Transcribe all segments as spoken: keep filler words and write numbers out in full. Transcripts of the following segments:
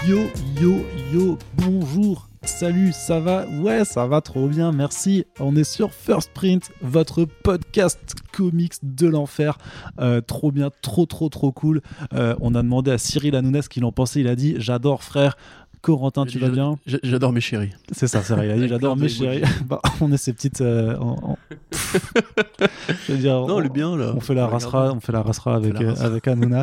Yo, yo, yo, bonjour, salut, ça va? Ouais, ça va trop bien, merci. On est sur First Print, votre podcast comics de l'enfer. Euh, trop bien, trop, trop, trop cool. Euh, on a demandé à Cyril Hanouna ce qu'il en pensait. Il a dit « J'adore, frère ». Corentin, tu vas bien? J'adore mes chéris. C'est ça, c'est vrai. Il a dit j'adore mes chéris. Bah, on est ces petites. Euh, en, en... Je veux dire, non, on, le bien là. On fait la rasera, on fait la rasera avec la euh, avec Hanouna.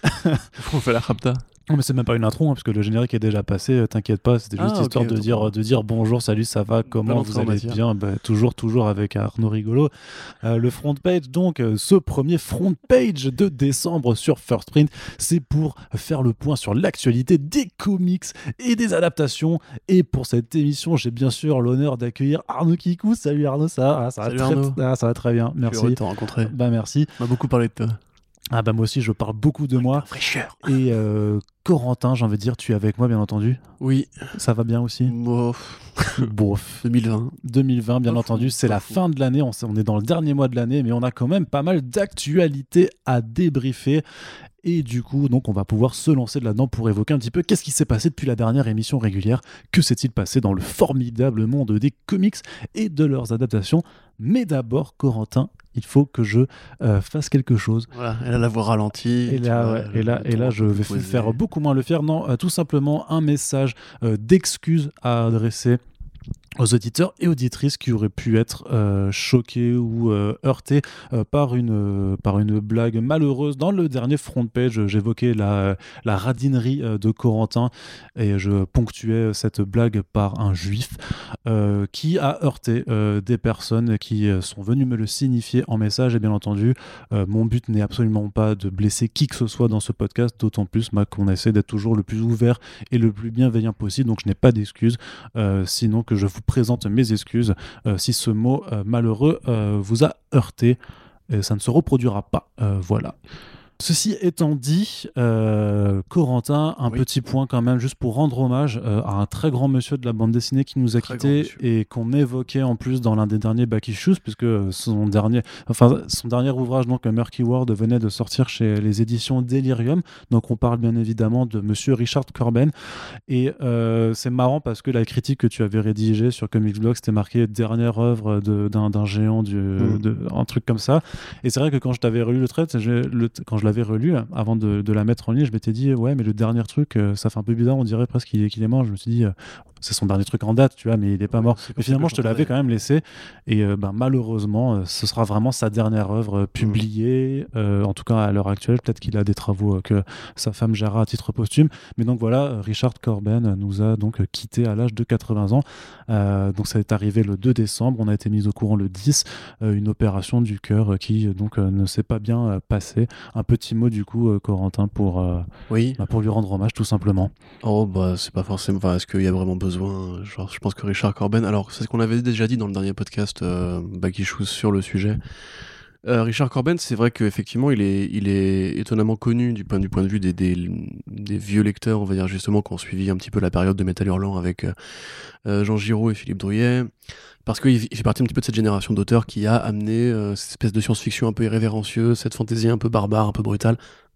On fait la rapta. Non, mais c'est même pas une intro, hein, parce que le générique est déjà passé. Euh, t'inquiète pas, c'était juste ah, histoire okay, de dire bon. de dire bonjour, salut, ça va, comment vous allez bien? Bah, toujours, toujours avec Arnaud Rigolo. Euh, le front page, donc, euh, ce premier front page de décembre sur First Print, c'est pour faire le point sur l'actualité des comics et des adaptations. Et pour cette émission, j'ai bien sûr l'honneur d'accueillir Arnaud Kikou. Salut Arnaud, ça, ah, ça, va, salut très, Arnaud. Ah, ça va très bien, merci. Je suis heureux de te rencontrer. Bah merci. On m'a beaucoup parlé de toi. Ah bah moi aussi, je parle beaucoup de moi. Fraîcheur. Et euh, Corentin, j'ai envie de dire, tu es avec moi, bien entendu. Oui. Ça va bien aussi? Bof. Bof. deux mille vingt. deux mille vingt, bien Bof, entendu. C'est bof, la bof. fin de l'année, on, on est dans le dernier mois de l'année, mais on a quand même pas mal d'actualités à débriefer. Et du coup, donc, on va pouvoir se lancer là-dedans pour évoquer un petit peu qu'est-ce qui s'est passé depuis la dernière émission régulière. Que s'est-il passé dans le formidable monde des comics et de leurs adaptations? Mais d'abord, Corentin, il faut que je euh, fasse quelque chose. Voilà, elle a la voix ralentie. Et là, vois, ouais, et là, et là je vais posé. faire beaucoup moins le faire. Non, euh, tout simplement un message euh, d'excuse à adresser aux auditeurs et auditrices qui auraient pu être euh, choqués ou euh, heurtés euh, par, une, euh, par une blague malheureuse. Dans le dernier front page, j'évoquais la, la radinerie euh, de Corentin et je ponctuais cette blague par un juif euh, qui a heurté euh, des personnes qui sont venues me le signifier en message. Et bien entendu, euh, mon but n'est absolument pas de blesser qui que ce soit dans ce podcast, d'autant plus bah, qu'on essaie d'être toujours le plus ouvert et le plus bienveillant possible. Donc je n'ai pas d'excuses, euh, sinon que je vous présente mes excuses euh, si ce mot euh, malheureux euh, vous a heurté. Et ça ne se reproduira pas. Euh, voilà. Ceci étant dit, euh, Corentin, un oui. petit point quand même, juste pour rendre hommage euh, à un très grand monsieur de la bande dessinée qui nous a quittés et qu'on évoquait en plus dans l'un des derniers Back Issues, puisque son dernier, enfin, son dernier ouvrage, donc Murky World, venait de sortir chez les éditions Delirium. Donc on parle bien évidemment de monsieur Richard Corben. Et euh, c'est marrant parce que la critique que tu avais rédigée sur Comics Blog, c'était marqué dernière œuvre de, d'un, d'un géant, du, mmh. de, un truc comme ça. Et c'est vrai que quand je t'avais relu le trait, le, quand je l'avais relu avant de, de la mettre en ligne, je m'étais dit ouais mais le dernier truc euh, ça fait un peu bizarre, on dirait presque qu'il est, qu'il est mort. Je me suis dit euh, c'est son dernier truc en date, tu vois, mais il est pas ouais, mort. C'est mais finalement je te l'avais quand même laissé et euh, ben, malheureusement euh, ce sera vraiment sa dernière œuvre euh, publiée, mmh. euh, en tout cas à l'heure actuelle. Peut-être qu'il a des travaux euh, que sa femme gérera à titre posthume, mais donc voilà, Richard Corben nous a donc quitté à l'âge de quatre-vingts ans. Euh, donc ça est arrivé le deux décembre, on a été mis au courant le dix, euh, une opération du cœur euh, qui donc euh, ne s'est pas bien euh, passée. Un petit mot du coup, euh, Corentin, pour, euh, oui. bah, pour lui rendre hommage tout simplement. Oh bah c'est pas forcément, enfin, est-ce qu'il y a vraiment besoin? Genre, je pense que Richard Corben, alors c'est ce qu'on avait déjà dit dans le dernier podcast euh, Back Issues sur le sujet. Euh, Richard Corben, c'est vrai qu'effectivement, il est, il est étonnamment connu du point, du point de vue des, des, des vieux lecteurs, on va dire justement, qui ont suivi un petit peu la période de Métal Hurlant avec euh, Jean Giraud et Philippe Druyet, parce qu'il fait partie un petit peu de cette génération d'auteurs qui a amené euh, cette espèce de science-fiction un peu irrévérencieuse, cette fantaisie un peu barbare, un peu brutale,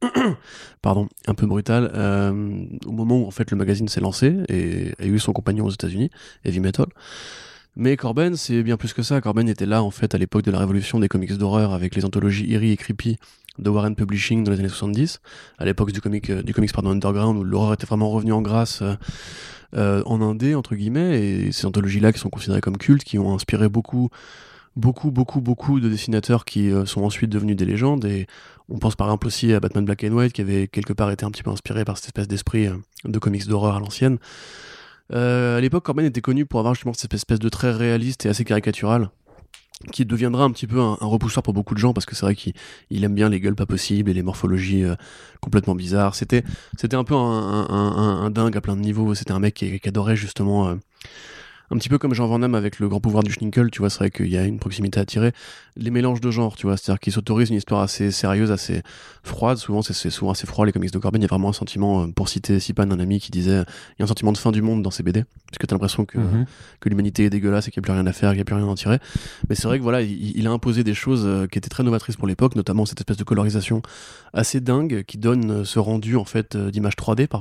pardon, un peu brutale, euh, au moment où en fait le magazine s'est lancé et a eu son compagnon aux États-Unis, Heavy Metal. Mais Corben, c'est bien plus que ça. Corben était là, en fait, à l'époque de la révolution des comics d'horreur avec les anthologies Eerie et Creepy de Warren Publishing dans les années soixante-dix, à l'époque du comic, euh, du comics pardon, underground, où l'horreur était vraiment revenue en grâce euh, euh, en indé, entre guillemets, et ces anthologies-là qui sont considérées comme cultes, qui ont inspiré beaucoup, beaucoup, beaucoup, beaucoup de dessinateurs qui euh, sont ensuite devenus des légendes, et on pense par exemple aussi à Batman Black and White, qui avait quelque part été un petit peu inspiré par cette espèce d'esprit euh, de comics d'horreur à l'ancienne. Euh, à l'époque, Corben était connu pour avoir justement cette espèce de trait réaliste et assez caricatural, qui deviendra un petit peu un, un repoussoir pour beaucoup de gens, parce que c'est vrai qu'il il aime bien les gueules pas possibles et les morphologies euh, complètement bizarres. C'était, c'était un peu un, un, un, un dingue à plein de niveaux. C'était un mec qui, qui adorait justement... Euh, un petit peu comme Jean Van Damme avec le grand pouvoir du Schninkel, tu vois, c'est vrai qu'il y a une proximité à tirer. Les mélanges de genres, tu vois, c'est-à-dire qu'ils s'autorisent une histoire assez sérieuse, assez froide, souvent c'est, c'est souvent assez froid, les comics de Corben, il y a vraiment un sentiment, pour citer Sipan, un ami qui disait, il y a un sentiment de fin du monde dans ces B D, parce que t'as l'impression que, mm-hmm. que l'humanité est dégueulasse et qu'il n'y a plus rien à faire, qu'il n'y a plus rien à en tirer. Mais c'est vrai que voilà, il, il a imposé des choses qui étaient très novatrices pour l'époque, notamment cette espèce de colorisation assez dingue qui donne ce rendu en fait d'image trois D parfois.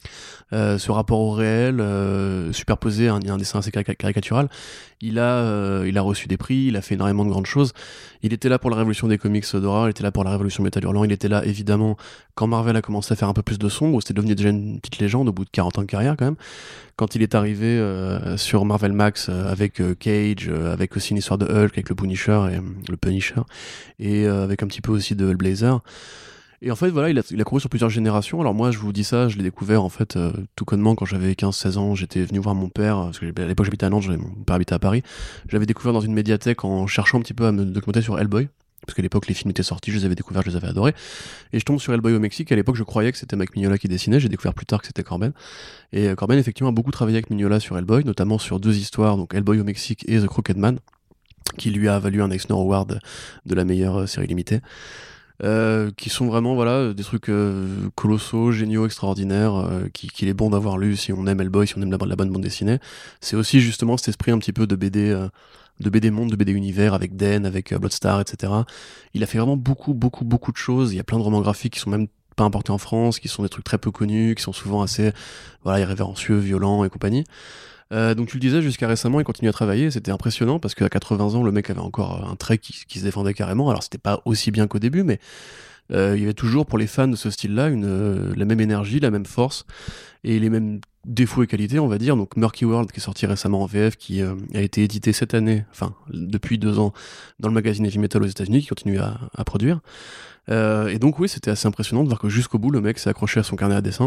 Euh, ce rapport au réel, euh, superposé à un, un dessin assez caric- caricatural. Il a, euh, il a reçu des prix, il a fait énormément de grandes choses. Il était là pour la révolution des comics d'horreur, il était là pour la révolution Métal Hurlant, il était là évidemment quand Marvel a commencé à faire un peu plus de sombre, où c'était devenu déjà une petite légende au bout de quarante ans de carrière quand même. Quand il est arrivé euh, sur Marvel Max euh, avec euh, Cage, euh, avec aussi une histoire de Hulk, avec le Punisher, et, euh, le Punisher, et euh, avec un petit peu aussi de Hellblazer. Et en fait, voilà, il a, il a couru sur plusieurs générations. Alors moi, je vous dis ça, je l'ai découvert en fait euh, tout connement quand j'avais quinze seize ans. J'étais venu voir mon père, parce que à l'époque j'habitais à Nantes, j'avais- mon père habitait à Paris. J'avais découvert dans une médiathèque en cherchant un petit peu à me documenter sur Hellboy. Parce qu'à l'époque, les films étaient sortis, je les avais découverts, je les avais adorés. Et je tombe sur Hellboy au Mexique. À l'époque, je croyais que c'était Mike Mignola qui dessinait. J'ai découvert plus tard que c'était Corben. Et euh, Corben, effectivement, a beaucoup travaillé avec Mignola sur Hellboy, notamment sur deux histoires, donc Hellboy au Mexique et The Crooked Man, qui lui a valu un Eisner Award de la meilleure euh, série limitée. Euh, qui sont vraiment voilà des trucs euh, colossaux, géniaux, extraordinaires, euh, qui- qu'il est bon d'avoir lu si on aime Hellboy, si on aime la, la bonne bande dessinée. C'est aussi justement cet esprit un petit peu de B D, euh, de B D monde, de B D univers avec Den, avec euh, Bloodstar, et cetera. Il a fait vraiment beaucoup, beaucoup, beaucoup de choses. Il y a plein de romans graphiques qui sont même pas importés en France, qui sont des trucs très peu connus, qui sont souvent assez voilà irrévérencieux, violents et compagnie. Euh, donc tu le disais, jusqu'à récemment, il continue à travailler, c'était impressionnant parce qu'à quatre-vingts ans, le mec avait encore un trait qui, qui se défendait carrément. Alors c'était pas aussi bien qu'au début, mais euh, il y avait toujours pour les fans de ce style-là une, euh, la même énergie, la même force et les mêmes défauts et qualités, on va dire. Donc Murky World, qui est sorti récemment en V F, qui euh, a été édité cette année, enfin depuis deux ans, dans le magazine Heavy Metal aux États-Unis, qui continue à, à produire. Euh, et donc oui, c'était assez impressionnant de voir que jusqu'au bout, le mec s'est accroché à son carnet à dessin.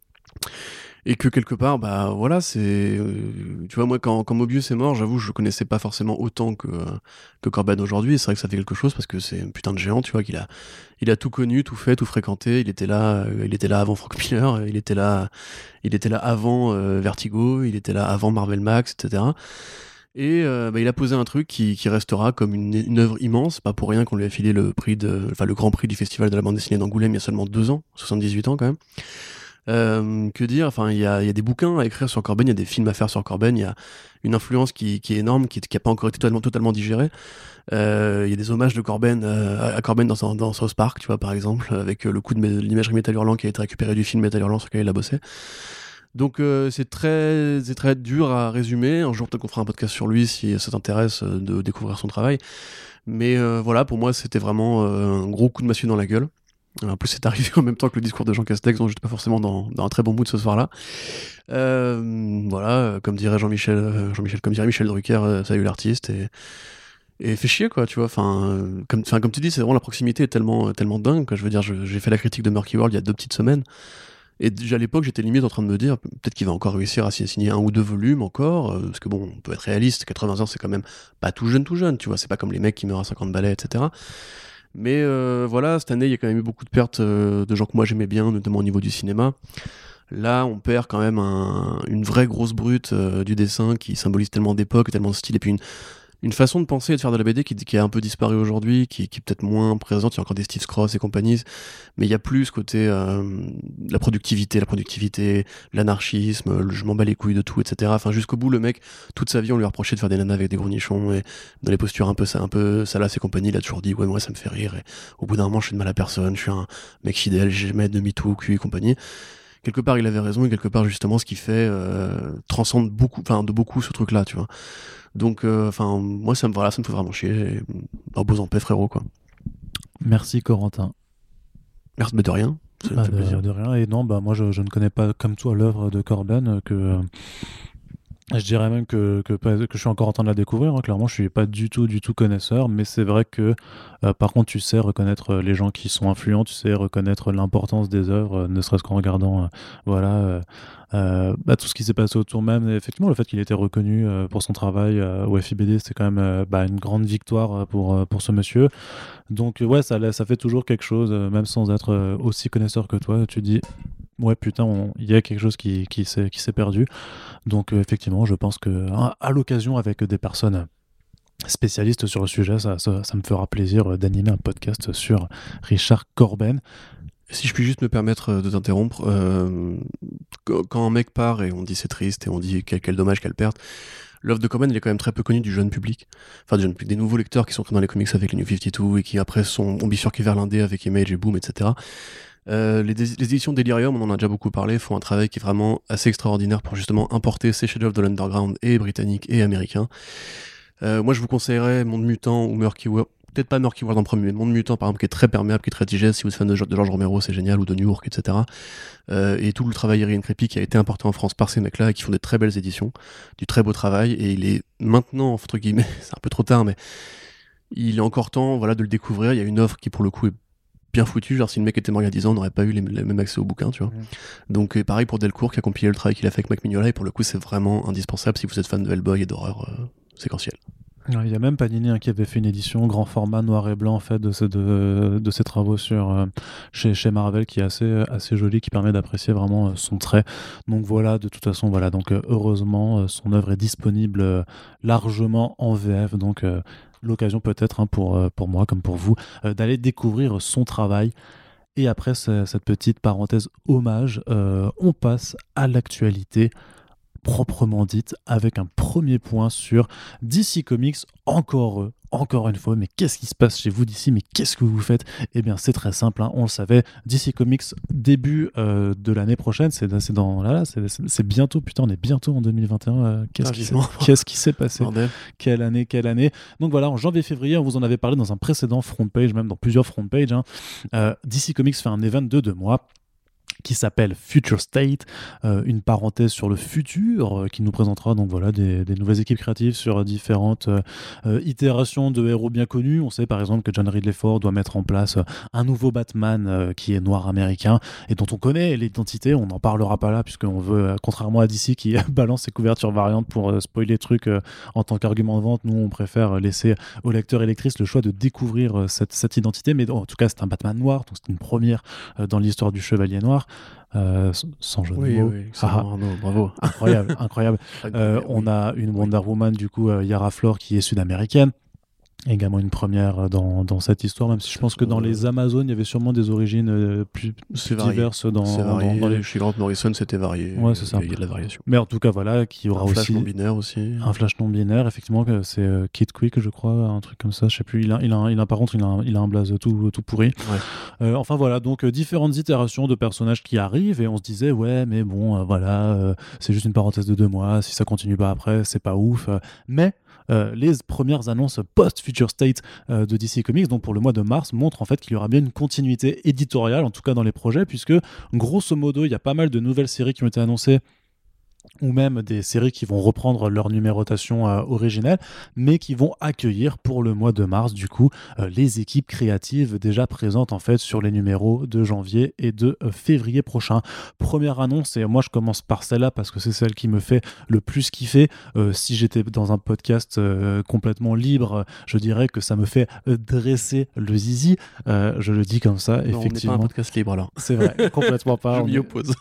Et que quelque part, bah voilà, c'est. Euh, tu vois, moi, quand, quand Mobius est mort, j'avoue, je le connaissais pas forcément autant que, euh, que Corben aujourd'hui. Et c'est vrai que ça fait quelque chose parce que c'est un putain de géant, tu vois, qu'il a, il a tout connu, tout fait, tout fréquenté. Il était là, euh, il était là avant Frank Miller, il était là, il était là avant euh, Vertigo, il était là avant Marvel Max, et cetera. Et euh, bah, il a posé un truc qui, qui restera comme une, une œuvre immense. Pas pour rien qu'on lui a filé le prix de, enfin le grand prix du festival de la bande dessinée d'Angoulême il y a seulement deux ans, soixante-dix-huit ans quand même. Euh, que dire, enfin il y a, y a des bouquins à écrire sur Corben, il y a des films à faire sur Corben, il y a une influence qui, qui est énorme, qui n'a pas encore été totalement, totalement digérée. Il euh, y a des hommages de Corben euh, à Corben dans, dans South Park, tu vois, par exemple, avec euh, le coup de l'imagerie Métal Hurlant qui a été récupéré du film Métal Hurlant sur lequel il a bossé. Donc euh, c'est très, c'est très dur à résumer. Un jour peut-être qu'on fera un podcast sur lui si ça t'intéresse euh, de découvrir son travail. Mais euh, voilà, pour moi c'était vraiment euh, un gros coup de massue dans la gueule. En plus, c'est arrivé en même temps que le discours de Jean Castex, donc j'étais pas forcément dans, dans un très bon mood ce soir-là. Euh, voilà, comme dirait Jean-Michel, euh, Jean-Michel, comme dirait Michel Drucker, euh, salut l'artiste, et, et fait chier, quoi, tu vois. Enfin, euh, comme, comme tu dis, c'est vraiment la proximité est tellement, tellement dingue, quoi. Je veux dire, je, j'ai fait la critique de Murky World il y a deux petites semaines, et déjà à l'époque, j'étais limite en train de me dire, peut-être qu'il va encore réussir à signer un ou deux volumes encore, euh, parce que bon, on peut être réaliste, quatre-vingts ans, c'est quand même pas tout jeune, tout jeune, tu vois, c'est pas comme les mecs qui meurent à cinquante balais, et cetera. Mais euh, voilà, cette année, il y a quand même eu beaucoup de pertes euh, de gens que moi j'aimais bien, notamment au niveau du cinéma. Là, on perd quand même un, une vraie grosse brute euh, du dessin qui symbolise tellement d'époque, tellement de style, et puis une, une façon de penser et de faire de la B D qui, qui a un peu disparu aujourd'hui, qui, qui est peut-être moins présente. Il y a encore des Steve Cross et compagnie, mais il y a plus ce côté euh, la productivité, la productivité, l'anarchisme, le je m'en bats les couilles de tout, et cetera. Enfin, jusqu'au bout, le mec, toute sa vie, on lui a reproché de faire des nanas avec des gros nichons et dans les postures un peu, un peu salaces et compagnie. Il a toujours dit, ouais, moi, ça me fait rire. Et au bout d'un moment, je fais de mal à personne, je suis un mec fidèle, j'ai jamais de MeToo, cul et compagnie. Quelque part, il avait raison, et quelque part, justement, ce qu'il fait euh, transcende beaucoup, enfin, de beaucoup ce truc-là, tu vois. Donc, enfin, euh, moi, ça me, voilà, ça me fait vraiment chier. Repose en paix, frérot, quoi. Merci, Corentin. Merci, mais de rien. Ça bah, me fait de, plaisir. de rien. Et non, bah, moi, je, je ne connais pas, comme toi, l'œuvre de Corben, que... Euh, je dirais même que, que, que je suis encore en train de la découvrir. Hein. Clairement, je suis pas du tout, du tout connaisseur, mais c'est vrai que, euh, par contre, tu sais reconnaître les gens qui sont influents, tu sais reconnaître l'importance des œuvres, euh, ne serait-ce qu'en regardant, euh, voilà, euh, euh, bah, tout ce qui s'est passé autour même. Et effectivement, le fait qu'il ait été reconnu euh, pour son travail euh, au F I B D, c'est quand même euh, bah, une grande victoire pour euh, pour ce monsieur. Donc ouais, ça, ça fait toujours quelque chose, euh, même sans être euh, aussi connaisseur que toi. Tu dis. Ouais, putain, il y a quelque chose qui, qui, s'est, qui s'est perdu. Donc, euh, effectivement, je pense que à, à l'occasion, avec des personnes spécialistes sur le sujet, ça, ça, ça me fera plaisir d'animer un podcast sur Richard Corben. Si je puis juste me permettre de t'interrompre, euh, quand un mec part et on dit c'est triste et on dit quel, quel dommage, quelle perte, l'œuvre de Corben, elle est quand même très peu connue du jeune public. Enfin, du jeune public, des nouveaux lecteurs qui sont dans les comics avec les New cinquante-deux et qui après sont, ont bifurqué vers l'indé avec Image et Boom, et cetera. Euh, les, les éditions Delirium, on en a déjà beaucoup parlé, font un travail qui est vraiment assez extraordinaire pour justement importer ces chefs-d'œuvre de l'underground et britannique et américain. Euh, moi, je vous conseillerais Monde Mutant ou Murky World. Peut-être pas Murky World en premier, mais Monde Mutant, par exemple, qui est très perméable, qui est très digeste. Si vous êtes fan de, de George Romero, c'est génial, ou de New York, et cetera. Euh, et tout le travail Irene Creepy qui a été importé en France par ces mecs-là et qui font des très belles éditions, du très beau travail. Et il est maintenant, entre guillemets, c'est un peu trop tard, mais il est encore temps, voilà, de le découvrir. Il y a une offre qui, pour le coup, est bien foutue. Genre, si le mec était mort il y a dix ans, on n'aurait pas eu les, les mêmes accès au bouquin, tu vois. Mmh. Donc, et pareil pour Delcourt, qui a compilé le travail qu'il a fait avec Mac Mignola. Et pour le coup, c'est vraiment indispensable si vous êtes fan de Hellboy et d'horreur euh, séquentielle. Il y a même Panini hein, qui avait fait une édition grand format noir et blanc en fait de, ce, de, de ses travaux sur, euh, chez, chez Marvel qui est assez, assez joli, qui permet d'apprécier vraiment euh, son trait. Donc voilà, de toute façon, voilà, donc euh, heureusement, euh, son œuvre est disponible euh, largement en V F, donc euh, l'occasion peut-être hein, pour, euh, pour moi comme pour vous euh, d'aller découvrir son travail. Et après ce, cette petite parenthèse hommage, euh, on passe à l'actualité proprement dite, avec un premier point sur D C Comics, encore eux, encore une fois, mais qu'est-ce qui se passe chez vous D C, mais qu'est-ce que vous faites? Eh bien c'est très simple, hein, on le savait, D C Comics, début euh, de l'année prochaine, c'est, c'est dans là, là c'est, c'est bientôt, putain on est bientôt en deux mille vingt et un, euh, qu'est-ce, qui qu'est-ce qui s'est passé? Quelle année, quelle année? Donc voilà, en janvier-février, on vous en avait parlé dans un précédent front page, même dans plusieurs front pages, hein. euh, D C Comics fait un event de deux mois, qui s'appelle Future State, euh, une parenthèse sur le futur, euh, qui nous présentera donc voilà des, des nouvelles équipes créatives sur différentes euh, euh, itérations de héros bien connus. On sait par exemple que John Ridley Ford doit mettre en place euh, un nouveau Batman euh, qui est noir américain et dont on connaît l'identité. On n'en parlera pas là puisqu'on veut, euh, contrairement à D C qui balance ses couvertures variantes pour euh, spoiler les trucs euh, en tant qu'argument de vente, nous on préfère laisser aux lecteurs et lectrices le choix de découvrir euh, cette, cette identité. Mais en tout cas c'est un Batman noir, donc c'est une première euh, dans l'histoire du Chevalier Noir. Euh, sans jeu de oui, mots. Oui, ah, Arnaud, bravo. Incroyable, incroyable. euh, on oui. a une Wonder oui. Woman, du coup, euh, Yara Flor, qui est sud-américaine. Également une première dans, dans cette histoire, même si je pense que dans euh... les Amazones, il y avait sûrement des origines euh, plus, plus diverses. Dans, c'est varié. Dans, dans les... Chez Grant Morrison, c'était varié. Ouais, c'est ça. Il y a de la variation. Mais en tout cas, voilà, qui aura un aussi... Un flash non-binaire aussi. Un flash non-binaire, effectivement, c'est euh, Kid Quick, je crois, un truc comme ça, je sais plus. Il a, il a, il a, par contre, il a, un, il a un blaze tout, tout pourri. Ouais. Euh, enfin, voilà, donc euh, différentes itérations de personnages qui arrivent, et on se disait, ouais, mais bon, euh, voilà, euh, c'est juste une parenthèse de deux mois, si ça continue pas après, c'est pas ouf. Euh, mais... Euh, les premières annonces post-Future State euh, de D C Comics, donc pour le mois de mars, montrent en fait qu'il y aura bien une continuité éditoriale, en tout cas dans les projets, puisque grosso modo, il y a pas mal de nouvelles séries qui ont été annoncées, ou même des séries qui vont reprendre leur numérotation euh, originelle, mais qui vont accueillir pour le mois de mars, du coup, euh, les équipes créatives déjà présentes en fait sur les numéros de janvier et de euh, février prochain. Première annonce, et moi je commence par celle-là parce que c'est celle qui me fait le plus kiffer. Euh, si j'étais dans un podcast euh, complètement libre, je dirais que ça me fait euh, dresser le zizi. Euh, je le dis comme ça, non, effectivement. On n'est pas un podcast libre alors. C'est vrai, complètement pas. Je m'y oppose.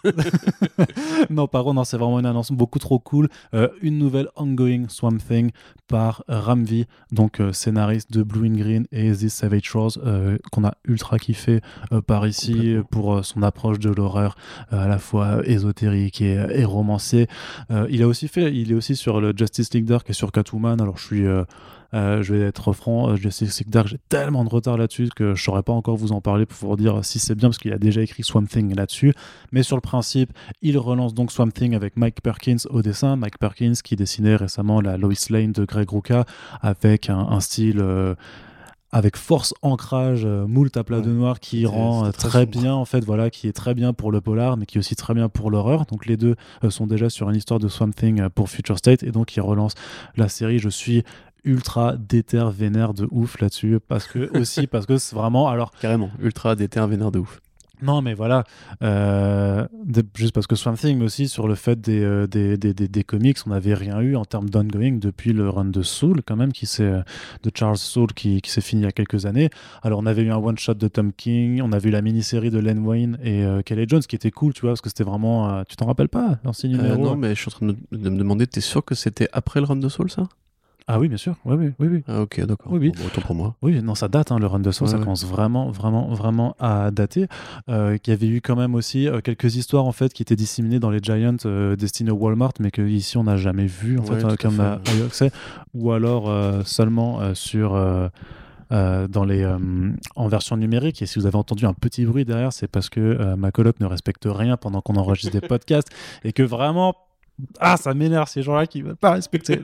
Non, par contre, non, c'est vraiment une annonce beaucoup trop cool. Euh, une nouvelle ongoing Swamp Thing par euh, Ramvi, donc euh, scénariste de Blue and Green et This Savage Shores, euh, qu'on a ultra kiffé euh, par ici pour euh, son approche de l'horreur euh, à la fois ésotérique et, et romancée. Euh, il a aussi fait, il est aussi sur le Justice League Dark et sur Catwoman. Alors je suis euh, Euh, je vais être franc, Justice League Dark, j'ai tellement de retard là-dessus que je saurais pas encore vous en parler pour vous dire si c'est bien, parce qu'il a déjà écrit Swamp Thing là-dessus. Mais sur le principe, il relance donc Swamp Thing avec Mike Perkins au dessin. Mike Perkins qui dessinait récemment la Lois Lane de Greg Rucka avec un, un style... Euh, avec force ancrage, euh, moult à plat ouais, de noir qui rend euh, très, très bien en fait, voilà, qui est très bien pour le polar mais qui est aussi très bien pour l'horreur. Donc les deux euh, sont déjà sur une histoire de Swamp Thing euh, pour Future State, et donc ils relancent la série. Je suis ultra déter vénère de ouf là-dessus, parce que aussi parce que c'est vraiment, alors carrément ultra déter vénère de ouf. Non, mais voilà, euh, de, juste parce que Swamp Thing, mais aussi sur le fait des, euh, des, des, des, des comics, on n'avait rien eu en termes d'ongoing depuis le run de Soul, quand même, qui s'est, de Charles Soule, qui, qui s'est fini il y a quelques années. Alors, on avait eu un one-shot de Tom King, on avait eu la mini-série de Len Wein et euh, Kelly Jones, qui était cool, tu vois, parce que c'était vraiment... Euh, tu t'en rappelles pas, dans ces numéros? euh, Non, mais je suis en train de me, de me demander, t'es sûr que c'était après le run de Soul, ça? Ah oui, bien sûr, oui, oui, oui. oui. Ah ok, d'accord. Oui, oui. Bon, autant pour moi. Oui, non, ça date, hein, le run de Soul, ouais, ça ouais. commence vraiment, vraiment, vraiment à dater. Euh, qu'il y avait eu quand même aussi euh, quelques histoires, en fait, qui étaient disséminées dans les Giants euh, destinés au Walmart, mais qu'ici, on n'a jamais vu, en ouais, fait, euh, comme à accès, ou alors euh, seulement euh, sur... Euh, euh, dans les, euh, en version numérique. Et si vous avez entendu un petit bruit derrière, c'est parce que euh, ma coloc ne respecte rien pendant qu'on enregistre des podcasts et que vraiment, ah, ça m'énerve ces gens-là qui ne veulent pas respecter.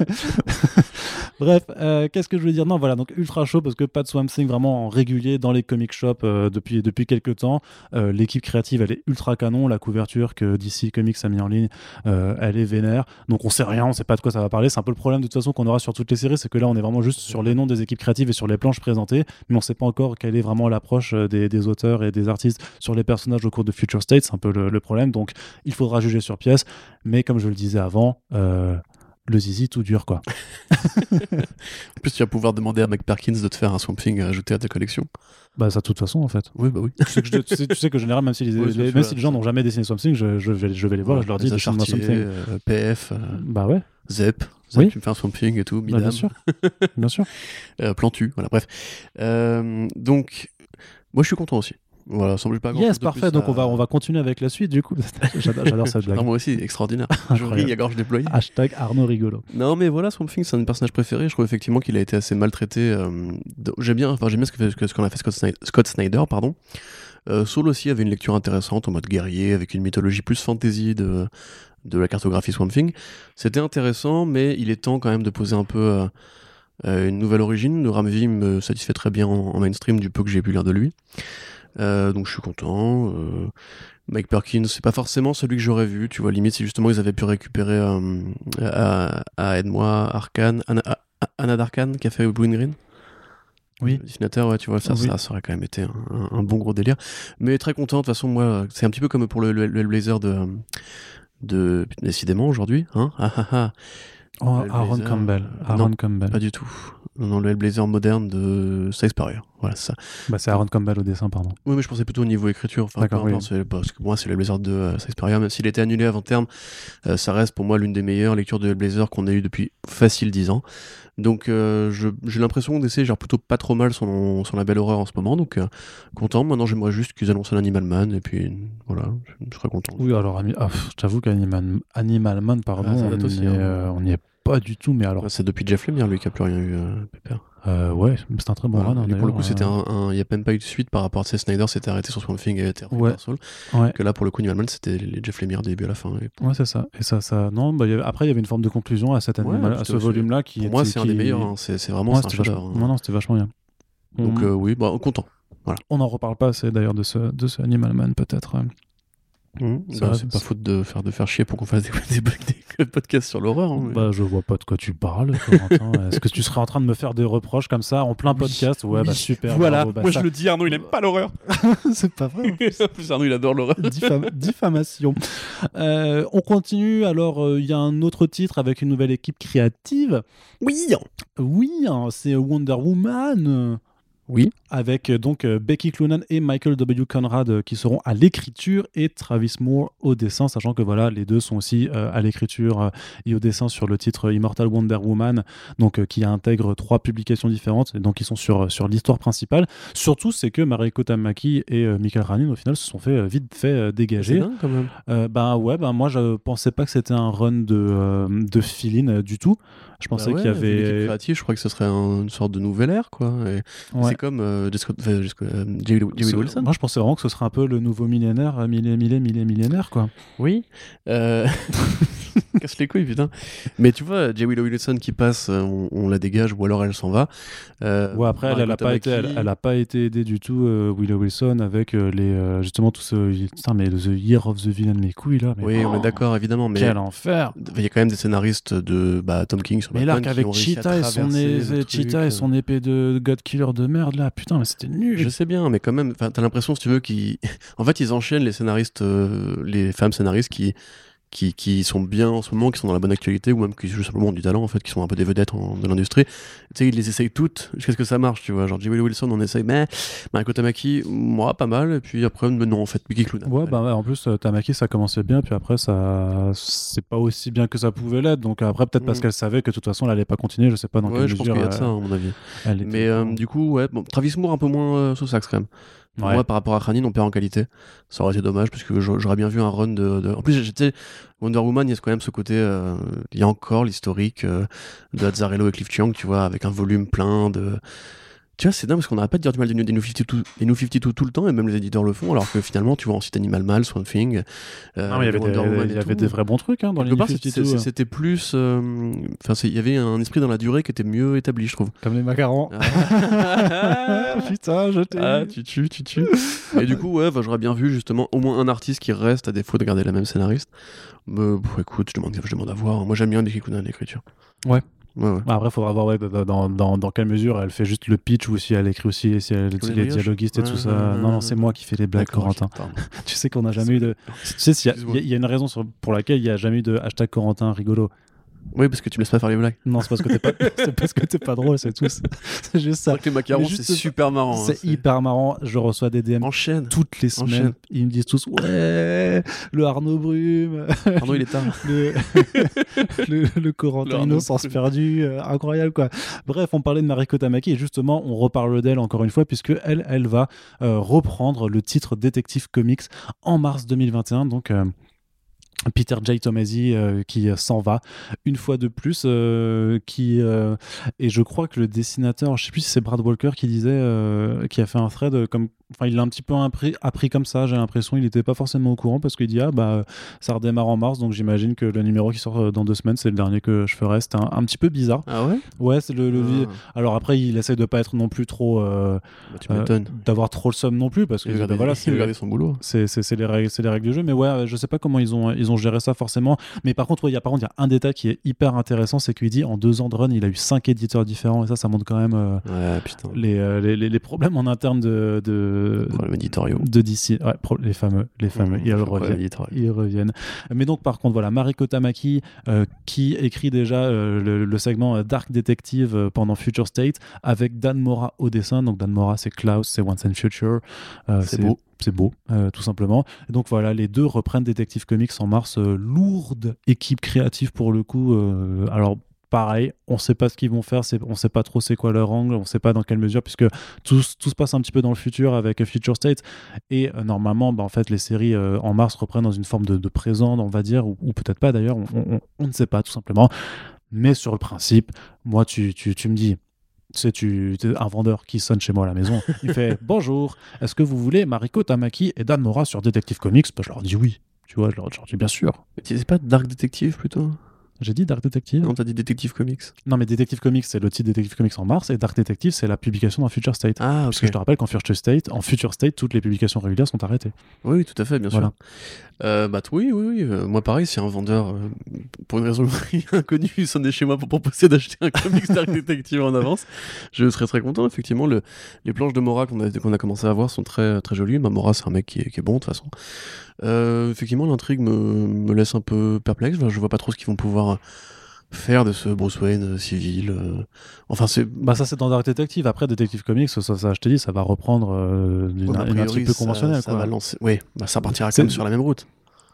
Bref, euh, qu'est-ce que je veux dire? Non, voilà, donc ultra chaud parce que pas de Swamp Thing vraiment en régulier dans les comic shops euh, depuis, depuis quelques temps. Euh, l'équipe créative, elle est ultra canon. La couverture que D C Comics a mis en ligne, euh, elle est vénère. Donc on sait rien, on sait pas de quoi ça va parler. C'est un peu le problème de toute façon qu'on aura sur toutes les séries, c'est que là on est vraiment juste sur les noms des équipes créatives et sur les planches présentées, mais on sait pas encore quelle est vraiment l'approche des, des auteurs et des artistes sur les personnages au cours de Future State. C'est un peu le, le problème. Donc il faudra juger sur pièce. Mais comme je le disais avant, euh, le zizi tout dur quoi. En plus, tu vas pouvoir demander à Mike Perkins de te faire un Swamp Thing à ajouter à ta collection. Bah ça de toute façon en fait. Oui, bah oui. Tu sais que, je, tu sais, tu sais que en général, même si les, Oui, les, même si les gens n'ont jamais dessiné Swamp Thing, je, je, vais, je vais les voir, Ouais, je leur dis les dessine-moi Swamp Chartier, Thing. euh, P F, euh, Bah ouais. Zep, Zep Oui. tu me fais un Swamp Thing et tout, Bah, Midam, bien sûr. Bien sûr. euh, Plantu, voilà, bref. Euh, donc, moi je suis content aussi. Voilà, semble pas grand-chose Yes, de parfait. plus Donc à- on va, on va continuer avec la suite du coup. J'adore, j'adore cette blague. Non, moi aussi, extraordinaire. Je Incroyable. ris à gorge déployée. Hashtag Arnaud rigolo. Non, mais voilà, Swamp Thing, c'est un de mes personnages préférés. Je trouve effectivement qu'il a été assez maltraité. Euh, de- j'aime bien, enfin, j'aime bien ce que, ce que- ce qu'en a fait Scott Snyder. Scott Snyder pardon. Euh, Saul aussi avait une lecture intéressante en mode guerrier, avec une mythologie plus fantasy de, de la cartographie Swamp Thing. C'était intéressant, mais il est temps quand même de poser un peu euh, euh, une nouvelle origine. Le Ramvi me satisfait très bien en, en mainstream du peu que j'ai pu lire de lui. Euh, donc je suis content. Euh, Mike Perkins, c'est pas forcément celui que j'aurais vu. Tu vois, limite, si justement ils avaient pu récupérer euh, à, à Aide-moi, Arcane, Anna, Anna Darkan qui a fait Blue and Green. Oui. Le dessinateur, ouais, tu vois, ça, Oui. ça, ça aurait quand même été un, un- un bon gros délire. Mais très content, de toute façon, moi, c'est un petit peu comme pour le, le, le Hellblazer de. de décidément aujourd'hui, hein. Ah ah ah. Oh, Le Aaron Hellblazer, Campbell. euh, Aaron non, Campbell. Pas du tout. Non, non, le Hellblazer moderne de Size Parrier. Voilà, c'est ça. Bah, c'est Aaron Campbell au dessin, pardon. Oui, mais je pensais plutôt au niveau écriture. Enfin, D'accord, peu importe, oui. c'est- parce que pour moi, c'est le Hellblazer de euh, Size Parrier. Même s'il était annulé avant terme, euh, ça reste pour moi l'une des meilleures lectures de Hellblazer qu'on ait eu depuis facile dix ans. Donc, euh, je- j'ai l'impression d'essayer genre plutôt pas trop mal son, son label horreur en ce moment. Donc, euh, content. Maintenant, j'aimerais juste qu'ils annoncent un Animal Man. Et puis, voilà, je serais content. Oui, alors, ami- ah, pff, j'avoue qu'Animal Animal Man, pardon, Ah, ça date on aussi, n'y est, hein. euh, on n'y est pas du tout, mais alors. Ouais, c'est depuis Jeff Lemire, lui, qui a plus rien eu, euh, Pépère. Euh, ouais, c'est un très bon Voilà. run. hein, Et pour le coup, d'ailleurs, c'était euh, un, un- il n'y a même pas eu de suite par rapport à C. Snyder, s'était arrêté sur Swamp Thing et a été repris Ouais. par Saul. Ouais. Que là, pour le coup, Animal Man, c'était les Jeff Lemire du début à la fin. Et Ouais, c'est ça. Et ça, ça. Non, bah, il y avait- après, il y avait une forme de conclusion à, cet Ouais, animal, tout à à ce fait. volume-là qui pour moi, était- c'est un qui- des meilleurs. hein. C'est, c'est vraiment Ouais, c'est un c'était chef-d'œuvre. vachement... hein. Non, non, c'était vachement bien. Donc, on... euh, oui, bah, content. Voilà. on n'en reparle pas assez d'ailleurs de ce, de ce Animal Man, peut-être. euh. Mmh. C'est Bah, vrai, c'est pas c'est- faute de faire, de faire chier pour qu'on fasse des, des, des podcasts sur l'horreur. hein, mais- Bah, je vois pas de quoi tu parles, Corentin. Est-ce que tu serais en train de me faire des reproches comme ça en plein podcast? Ouais, bah super. Voilà, bravo, bah, moi ça- je le dis, Arnaud, il aime pas l'horreur. C'est pas vrai. En plus, Arnaud, il adore l'horreur. Diffam- diffamation. Euh, on continue. Alors, il y a un autre titre avec une nouvelle équipe créative. Oui. Oui, hein, c'est Wonder Woman. Oui. Avec euh, donc euh, Becky Cloonan et Michael W. Conrad euh, qui seront à l'écriture et Travis Moore au dessin, sachant que voilà, les deux sont aussi euh, à l'écriture euh, et au dessin sur le titre Immortal Wonder Woman, donc euh, qui intègre trois publications différentes, et donc ils sont sur, sur l'histoire principale. Surtout, c'est que Mariko Tamaki et euh, Michael Ranin, au final, se sont fait euh, vite fait euh, C'est dégager. dingue quand même. Euh, ben ouais, ben moi je pensais pas que c'était un run de, euh, de fill-in euh, du tout. Je pensais Bah ouais, qu'il y vu l'équipe avait. créative, je crois que ce serait un- une sorte de nouvelle ère, quoi. Et Ouais. C'est comme euh, Jessica- enfin, Jessica- euh, J. W. Ce- Wilson. Moi je pensais vraiment que ce serait un peu le nouveau millénaire, euh, millé, millé, millé, millénaire quoi. Oui. Euh... Casse les couilles, putain. Mais tu vois, J. Willow Wilson qui passe, euh, on, on la dégage ou alors elle s'en va. Euh, Ouais, après, elle, elle, a Mariko pas été, elle, Tamaki- elle a pas été aidée du tout, euh, Willow Wilson, avec euh, les, euh, justement tout ce. Putain, mais The Year of the Villain, mes couilles là. Mais... Oui, on Oh, est d'accord, évidemment. Mais Quel enfer! il y a quand même des scénaristes de bah, Tom King sur Mais Batman l'arc qui avec ont réussi à Cheetah et, son, traverser é- le Cheetah truc, et euh. son épée de God Killer de merde là, putain, mais c'était nul! Je sais bien, mais quand même, 'fin, t'as l'impression, si tu veux, qu'ils. En fait, ils enchaînent les scénaristes, euh, les femmes scénaristes qui, qui, qui sont bien en ce moment, qui sont dans la bonne actualité, ou même qui jouent simplement du talent, en fait, qui sont un peu des vedettes en- de l'industrie. Tu sais, ils les essayent toutes jusqu'à ce que ça marche, tu vois. Genre, J. Willow Wilson, on essaye, mais Mariko Tamaki, moi, pas mal, et puis après, mais non, en fait, Becky Cloonan. Ouais, bah ouais, en plus, euh, Tamaki, ça commençait bien, puis après, ça c'est pas aussi bien que ça pouvait l'être. Donc après, peut-être parce Mm. qu'elle savait que de toute façon, elle allait pas continuer, je sais pas dans Ouais, quelle je pense mesure. qu'il y a de euh, ça, à mon avis. elle était Mais au euh, courant. du coup, ouais, bon, Travis Moore un peu moins euh, sous sax quand même. Pour Ouais. moi, par rapport à Khanin, on perd en qualité. Ça aurait été dommage parce que j'a- j'aurais bien vu un run de. de- En plus, j'étais Wonder Woman, il y a quand même ce côté. euh, Il y a encore l'historique euh, de Azzarello et Cliff Chiang, tu vois, avec un volume plein de Tu vois, c'est dingue parce qu'on n'arrête pas de dire du mal des New, des New cinquante-deux, des New cinquante-deux tout le temps, et même les éditeurs le font, alors que finalement, tu vois ensuite Animal Man, Swamp Thing. Euh, non, mais il y avait, des, il y avait des vrais bons trucs hein, dans les New cinquante-deux. C'était plus. Enfin, euh, il y avait un esprit dans la durée qui était mieux établi, je trouve. Comme les macarons. Ah. Putain, je t'ai. Ah, tu tues, tu tues. Et du coup, ouais, bah, j'aurais bien vu justement au moins un artiste qui reste à défaut de garder la même scénariste. Mais bon, écoute, je demande, je demande à voir. Moi, j'aime bien Mickey Kuna à l'écriture. Ouais. Ouais, ouais. Après, il faudra voir ouais, dans, dans, dans quelle mesure elle fait juste le pitch ou si elle écrit aussi, si elle est les dialoguistes et ouais, tout ça. Ouais, non, non, c'est moi qui fais les blagues, Corentin. Tu sais qu'on n'a jamais eu de. Tu sais, il y, y, y a une raison sur, pour laquelle il n'y a jamais eu de hashtag Corentin rigolo. Oui, parce que tu me laisses pas faire les blagues. Non, c'est parce que t'es pas, c'est parce que t'es pas drôle, c'est tout. C'est juste ça. C'est vrai que les macarons, c'est super marrant. C'est hein, hyper marrant. Je reçois des D M Enchaîne. toutes les semaines. Enchaîne. Ils me disent tous ouais, le Arnaud Brume. Arnaud, il est tard. Le, le, le Corentin Innocence perdue, euh, incroyable quoi. Bref, on parlait de Mariko Tamaki et justement, on reparle d'elle encore une fois puisque elle, elle va euh, reprendre le titre Detective Comics en mars deux mille vingt et un. Donc. Euh, Peter J. Tomasi euh, qui euh, s'en va une fois de plus euh, qui euh, et je crois que le dessinateur, je sais plus si c'est Brad Walker qui disait euh, qui a fait un thread comme enfin il l'a un petit peu appris, appris comme ça, j'ai l'impression il n'était pas forcément au courant parce qu'il dit ah bah ça redémarre en mars donc j'imagine que le numéro qui sort dans deux semaines c'est le dernier que je ferai. C'était un, un petit peu bizarre. Ah ouais ouais c'est le, le ah. Alors après il essaie de pas être non plus trop euh, bah, tu m'étonnes. Euh, d'avoir trop le somme non plus parce que bah, voilà c'est regarder son boulot c'est, c'est, c'est les règles c'est les règles du jeu mais ouais je sais pas comment ils ont ils ont géré ça forcément mais par contre il ouais, y a par contre il y a un détail qui est hyper intéressant c'est qu'il dit en deux ans de run il a eu cinq éditeurs différents et ça ça montre quand même euh, ouais, putain. Les, euh, les, les, les problèmes en interne de de, de D C ouais, pro- les fameux les fameux mmh, ils, reviennent, ils reviennent mais donc par contre voilà Mariko Tamaki euh, qui écrit déjà euh, le, le segment Dark Detective euh, pendant Future State avec Dan Mora au dessin donc Dan Mora c'est Klaus c'est Once and Future euh, c'est, c'est beau c'est beau, euh, tout simplement. Et donc voilà, les deux reprennent Detective Comics en mars. Euh, lourde équipe créative pour le coup. Euh, alors pareil, on ne sait pas ce qu'ils vont faire, c'est, on ne sait pas trop c'est quoi leur angle, on ne sait pas dans quelle mesure, puisque tout, tout se passe un petit peu dans le futur avec Future State. Et euh, normalement, bah, en fait, les séries euh, en mars reprennent dans une forme de, de présent, on va dire, ou, ou peut-être pas d'ailleurs, on, on, on ne sait pas tout simplement. Mais sur le principe, moi, tu, tu, tu me dis... Tu sais, tu es un vendeur qui sonne chez moi à la maison. Il fait « Bonjour, est-ce que vous voulez Mariko Tamaki et Dan Mora sur Detective Comics ?» bah, je leur dis oui. Tu vois, je leur, je leur dis bien sûr. Mais c'est pas Dark Detective plutôt ? J'ai dit Dark Detective. Non, t'as dit Detective Comics. Non, mais Detective Comics, c'est le titre Detective Comics en mars, et Dark Detective, c'est la publication dans Future State. Ah, ok. Parce que je te rappelle qu'en Future State, en Future State, toutes les publications régulières sont arrêtées. Oui, tout à fait, bien voilà. sûr. Euh, bah oui, oui, oui. Euh, moi, pareil, si un vendeur, euh, pour une raison inconnue, sonnait chez moi pour proposer d'acheter un comics Dark Detective en avance, je serais très content. Effectivement, le, les planches de Mora qu'on a, qu'on a commencé à voir sont très, très jolies. Bah, Mora, c'est un mec qui est, qui est bon, de toute façon. Euh, effectivement, l'intrigue me, me laisse un peu perplexe. Enfin, je vois pas trop ce qu'ils vont pouvoir faire de ce Bruce Wayne euh, civil. Euh... Enfin, c'est. Bah, ça, c'est dans Dark Detective. Après, Detective Comics, ça, ça je te dis, ça va reprendre euh, une, ouais, une intrigue peu conventionnelle. Ça, ça quoi. va lancer... Oui, bah, ça partira quand même sur la même route.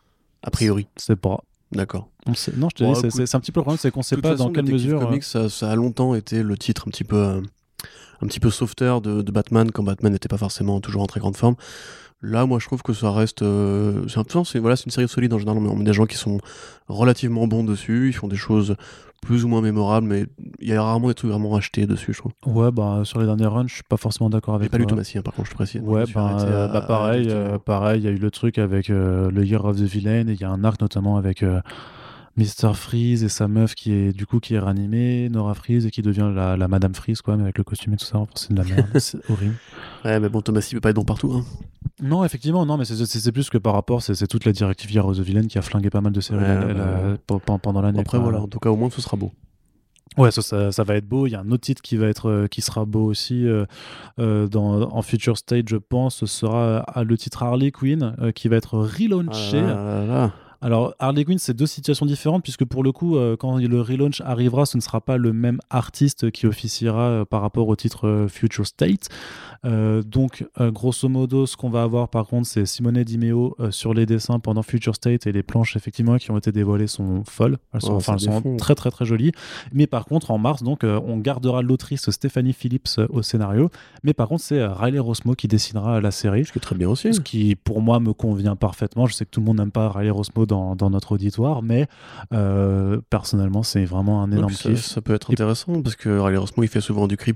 A priori. C'est pas. D'accord. On sait... Non, je te bon, dis, c'est, c'est, c'est un petit peu le problème, c'est qu'on sait pas façon, dans quelle Detective mesure. Comics, ça, ça a longtemps été le titre un petit peu, euh, un petit peu softer de, de Batman, quand Batman n'était pas forcément toujours en très grande forme. Là, moi, je trouve que ça reste. Euh, c'est, un, c'est, voilà, c'est une série solide en général. On met des gens qui sont relativement bons dessus. Ils font des choses plus ou moins mémorables, mais il y a rarement des trucs vraiment achetés dessus, je trouve. Ouais, bah, sur les derniers runs, je suis pas forcément d'accord avec toi. toi. Et pas du tout Massy, hein, par contre, je précise. Ouais, bah, euh, bah pareil, euh, pareil, il y a eu le truc avec euh, le Year of the Villain, et il y a un arc notamment avec. Euh, Mister Freeze et sa meuf qui est du coup qui est ranimée, Nora Freeze, et qui devient la, la Madame Freeze quoi, mais avec le costume et tout ça, enfin, c'est de la merde, c'est horrible. Ouais, mais bon, Tomasi peut pas être bon partout. Hein. Non, effectivement, non, mais c'est, c'est, c'est plus que par rapport, c'est, c'est toute la directive Year of the Villain qui a flingué pas mal de séries ouais, elle, ouais. elle, elle, pendant l'année. Après, quoi. Voilà, en tout cas, au moins, ce sera beau. Ouais, ça, ça, ça va être beau. Il y a un autre titre qui va être, euh, qui sera beau aussi euh, euh, dans, en Future State, je pense. Ce sera euh, le titre Harley Quinn euh, qui va être relaunché. Ah là là là. Alors, Harley Quinn, c'est deux situations différentes, puisque pour le coup, euh, quand le relaunch arrivera, ce ne sera pas le même artiste qui officiera euh, par rapport au titre euh, Future State. Euh, donc, euh, grosso modo, ce qu'on va avoir, par contre, c'est Simone Di Meo euh, sur les dessins pendant Future State, et les planches, effectivement, qui ont été dévoilées sont folles. Elles sont, oh, enfin, elles sont très, très, très jolies. Mais par contre, en mars, donc, euh, on gardera l'autrice Stephanie Phillips euh, au scénario. Mais par contre, c'est euh, Riley Rossmo qui dessinera la série. Ce qui est très bien aussi. Ce qui, pour moi, me convient parfaitement. Je sais que tout le monde n'aime pas Riley Rossmo dans, dans notre auditoire, mais euh, personnellement, c'est vraiment un énorme ça, kiff. Ça peut être intéressant, et... parce que Riley Rossmo, il fait souvent du creepy.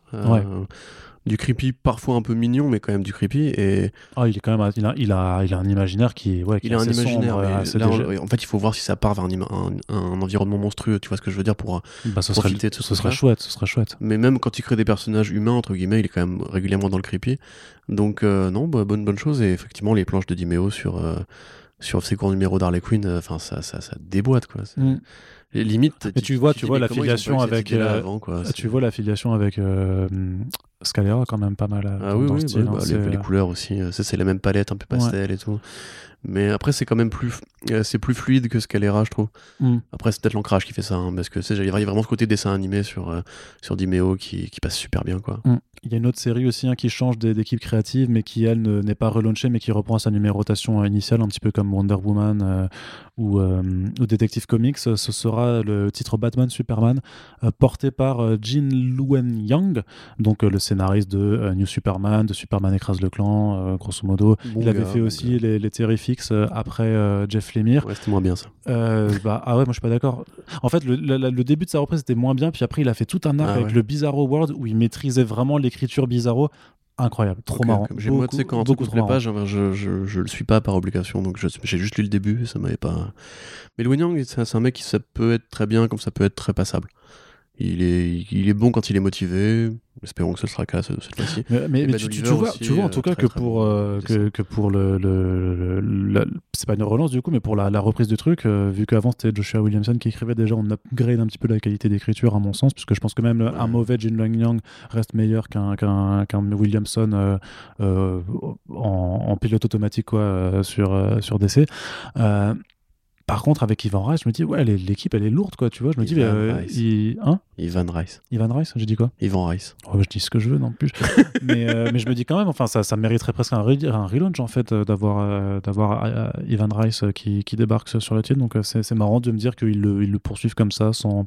Euh, Ouais. Du creepy, parfois un peu mignon, mais quand même du creepy. Et Ah, il est quand même, il a, il a, il a un imaginaire qui est, ouais, qui il est a un assez imaginaire, sombre, mais assez là, dégé- en, en fait, il faut voir si ça part vers un, ima- un, un environnement monstrueux, tu vois ce que je veux dire, pour euh, Bah, ce serait, profiter de ce ce serait truc-là. chouette, ce serait chouette. Mais même quand il crée des personnages humains, entre guillemets, il est quand même régulièrement dans le creepy. Donc, euh, non, bah, bonne, bonne chose. Et effectivement, les planches de Dimeo sur, euh, sur ses courts numéros d'Harley Quinn, enfin, ça, ça, ça déboîte, quoi. C'est- Mm. Et limite, Mais tu vois, te tu dis, vois mais comment ils ont pas eu l'affiliation cette avec, idée-là euh, avant, quoi. C'est- tu vois l'affiliation avec euh, Scalera quand même pas mal euh, Ah dans, oui, dans le oui, style. bah, hein, bah, c'est, les, les euh, couleurs aussi, euh, ça, c'est la même palette, un peu ouais. pastel et tout. Mais après, c'est quand même plus, euh, c'est plus fluide que Scalera, je trouve. Mm. Après, c'est peut-être l'ancrage qui fait ça, hein, parce que c'est, il y a vraiment ce côté dessin animé sur, euh, sur Dimeo qui, qui passe super bien, quoi. Mm. Il y a une autre série aussi hein, qui change des- d'équipe créative, mais qui, elle, ne- n'est pas relaunchée, mais qui reprend sa numérotation euh, initiale, un petit peu comme Wonder Woman euh, ou, euh, ou Detective Comics. Ce sera le titre Batman Superman, euh, porté par euh, Jin Luen Yang, donc euh, le scénariste de euh, New Superman, de Superman écrase le clan, euh, grosso modo. Bon Il avait gars, fait bon aussi gars. les, les Terrifics euh, après euh, Jeff Lemire. Ouais, c'était moins bien ça. Euh, bah, ah ouais, moi je suis pas d'accord. En fait, le, le- le début de sa reprise était moins bien, puis après il a fait tout un arc Ah avec ouais. le Bizarro World où il maîtrisait vraiment l'écriture Bizarro. Incroyable, trop Ok, marrant. ok. J'ai- moi, tu sais, Beaucoup, quand un truc beaucoup me trop plaît marrant. pas, genre, je, je, je le suis pas par obligation, donc je- j'ai juste lu le début, et ça m'avait pas. Mais Louis Yang, c'est c'est un mec qui ça peut être très bien, comme ça peut être très passable. Il est, il est bon quand il est motivé. Espérons que ce sera le cas cette cette fois-ci. Mais, mais, Et mais Ben tu, tu- Oliver tu vois, aussi, tu vois en euh, tout cas très, que très pour, bon euh, dessin. que, que pour le, le, le- la- c'est pas une relance du coup, mais pour la, la reprise du truc, euh, vu qu'avant c'était Joshua Williamson qui écrivait déjà, on upgrade un petit peu la qualité d'écriture à mon sens, puisque je pense que même le- un Ouais. mauvais Jin Lung Yang reste meilleur qu'un qu'un qu'un Williamson euh, euh, en, en pilote automatique quoi, euh, sur, euh, sur D C. Euh, Par contre, avec Ivan Rice, je me dis, ouais, les- l'équipe, elle est lourde, quoi, tu vois. Je me dis, Ivan euh, Rice. il... Hein Ivan Rice. Ivan Rice, j'ai dit quoi? Ivan Rice. Oh, je dis ce que je veux, non plus. mais, euh, mais je me dis quand même, enfin, ça, ça mériterait presque un, re- un relaunch, en fait, euh, d'avoir euh, d'avoir euh, Ivan Rice euh, qui, qui débarque sur le titre. Donc, euh, c'est c'est marrant de me dire qu'ils le, ils le poursuivent comme ça, sans,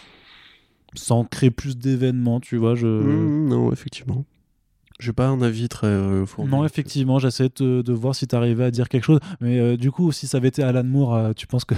sans créer plus d'événements, tu vois. Je... Mmh, non, effectivement. J'ai pas un avis très euh, fourni. Non, effectivement, j'essaie de, de voir si tu arrivais à dire quelque chose. Mais euh, du coup, si ça avait été Alan Moore, euh, tu penses que.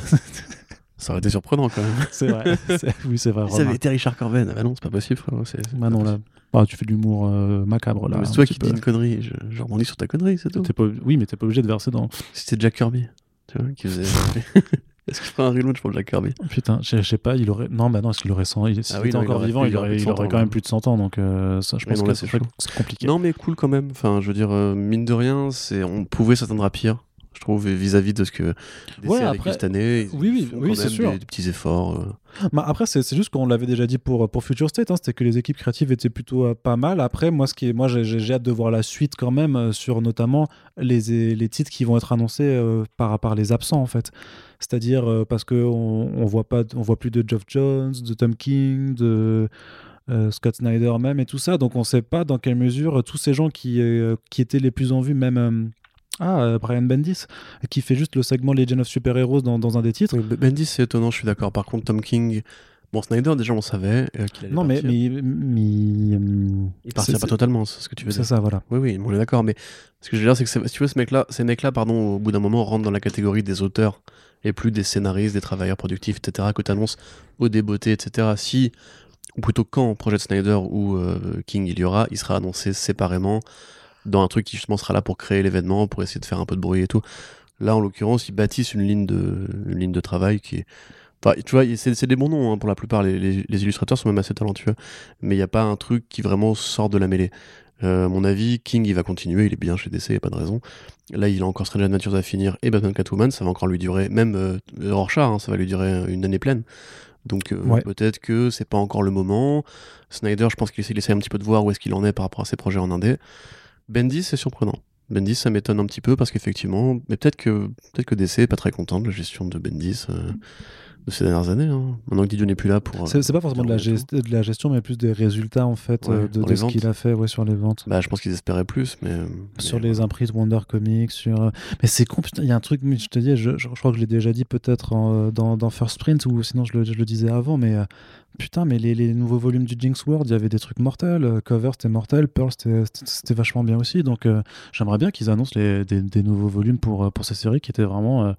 Ça aurait été surprenant quand même. c'est vrai. C'est- Oui, c'est vrai. Si ça avait remarque. été Richard Corben, ah bah non, c'est pas possible, frérot. C'est, c'est Bah pas non, là. possible. Ah, tu fais de l'humour euh, macabre, là. Non, mais c'est un toi petit qui peu. dis une connerie. Je, je rebondis sur ta connerie, c'est tout. T'es pas... Oui, mais t'es pas obligé de verser dans. C'était Jack Kirby, tu vois, qui faisait. Est-ce qu'il ferait un relaunch pour Jack Kirby? Putain, je je sais pas, il aurait. Non, bah non, est-ce qu'il aurait cent il... S'il Ah oui, était non, il encore aurait vivant, plus- il aurait, il plus de aurait cent quand ans, même là. plus de cent ans, donc euh, ça, je Oui, pense non, que là, c'est c'est chaud. c'est compliqué. Non, mais cool quand même. Enfin, je veux dire, euh, mine de rien, c'est, on pouvait s'attendre à pire, je trouve, et vis-à-vis de ce que D C Ouais, a après- vécu cette année. Ils oui, oui, font oui, quand c'est même sûr. Des, des petits efforts. euh. Bah, après, c'est c'est juste qu'on l'avait déjà dit pour, pour Future State, hein, c'était que les équipes créatives étaient plutôt euh, pas mal. Après, moi, ce qui est, moi j'ai j'ai- j'ai hâte de voir la suite quand même euh, sur notamment les, les titres qui vont être annoncés euh, par, par les absents en fait. C'est-à-dire euh, parce qu'on on voit pas, on voit plus de Geoff Jones, de Tom King, de euh, Scott Snyder même et tout ça. Donc on sait pas dans quelle mesure euh, tous ces gens qui, euh, qui étaient les plus en vue, même euh, ah, euh, Brian Bendis, qui fait juste le segment Legend of Super Heroes dans, dans un des titres. Oui, B- Bendis, c'est étonnant, je suis d'accord. Par contre, Tom King. Bon, Snyder, déjà, on savait euh, qu'il allait Non, mais, partir. mais, mais, hum, Il partira c'est- pas totalement, c'est ce que tu veux c'est dire. ça, voilà. Oui, oui, on est d'accord, mais ce que je veux dire, c'est que c'est- si tu veux, ce mec-là, ces mecs-là, pardon, au bout d'un moment, rentrent dans la catégorie des auteurs et plus des scénaristes, des travailleurs productifs, et cetera, que tu annonces au débeauté, et cetera. Si, ou plutôt quand, projet de Snyder ou euh, King il y aura, il sera annoncé séparément dans un truc qui justement sera là pour créer l'événement, pour essayer de faire un peu de bruit et tout. Là, en l'occurrence, ils bâtissent une ligne de, une ligne de travail qui est. Enfin, tu vois, c'est, c'est des bons noms hein, pour la plupart. Les, les- les illustrateurs sont même assez talentueux, mais il n'y a pas un truc qui vraiment sort de la mêlée. Euh, à mon avis, King, il va continuer, il est bien chez D C, il n'y a pas de raison. Là, il a encore Strange Adventures à finir et Batman Catwoman, ça va encore lui durer, même euh, Rorschach, hein, ça va lui durer une année pleine. Donc euh, Ouais. peut-être que c'est pas encore le moment. Snyder, je pense qu'il essaie, il essaie un petit peu de voir où est-ce qu'il en est par rapport à ses projets en indé. Bendis, c'est surprenant. Bendis, ça m'étonne un petit peu parce qu'effectivement, mais peut-être que, peut-être que D C est pas très content de la gestion de Bendis euh, de ces dernières années. Hein. Maintenant que Didio n'est plus là pour. euh, C'est c'est pas forcément de la, terminer tout. gest- de la gestion, mais plus des résultats en fait Ouais, euh, de, dans de les ce qu'il ventes. a fait ouais, sur les ventes. Bah, je pense qu'ils espéraient plus, mais. Sur mais, les imprises Wonder Comics, sur. euh, Mais c'est con, putain, il y a un truc, mais je te dis, je, je, je crois que je l'ai déjà dit peut-être en, euh, dans, dans First Print, ou sinon je le, je le disais avant, mais euh, putain, mais les, les nouveaux volumes du Jinx World, il y avait des trucs mortels. euh, Cover, c'était mortel. Pearl, c'était- c'était c'était vachement bien aussi. Donc euh, j'aimerais bien qu'ils annoncent les, des, des nouveaux volumes pour, euh, pour ces séries qui étaient vraiment. euh,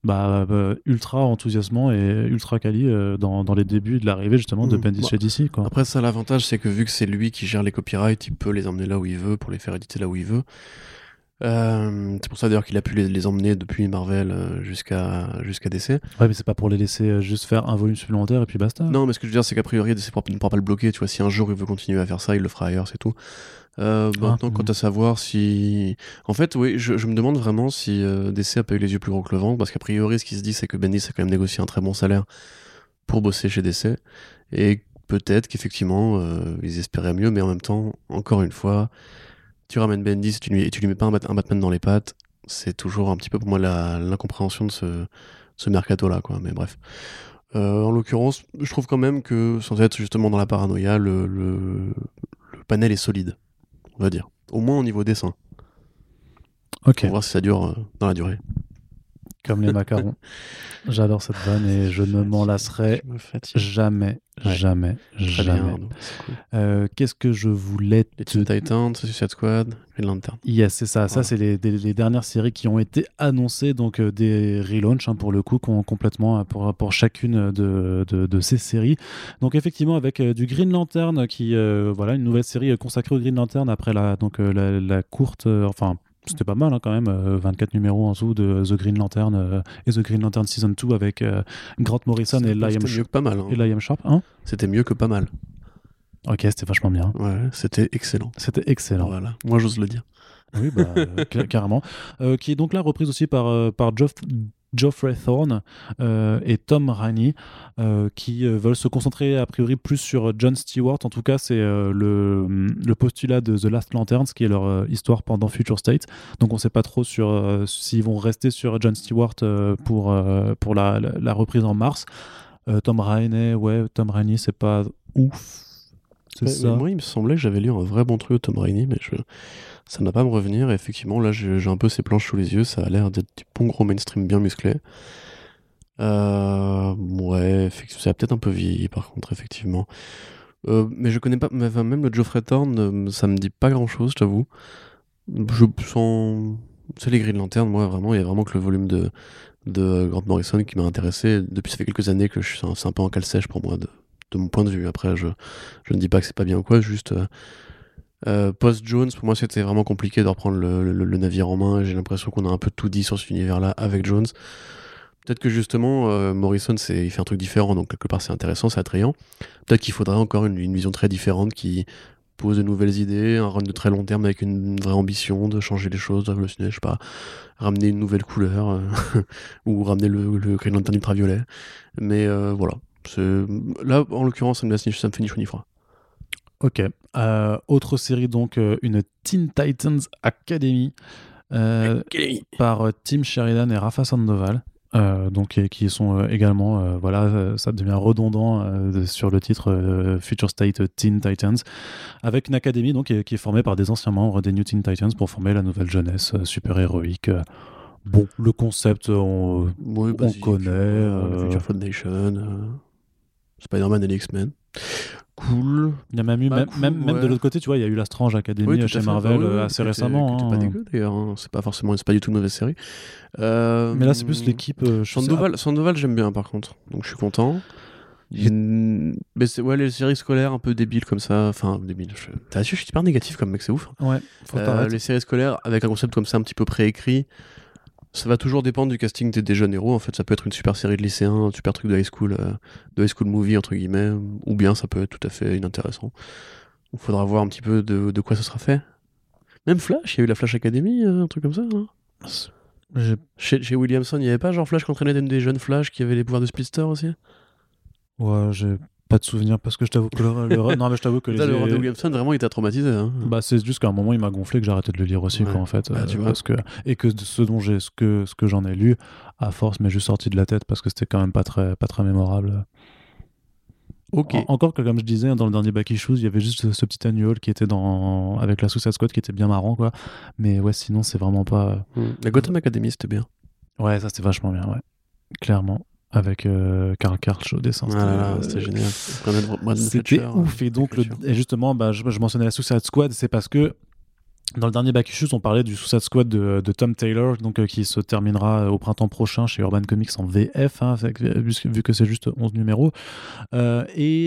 bah, bah, ultra enthousiasmant et ultra quali euh, dans, dans les débuts de l'arrivée justement de Mmh. Bendis Bah, chez D C, quoi. Après, ça, l'avantage, c'est que vu que c'est lui qui gère les copyrights, il peut les emmener là où il veut pour les faire éditer là où il veut. Euh, c'est pour ça d'ailleurs qu'il a pu les, les emmener depuis Marvel euh, jusqu'à jusqu'à D C. Ouais, mais c'est pas pour les laisser euh, juste faire un volume supplémentaire et puis basta. Non, mais ce que je veux dire, c'est qu'a priori, D C ne pourra pas le bloquer. Tu vois, si un jour il veut continuer à faire ça, il le fera ailleurs, c'est tout. Euh, maintenant, Ah, quant mhm. à savoir si. En fait, oui, je, je me demande vraiment si euh, D C a pas eu les yeux plus gros que le ventre, parce qu'a priori, ce qui se dit, c'est que Bendis a quand même négocié un très bon salaire pour bosser chez D C. Et peut-être qu'effectivement, euh, ils espéraient mieux, mais en même temps, encore une fois, tu ramènes Bendis tu lui, et tu lui mets pas un, Bat- un Batman dans les pattes, c'est toujours un petit peu pour moi la- l'incompréhension de ce, ce mercato-là, quoi. Mais bref. Euh, en l'occurrence, je trouve quand même que, sans être justement dans la paranoïa, le, le, le panel est solide, on va dire. Au moins au niveau dessin. Ok, On va voir si ça dure euh, dans la durée. comme les macarons. J'adore cette vanne et je ne m'en lasserai Je me fatigue. jamais, Ouais. jamais, Très jamais. bien, Arnaud. C'est cool. Euh, Qu'est-ce que je voulais Les te Teen Titans, Suicide Squad, Green Lantern. Yes, c'est ça. Ça, Voilà. c'est les, les- les dernières séries qui ont été annoncées, donc euh, des relaunchs hein, pour le coup, qu'on- complètement euh, pour, pour chacune de, de, de ces séries. Donc effectivement, avec euh, du Green Lantern, qui euh, voilà, une nouvelle série euh, consacrée au Green Lantern après la donc euh, la, la courte, euh, enfin. C'était pas mal hein, quand même, euh, vingt-quatre numéros en dessous de The Green Lantern euh, et The Green Lantern Season deux avec euh, Grant Morrison et C'était Liam, c'était Sh- mieux que pas mal. hein. et Liam Sharp. Hein C'était mieux que pas mal. ok, c'était vachement bien. Ouais, c'était excellent. C'était excellent. Voilà, moi j'ose le dire. Oui, bah, euh, cla- carrément. Euh, qui est donc là reprise aussi par, euh, par Geoff- Geoffrey Thorne euh, et Tom Rainey, euh, qui euh, veulent se concentrer a priori plus sur John Stewart. En tout cas, c'est euh, le, le postulat de The Last Lanterns, qui est leur euh, histoire pendant Future State. Donc, on ne sait pas trop sur euh, s'ils vont rester sur John Stewart euh, pour, euh, pour la, la, la reprise en mars. Euh, Tom Rainey, ouais, Tom Rainey, c'est pas ouf. C'est Ouais, ça. mais moi, il me semblait que j'avais lu un vrai bon truc de Tom Rainey, mais je... ça n'a pas à me revenir. Et effectivement, là, j'ai j'ai un peu ces planches sous les yeux. Ça a l'air d'être du bon gros mainstream bien musclé. Euh... Ouais, effectivement, ça a peut-être un peu vieilli, par contre, effectivement. Euh, mais je connais pas, mais, enfin, même le Geoffrey Thorne, euh, ça me dit pas grand-chose, je t'avoue. Je sens... C'est les Green Lantern, moi, vraiment, il y a vraiment que le volume de, de Grant Morrison qui m'a intéressé. Depuis, ça fait quelques années que je suis, c'est un peu en cale sèche pour moi, de, de mon point de vue. Après, je, je ne dis pas que c'est pas bien ou quoi, juste... euh, Euh, Post-Jones, pour moi, c'était vraiment compliqué de reprendre le, le- le navire en main. J'ai l'impression qu'on a un peu tout dit sur cet univers-là avec Jones. Peut-être que justement, euh, Morrison, c'est, il fait un truc différent, donc quelque part c'est intéressant, c'est attrayant. Peut-être qu'il faudrait encore une, une vision très différente qui pose de nouvelles idées, un run de très long terme avec une vraie ambition de changer les choses, de révolutionner, je sais pas, ramener une nouvelle couleur, euh, ou ramener le, le Green Lantern ultraviolet. Mais euh, voilà. C'est... Là, en l'occurrence, ça me, laisse ni- ça me fait ni chaud ni froid. Ok. Euh, autre série, donc, euh, une Teen Titans Academy euh, par euh, Tim Sheridan et Rafa Sandoval. Euh, donc, et qui sont euh, également, euh, voilà, euh, ça devient redondant euh, de- sur le titre euh, Future State Teen Titans, avec une académie donc, qui, est, qui est formée par des anciens membres des New Teen Titans pour former la nouvelle jeunesse euh, super-héroïque. Euh, bon, le concept, on, Oui, on basique, connaît. euh, euh, Future Foundation, euh, Spider-Man et les X-Men. Cool. Il y a même eu, Bah, même, cool, même, même de ouais. l'autre côté, tu vois, il y a eu la Strange Academy Oui, tout à chez fait. Marvel Bah oui, euh, oui, assez qui était- récemment. Qui était pas hein. dégueu d'ailleurs. hein. C'est pas forcément, c'est pas du tout une mauvaise série. Euh, Mais là, c'est plus l'équipe. euh, je sais- Sandoval, Sandoval, j'aime bien par contre. Donc je suis content. Il- Mm, Mais c'est ouais, les séries scolaires un peu débiles comme ça. Enfin, débiles. Je... T'as su, je suis hyper négatif comme mec, c'est ouf. Ouais, faut Euh, t'arrêter. les séries scolaires avec un concept comme ça un petit peu préécrit. Ça va toujours dépendre du casting des, des jeunes héros. En fait, ça peut être une super série de lycéens, un super truc de high school, euh, de high school movie entre guillemets, ou bien ça peut être tout à fait inintéressant. Il faudra voir un petit peu de, de quoi ce sera fait. Même Flash, il y a eu la Flash Academy, euh, un truc comme ça. Hein. J'ai- Chez, chez Williamson, il n'y avait pas genre Flash qui entraînait des jeunes Flash qui avaient les pouvoirs de Splitter aussi. Ouais, j'ai pas de souvenir parce que je t'avoue que le, le- non mais je t'avoue que les Là, le run de Williamson, vraiment, il t'a traumatisé. Hein. bah c'est juste qu'à un moment il m'a gonflé que j'arrêtais de le lire aussi Ouais. quoi en fait Bah, euh, tu vois. parce que et que de ce dont j'ai ce que ce que j'en ai lu à force m'est juste sorti de la tête parce que c'était quand même pas très pas très mémorable. Ok. En- encore que comme je disais dans le dernier Back Issues, il y avait juste ce, ce petit annual qui était dans avec la Suicide Squad qui était bien marrant quoi. Mais ouais, sinon c'est vraiment pas Mm. La Gotham Academy, c'était bien. ouais, ça c'était vachement bien ouais. Clairement avec euh, Karl Karch au dessin. Ah là c'était- là, c'était génial. Brandon- Brandon C'était Fletcher, ouf. Et donc, le, Fletcher. et justement, bah, je, je mentionnais la Suicide Squad, c'est parce que Dans le dernier Back Issues, on parlait du Suicide Squad de, de Tom Taylor, donc, euh, qui se terminera au printemps prochain chez Urban Comics en V F, hein, vu, vu que c'est juste onze numéros. Euh,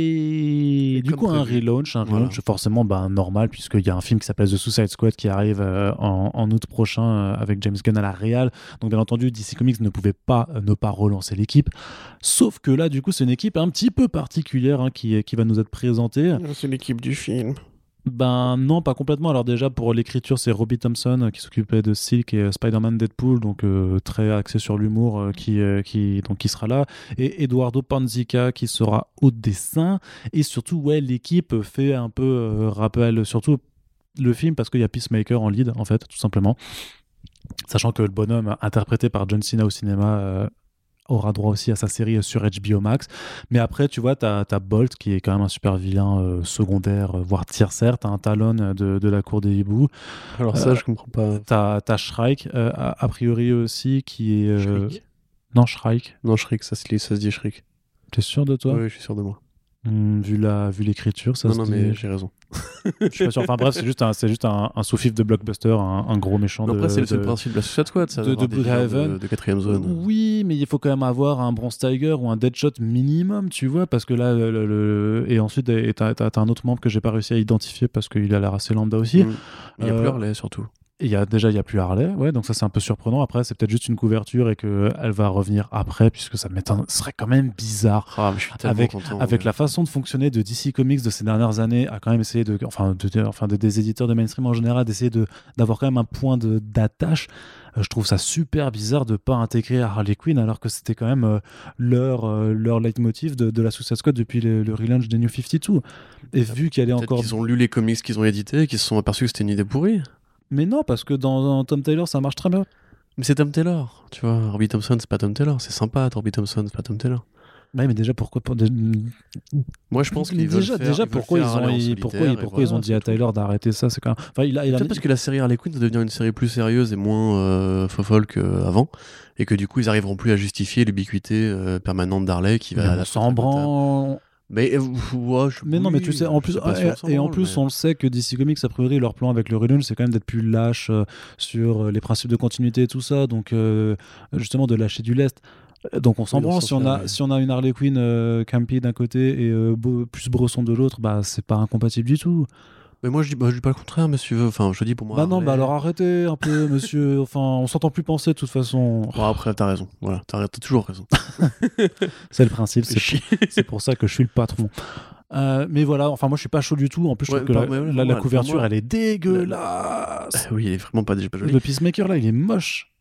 et, et du coup, prévu. un relaunch, un relaunch voilà. forcément bah, normal, puisqu'il y a un film qui s'appelle The Suicide Squad qui arrive euh, en, en août prochain euh, avec James Gunn à la réal. Donc, bien entendu, D C Comics ne pouvait pas euh, ne pas relancer l'équipe. Sauf que là, du coup, c'est une équipe un petit peu particulière hein, qui, qui va nous être présentée. C'est l'équipe du film. Ben non, pas complètement. Alors déjà, pour l'écriture, c'est Robbie Thompson euh, qui s'occupait de Silk et euh, Spider-Man Deadpool, donc euh, très axé sur l'humour, euh, qui, euh, qui, donc, qui sera là. Et Eduardo Panzica qui sera au dessin. Et surtout, ouais, l'équipe fait un peu euh, rappel, surtout le film, parce qu'il y a Peacemaker en lead, en fait, tout simplement. Sachant que le bonhomme, interprété par John Cena au cinéma... Euh, aura droit aussi à sa série sur H B O Max. Mais après, tu vois, t'as, t'as Bolt, qui est quand même un super vilain euh, secondaire, euh, voire tiers-serre. T'as un Talon de, de la cour des hiboux. Alors ça, euh, je comprends pas. T'as, t'as Shrike, euh, a, a priori aussi, qui est... Euh... Non, Shrike. Non, Shrike, ça se, lit, ça se dit Shrike. T'es sûr de toi ? Oui, je suis sûr de moi. Mmh, vu, la, vu l'écriture, ça non, se non, dit... mais j'ai raison. Je suis pas sûr. Enfin bref, c'est juste un, c'est juste un, un sous-fif de blockbuster, un, un gros méchant. Non, de, après, c'est, de, c'est le principe de la Suicide Squad, ça. De, de Bloodhaven. De, de quatrième zone. Oui, mais il faut quand même avoir un Bronze Tiger ou un Deadshot minimum, tu vois, parce que là, le, le, le... et ensuite, et t'as, t'as, t'as un autre membre que j'ai pas réussi à identifier parce qu'il a l'air assez lambda aussi. Mmh. Il y a euh... plus Harley, surtout. Et y a, déjà, il n'y a plus Harley, ouais, donc ça c'est un peu surprenant. Après, c'est peut-être juste une couverture et qu'elle va revenir après, puisque ça serait quand même bizarre. Ah, mais je suis tellement avec content, avec ouais. la façon de fonctionner de D C Comics de ces dernières années, à quand même essayer de. Enfin, de, enfin de, des éditeurs de mainstream en général, d'essayer de, d'avoir quand même un point de, d'attache. Euh, je trouve ça super bizarre de ne pas intégrer Harley Quinn, alors que c'était quand même euh, leur, euh, leur leitmotiv de, de la Suicide Squad depuis le, le relaunch des New cinquante-deux. Et vu qu'elle est peut-être encore. Ils ont lu les comics qu'ils ont édités et qu'ils se sont aperçus que c'était une idée pourrie. Mais non, parce que dans, dans Tom Taylor, ça marche très bien. Mais c'est Tom Taylor, tu vois. Robbie Thompson, c'est pas Tom Taylor. C'est sympa, Robbie Thompson, c'est pas Tom Taylor. Ouais, mais déjà, pourquoi pour des... Moi, je pense qu'ils déjà, veulent faire, déjà ils pourquoi, ils ont, ils, pourquoi, ils, pourquoi voilà, ils ont dit à Taylor d'arrêter ça, c'est quand même... enfin, il a, il a... Peut-être parce que la série Harley Quinn va devenir une série plus sérieuse et moins euh, fofolle qu'avant, et que du coup, ils arriveront plus à justifier l'ubiquité euh, permanente d'Harley qui va... Mais à la s'en branle. Mais, euh, ouais, je... mais oui, non, mais tu sais, en plus, et, et en plus, mais... on le sait que D C Comics, a priori, leur plan avec le relaunch, c'est quand même d'être plus lâche euh, sur euh, les principes de continuité et tout ça, donc euh, justement de lâcher du lest. Donc on s'en oui, branle, si on, a, si on a une Harley Quinn euh, campy d'un côté et euh, beau, plus Bresson de l'autre, bah c'est pas incompatible du tout. Mais moi je dis, bah, je dis pas le contraire, monsieur. Enfin, je dis pour moi. Bah Harley... non, bah alors arrêtez un peu, monsieur. Enfin, on s'entend plus penser de toute façon. Bon, après, t'as raison. Voilà, t'as, t'as toujours raison. C'est le principe, c'est, c'est, pour, c'est pour ça que je suis le patron. Euh, mais voilà, enfin moi je suis pas chaud du tout. En plus, je ouais, trouve que la, ouais, la, la ouais, couverture moi, elle est dégueulasse. La... Oui, elle est vraiment pas, pas jolie. Le Peacemaker là, il est moche.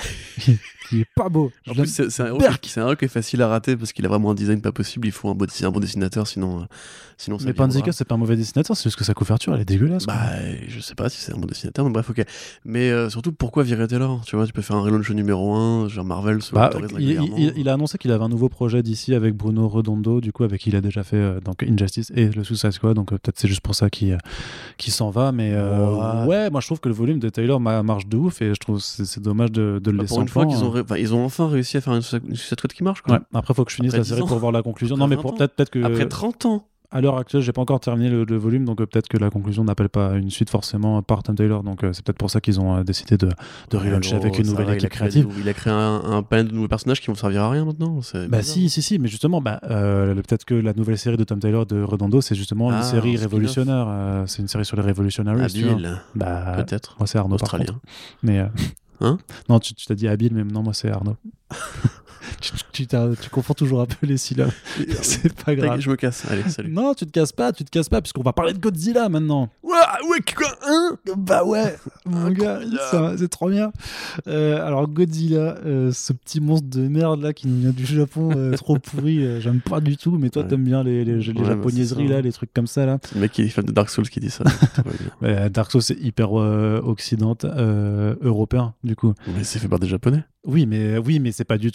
Il est pas beau. En plus, c'est, c'est, un héros qui, c'est un héros qui est facile à rater parce qu'il a vraiment un design pas possible. Il faut un bon, un bon dessinateur, sinon, euh, sinon ça. Mais Panzica, c'est pas un mauvais dessinateur, c'est juste que sa couverture elle est dégueulasse. Bah, je sais pas si c'est un bon dessinateur, mais bref, ok. Mais euh, surtout, pourquoi virer Taylor ? Tu vois, tu peux faire un relaunch numéro un, genre Marvel se bah, il, il, il a annoncé qu'il avait un nouveau projet d'ici avec Bruno Redondo, du coup, avec qui il a déjà fait euh, donc Injustice et le Suicide Squad, donc euh, peut-être c'est juste pour ça qu'il, euh, qu'il s'en va. Mais euh, ouais. ouais, moi je trouve que le volume de Taylor marche de ouf et je trouve que c'est, c'est dommage de, de le bah, laisser pour une en fois plan, qu'ils hein. ont, ré... enfin, ils ont enfin réussi à faire une Suicide Squad qui marche, quoi. Ouais. Après, faut que je finisse Après la série ans. pour voir la conclusion. Après non, mais pour, peut-être, peut-être que. Après trente ans. À l'heure actuelle, j'ai pas encore terminé le, le volume, donc euh, peut-être que la conclusion n'appelle pas une suite forcément par Tom Taylor. Donc euh, c'est peut-être pour ça qu'ils ont euh, décidé de, de ouais, relauncher alors, avec une nouvelle va, équipe créative. Il a créé un, un panel de nouveaux personnages qui vont servir à rien maintenant. C'est bah si, si, si, mais justement, bah, euh, peut-être que la nouvelle série de Tom Taylor de Redondo, c'est justement ah, une série révolutionnaire. Euh, c'est une série sur les révolutionnaires. Habile. Bah, peut-être. Moi c'est Arnaud. Australien. Par contre. Mais euh... hein non, tu, tu t'as dit habile, mais non, moi c'est Arnaud. tu, tu, tu confonds toujours un peu les syllabes. C'est pas grave. Je me casse. Allez, salut. Non, tu te casses pas, tu te casses pas, puisqu'on va parler de Godzilla maintenant. Ouais, ouais, quoi, hein Bah ouais, mon gars, ça, c'est trop bien. Euh, alors Godzilla, euh, ce petit monstre de merde là qui nous vient du Japon, euh, trop pourri, euh, j'aime pas du tout. Mais toi, ouais. T'aimes bien les, les, les ouais, japonaiseries bah là, les trucs comme ça là. C'est le mec qui est fan de Dark Souls qui dit ça. Ouais, Dark Souls c'est hyper euh, occident, euh, européen du coup. Mais c'est fait par des japonais. Oui, mais oui, mais c'est pas du tout From un. Software,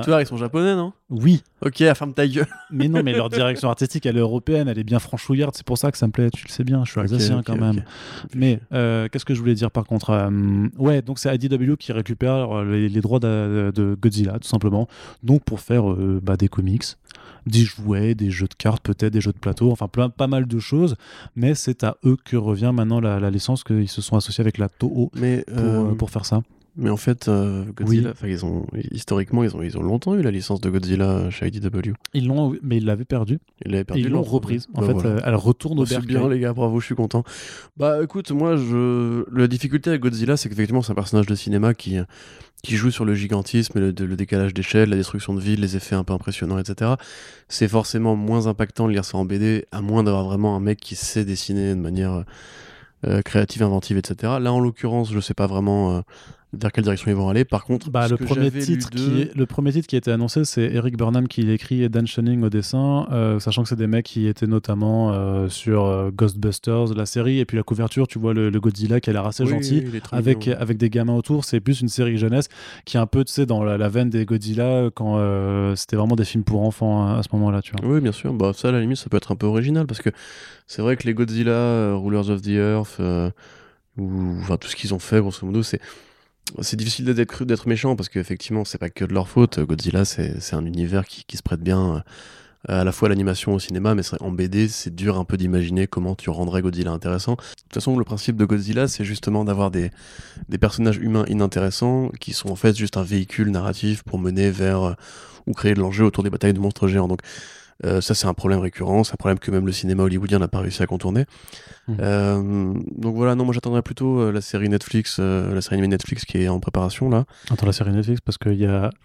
Histoire, ils sont japonais, non? Oui. Ok, ferme ta gueule. Mais non, mais leur direction artistique, elle est européenne, elle est bien franchouillarde, c'est pour ça que ça me plaît, tu le sais bien, je suis alsacien okay, quand okay, même. okay. Mais euh, qu'est-ce que je voulais dire par contre euh, Ouais, donc c'est I D W qui récupère les, les droits de, de Godzilla, tout simplement, donc pour faire euh, bah, des comics, des jouets, des jeux de cartes, peut-être des jeux de plateau, enfin plein, pas mal de choses, mais c'est à eux que revient maintenant la, la licence, qu'ils se sont associés avec la Toho mais, pour, euh... euh, pour faire ça. Mais en fait, euh, Godzilla, oui. ils ont, historiquement, ils ont, ils ont longtemps eu la licence de Godzilla chez I D W. Ils l'ont, mais ils l'avaient perdue. Ils l'avaient perdu. Et ils l'ont reprise. En bah, fait, voilà. euh, elle retourne au C'est bercail. bien, les gars, bravo, je suis content. Bah écoute, moi, je... la difficulté avec Godzilla, c'est qu'effectivement, c'est un personnage de cinéma qui, qui joue sur le gigantisme, le, le décalage d'échelle, la destruction de villes, les effets un peu impressionnants, et cetera. C'est forcément moins impactant de lire ça en B D, à moins d'avoir vraiment un mec qui sait dessiner de manière euh, créative, inventive, et cetera. Là, en l'occurrence, je sais pas vraiment... Euh, vers quelle direction ils vont aller. Par contre, bah, ce le, que premier titre de... qui est, le premier titre qui a été annoncé, c'est Eric Burnham qui l'écrit et Dan Schoening au dessin, euh, sachant que c'est des mecs qui étaient notamment euh, sur euh, Ghostbusters, la série, et puis la couverture, tu vois le, le Godzilla qui a l'air assez oui, gentil, oui, avec, mignon. avec des gamins autour. C'est plus une série jeunesse qui est un peu, tu sais, dans la, la veine des Godzilla, quand euh, c'était vraiment des films pour enfants à, à ce moment-là, tu vois. Oui, bien sûr. Bah, ça, à la limite, ça peut être un peu original, parce que c'est vrai que les Godzilla, euh, Rulers of the Earth, euh, ou enfin tout ce qu'ils ont fait, grosso modo, c'est c'est difficile d'être, d'être méchant parce qu'effectivement, c'est pas que de leur faute. Godzilla, c'est, c'est un univers qui, qui se prête bien à la fois à l'animation au cinéma, mais en B D, c'est dur un peu d'imaginer comment tu rendrais Godzilla intéressant. De toute façon, le principe de Godzilla, c'est justement d'avoir des, des personnages humains inintéressants qui sont en fait juste un véhicule narratif pour mener vers euh, ou créer de l'enjeu autour des batailles de monstres géants. Donc, Euh, ça, c'est un problème récurrent, c'est un problème que même le cinéma hollywoodien n'a pas réussi à contourner. Mmh. Euh, donc voilà, non, moi j'attendrais plutôt euh, la série Netflix, euh, la série animée Netflix qui est en préparation là. Attends, la série Netflix, parce qu'il y a...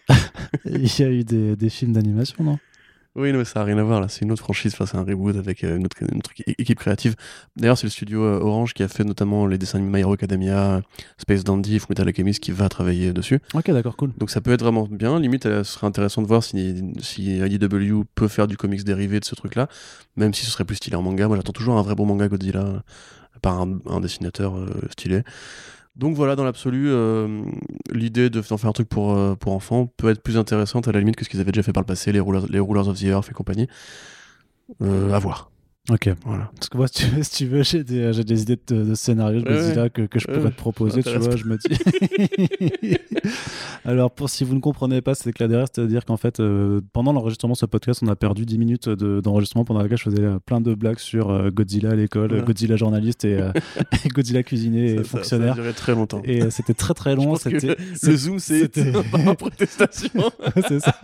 il y a eu des, des films d'animation, non? Oui, non, mais ça n'a rien à voir là, c'est une autre franchise, enfin, c'est un reboot avec euh, une, autre, une autre équipe créative. D'ailleurs, c'est le studio euh, Orange qui a fait notamment les dessins animés My Hero Academia, Space Dandy, Fullmetal Alchemist qui va travailler dessus. Ok, d'accord, cool. Donc ça peut être vraiment bien, limite, ce serait intéressant de voir si, si I D W peut faire du comics dérivé de ce truc-là, même si ce serait plus stylé en manga. Moi, j'attends toujours un vrai beau manga Godzilla par un, un dessinateur euh, stylé. Donc voilà, dans l'absolu, euh, l'idée de d'en faire un truc pour, euh, pour enfants peut être plus intéressante à la limite que ce qu'ils avaient déjà fait par le passé, les Rulers, les Rulers of the Earth et compagnie. Euh, à voir. Ok. Voilà. Parce que moi, si tu veux, si tu veux j'ai, des, j'ai des idées de, de scénarios de Godzilla ouais, que, que je pourrais ouais, te proposer, tu vois, je me dis... Alors, pour si vous ne comprenez pas, c'est que la derrière, c'est-à-dire qu'en fait, euh, pendant l'enregistrement de ce podcast, on a perdu dix minutes de, d'enregistrement pendant lequel je faisais euh, plein de blagues sur euh, Godzilla à l'école, voilà. Godzilla journaliste et, euh, et Godzilla cuisinier ça, et fonctionnaire. Ça, ça a duré très longtemps. Et euh, c'était très très long. C'était, le, le zoom, c'est c'était... par protestation. C'est ça.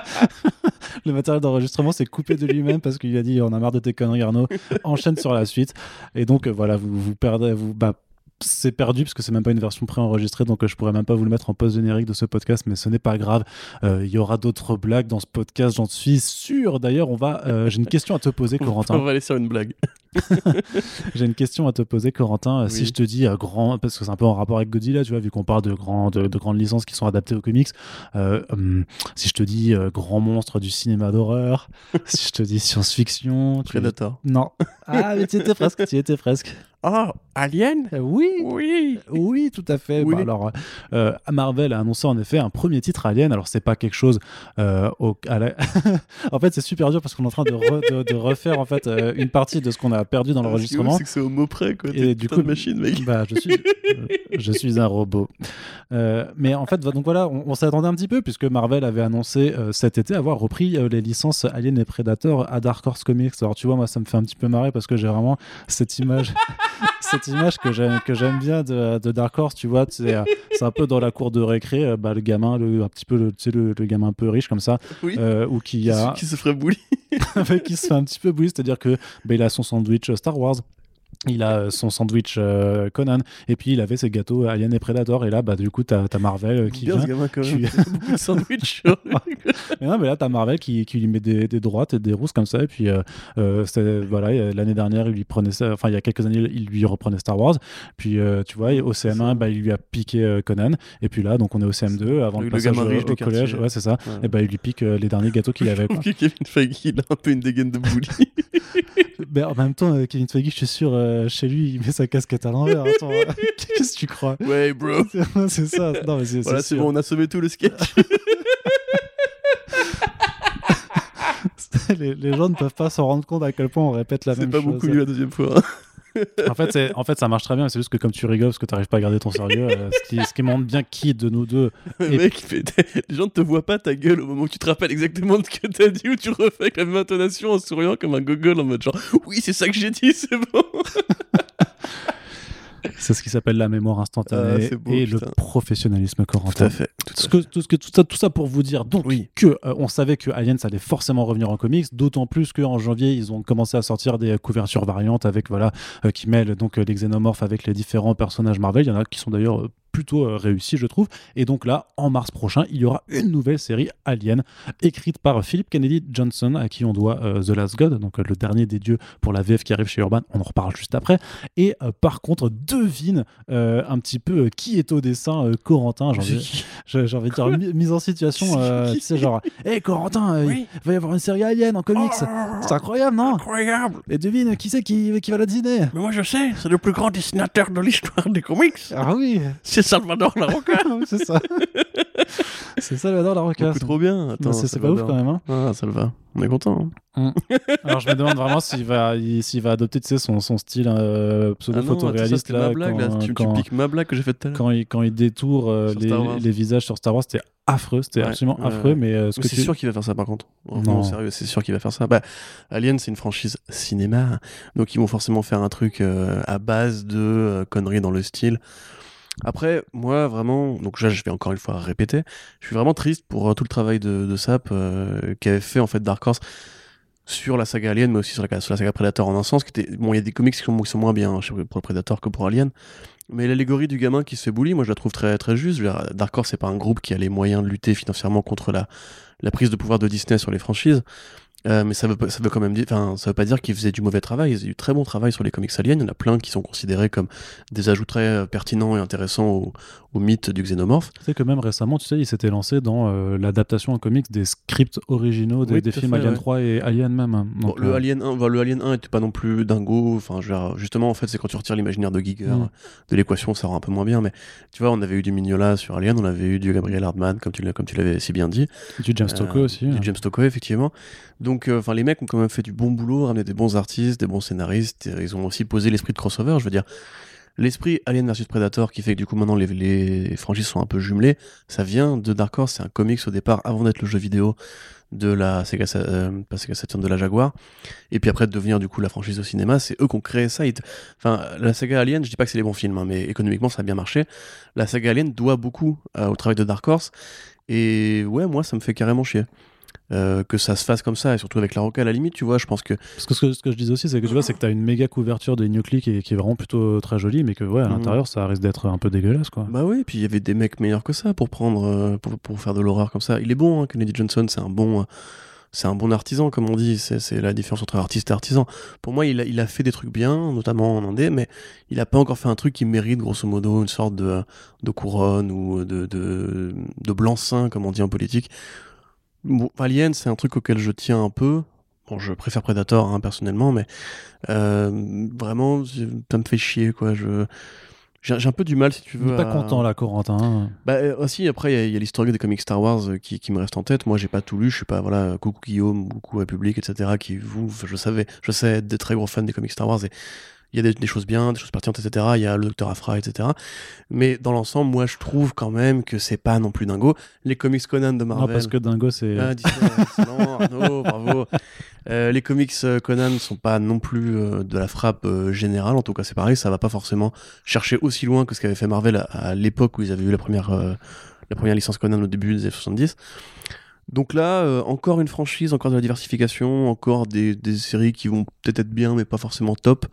Le matériel d'enregistrement s'est coupé de lui-même parce qu'il a dit on a marre de tes conneries, Arnaud, enchaîne sur la suite. Et donc euh, voilà, vous, vous perdez, vous, bah, c'est perdu parce que c'est même pas une version préenregistrée, donc euh, je pourrais même pas vous le mettre en post générique de ce podcast, mais ce n'est pas grave. Il euh, y aura d'autres blagues dans ce podcast, j'en suis sûr. D'ailleurs, on va, euh, j'ai une question à te poser, Corentin. On va aller sur une blague. J'ai une question à te poser, Corentin. Oui. Si je te dis euh, grand, parce que c'est un peu en rapport avec Godzilla, tu vois, vu qu'on parle de, grand, de, de grandes licences qui sont adaptées aux comics. Euh, hum, si je te dis euh, grand monstre du cinéma d'horreur, si je te dis science-fiction, Predator. Tu... Non. Ah, mais tu étais presque. Tu étais presque. Oh, Alien. euh, Oui. Oui. Oui, tout à fait. Oui. Bah, alors, euh, Marvel a annoncé en effet un premier titre Alien. Alors, c'est pas quelque chose. Euh, au, à la... en fait, c'est super dur parce qu'on est en train de, re, de, de refaire en fait euh, une partie de ce qu'on a perdu dans l'enregistrement. C'est que c'est au mot près, quoi. Et du coup, de machine, mec. Bah, je suis, euh, je suis un robot. Euh, mais en fait, donc voilà, on, on s'attendait un petit peu puisque Marvel avait annoncé euh, cet été avoir repris euh, les licences Alien et Predator à Dark Horse Comics. Alors tu vois, moi, ça me fait un petit peu marrer parce que j'ai vraiment cette image, cette image que j'aime, que j'aime bien de, de Dark Horse. Tu vois, c'est, euh, c'est un peu dans la cour de récré, euh, bah, le gamin, le, un petit peu, le, tu sais, le, le gamin un peu riche comme ça, oui. euh, ou qui a, qui se ferait bully, qui se fait un petit peu bully, c'est-à-dire que bah, il a son sandwich Star Wars. Il a son sandwich euh, Conan et puis il avait ses gâteaux Alien et Predator et là bah du coup t'as, t'as Marvel euh, qui bien vient ce gamin quand même. Qui... beaucoup de sandwich. mais non mais là t'as Marvel qui, qui lui met des, des droites et des rousses comme ça et puis euh, euh, c'est, voilà l'année dernière il lui prenait ça, enfin il y a quelques années il lui reprenait Star Wars puis euh, tu vois au C M un bah, il lui a piqué euh, Conan et puis là donc on est au C M deux avant le, le passage au, au collège ouais c'est ça ouais. Et bah il lui pique euh, les derniers gâteaux qu'il avait quoi. Ok, Kevin Feige il a un peu une dégaine de bully. Mais en même temps, euh, Kevin Feige, je suis sûr, euh, chez lui, il met sa casquette à l'envers. Attends, euh, qu'est-ce que tu crois? Ouais, bro. C'est, c'est ça. Non, mais c'est, voilà, c'est, c'est sûr. bon, on a sauvé tout le sketch. les, les gens ne peuvent pas se rendre compte à quel point on répète la C'est même pas chose. beaucoup mieux la deuxième fois. En fait, c'est, en fait, ça marche très bien, mais c'est juste que comme tu rigoles parce que tu n'arrives pas à garder ton sérieux, euh, ce, qui, ce qui montre bien qui de nous deux. Le Et- mec, il fait... les gens ne te voient pas ta gueule au moment où tu te rappelles exactement de ce que t'as dit ou tu refais avec la même intonation en souriant comme un gogol en mode genre oui, c'est ça que j'ai dit, c'est bon. C'est ce qui s'appelle la mémoire instantanée Ah, c'est beau, et putain. le professionnalisme, Tout Corentin. à fait. Tout Ce à que, fait. tout, ce que, tout, ça, tout ça pour vous dire donc Oui. que euh, on savait que Aliens allait forcément revenir en comics, d'autant plus qu'en janvier ils ont commencé à sortir des couvertures variantes avec voilà euh, qui mêlent donc euh, les xénomorphes avec les différents personnages Marvel. Il y en a qui sont d'ailleurs euh, plutôt euh, réussis, je trouve. Et donc là, en mars prochain, il y aura une nouvelle série Alien écrite par Philip Kennedy Johnson, à qui on doit euh, The Last God, donc euh, le dernier des dieux pour la V F qui arrive chez Urban. On en reparle juste après. Et euh, par contre, devine euh, un petit peu euh, qui est au dessin, euh, Corentin. J'ai envie, j'ai, j'ai envie de dire mi- mise en situation, euh, tu sais, genre, hé hey, Corentin, euh, Oui. il va y avoir une série Alien en comics. C'est incroyable, non? Incroyable. Et devine qui c'est qui, qui va la dessiner? Mais moi je sais, c'est le plus grand dessinateur de l'histoire des comics. Ah oui, C'est Salvador Larroca. c'est ça. C'est Salvador Larroca. Beaucoup trop bien. Attends, Non, c'est, c'est pas ouf quand même. Hein. Ah, ça le va. On est content. Hein. Alors je me demande vraiment s'il va, il- s'il va adopter tu sais, son, son style euh, Ah non, attends, ça, pseudo-photoréaliste c'était là, ma blague. quand, Là. Tu, quand, tu piques ma blague que j'ai faite tout à l'heure. quand, il, quand il détourne euh, Sur les, Star Wars. les visages sur Star Wars. C'était affreux, c'était Ouais, absolument ouais, affreux. ouais. Mais euh, ce Mais que c'est tu... sûr qu'il va faire ça par contre. Non. Non, sérieux, c'est sûr qu'il va faire ça. Bah, Alien, c'est une franchise cinéma, donc ils vont forcément faire un truc euh, à base de euh, conneries dans le style. Après, moi, vraiment, donc là, je vais encore une fois répéter, je suis vraiment triste pour euh, tout le travail de, de Sap euh, qu'avait fait en fait Dark Horse sur la saga Alien, mais aussi sur la, sur la saga Predator en un sens. Qui était... Bon, il y a des comics qui sont, qui sont moins bien hein, pour le Predator que pour Alien. Mais l'allégorie du gamin qui se fait bully, moi je la trouve très, très juste. Je veux dire, Dark Horse, c'est pas un groupe qui a les moyens de lutter financièrement contre la, la prise de pouvoir de Disney sur les franchises. Euh, mais ça veut, pas- ça veut quand même dire, enfin, ça veut pas dire qu'ils faisaient du mauvais travail. Ils faisaient du très bon travail sur les comics aliens. Il y en a plein qui sont considérés comme des ajouts très euh, pertinents et intéressants au, au mythe du xénomorphe. Tu sais que même récemment, tu sais, il s'était lancé dans euh, l'adaptation en comics des scripts originaux des, Oui, des tout à films fait, Alien ouais. trois et Alien même. hein. Bon, Donc, le euh, Alien un, bah, le Alien un était pas non plus dingo. Enfin, je veux dire, justement, en fait, c'est quand tu retires l'imaginaire de Giger Mm. de l'équation, ça rend un peu moins bien. Mais tu vois, on avait eu du Mignola sur Alien, on avait eu du Gabriel Hardman, comme tu l'as, comme tu l'avais si bien dit. du James Stockwell Euh, aussi. Du hein. James Stockwell, effectivement. Donc, enfin, les mecs ont quand même fait du bon boulot, ramené des bons artistes, des bons scénaristes. Et ils ont aussi posé l'esprit de crossover. Je veux dire, l'esprit Alien versus Predator qui fait que du coup maintenant les, les franchises sont un peu jumelées, ça vient de Dark Horse. C'est un comics au départ avant d'être le jeu vidéo de la Sega, euh, pas Sega Saturn, de la Jaguar. Et puis après de devenir du coup la franchise au cinéma, c'est eux qui ont créé ça. Ils t- Enfin, la saga Alien, je dis pas que c'est les bons films, hein, mais économiquement ça a bien marché. La saga Alien doit beaucoup euh, au travail de Dark Horse. Et ouais, moi ça me fait carrément chier. Euh, que ça se fasse comme ça, et surtout avec la Roca à la limite, tu vois, je pense que Parce que ce, que ce que je disais aussi, c'est que tu vois, c'est que t'as une méga couverture des Nuclei qui est, qui est vraiment plutôt très jolie, mais que ouais, à Mhm. l'intérieur, ça risque d'être un peu dégueulasse, quoi. bah oui, puis il y avait des mecs meilleurs que ça pour prendre, euh, pour, pour faire de l'horreur comme ça. Il est bon, hein, Kennedy Johnson, c'est un bon, euh, c'est un bon artisan, comme on dit. C'est, c'est la différence entre artiste et artisan. Pour moi, il a, il a fait des trucs bien, notamment en indé, mais il a pas encore fait un truc qui mérite, grosso modo, une sorte de, de couronne ou de, de, de blanc-seing, comme on dit en politique. Bon, Alien, c'est un truc auquel je tiens un peu. Bon, je préfère Predator, hein, personnellement, mais euh, vraiment, ça me fait chier, quoi. Je... J'ai, j'ai un peu du mal, si tu Il veux. est pas à- content, là, Corentin. Bah euh, aussi, après, il y a- il y, a l'historique des comics Star Wars euh, qui, qui me reste en tête. Moi, j'ai pas tout lu, je suis pas, voilà, coucou Guillaume, coucou République, et cetera. Qui, vous, je savais, je sais être des très gros fans des comics Star Wars, et il y a des, des choses bien, des choses pertinentes, et cetera. Il y a le Docteur Aphra, et cetera. Mais dans l'ensemble, moi, je trouve quand même que c'est pas non plus dingo. Les comics Conan de Marvel... Non, parce que Dingo, c'est. Ah, Disney, excellent, Arnaud, bravo. Euh, les comics euh, Conan sont pas non plus euh, de la frappe euh, générale, en tout cas c'est pareil, ça va pas forcément chercher aussi loin que ce qu'avait fait Marvel à, à l'époque où ils avaient eu la première, euh, la première licence Conan au début des années soixante-dix. Donc là, euh, encore une franchise, encore de la diversification, encore des, des séries qui vont peut-être être bien mais pas forcément top.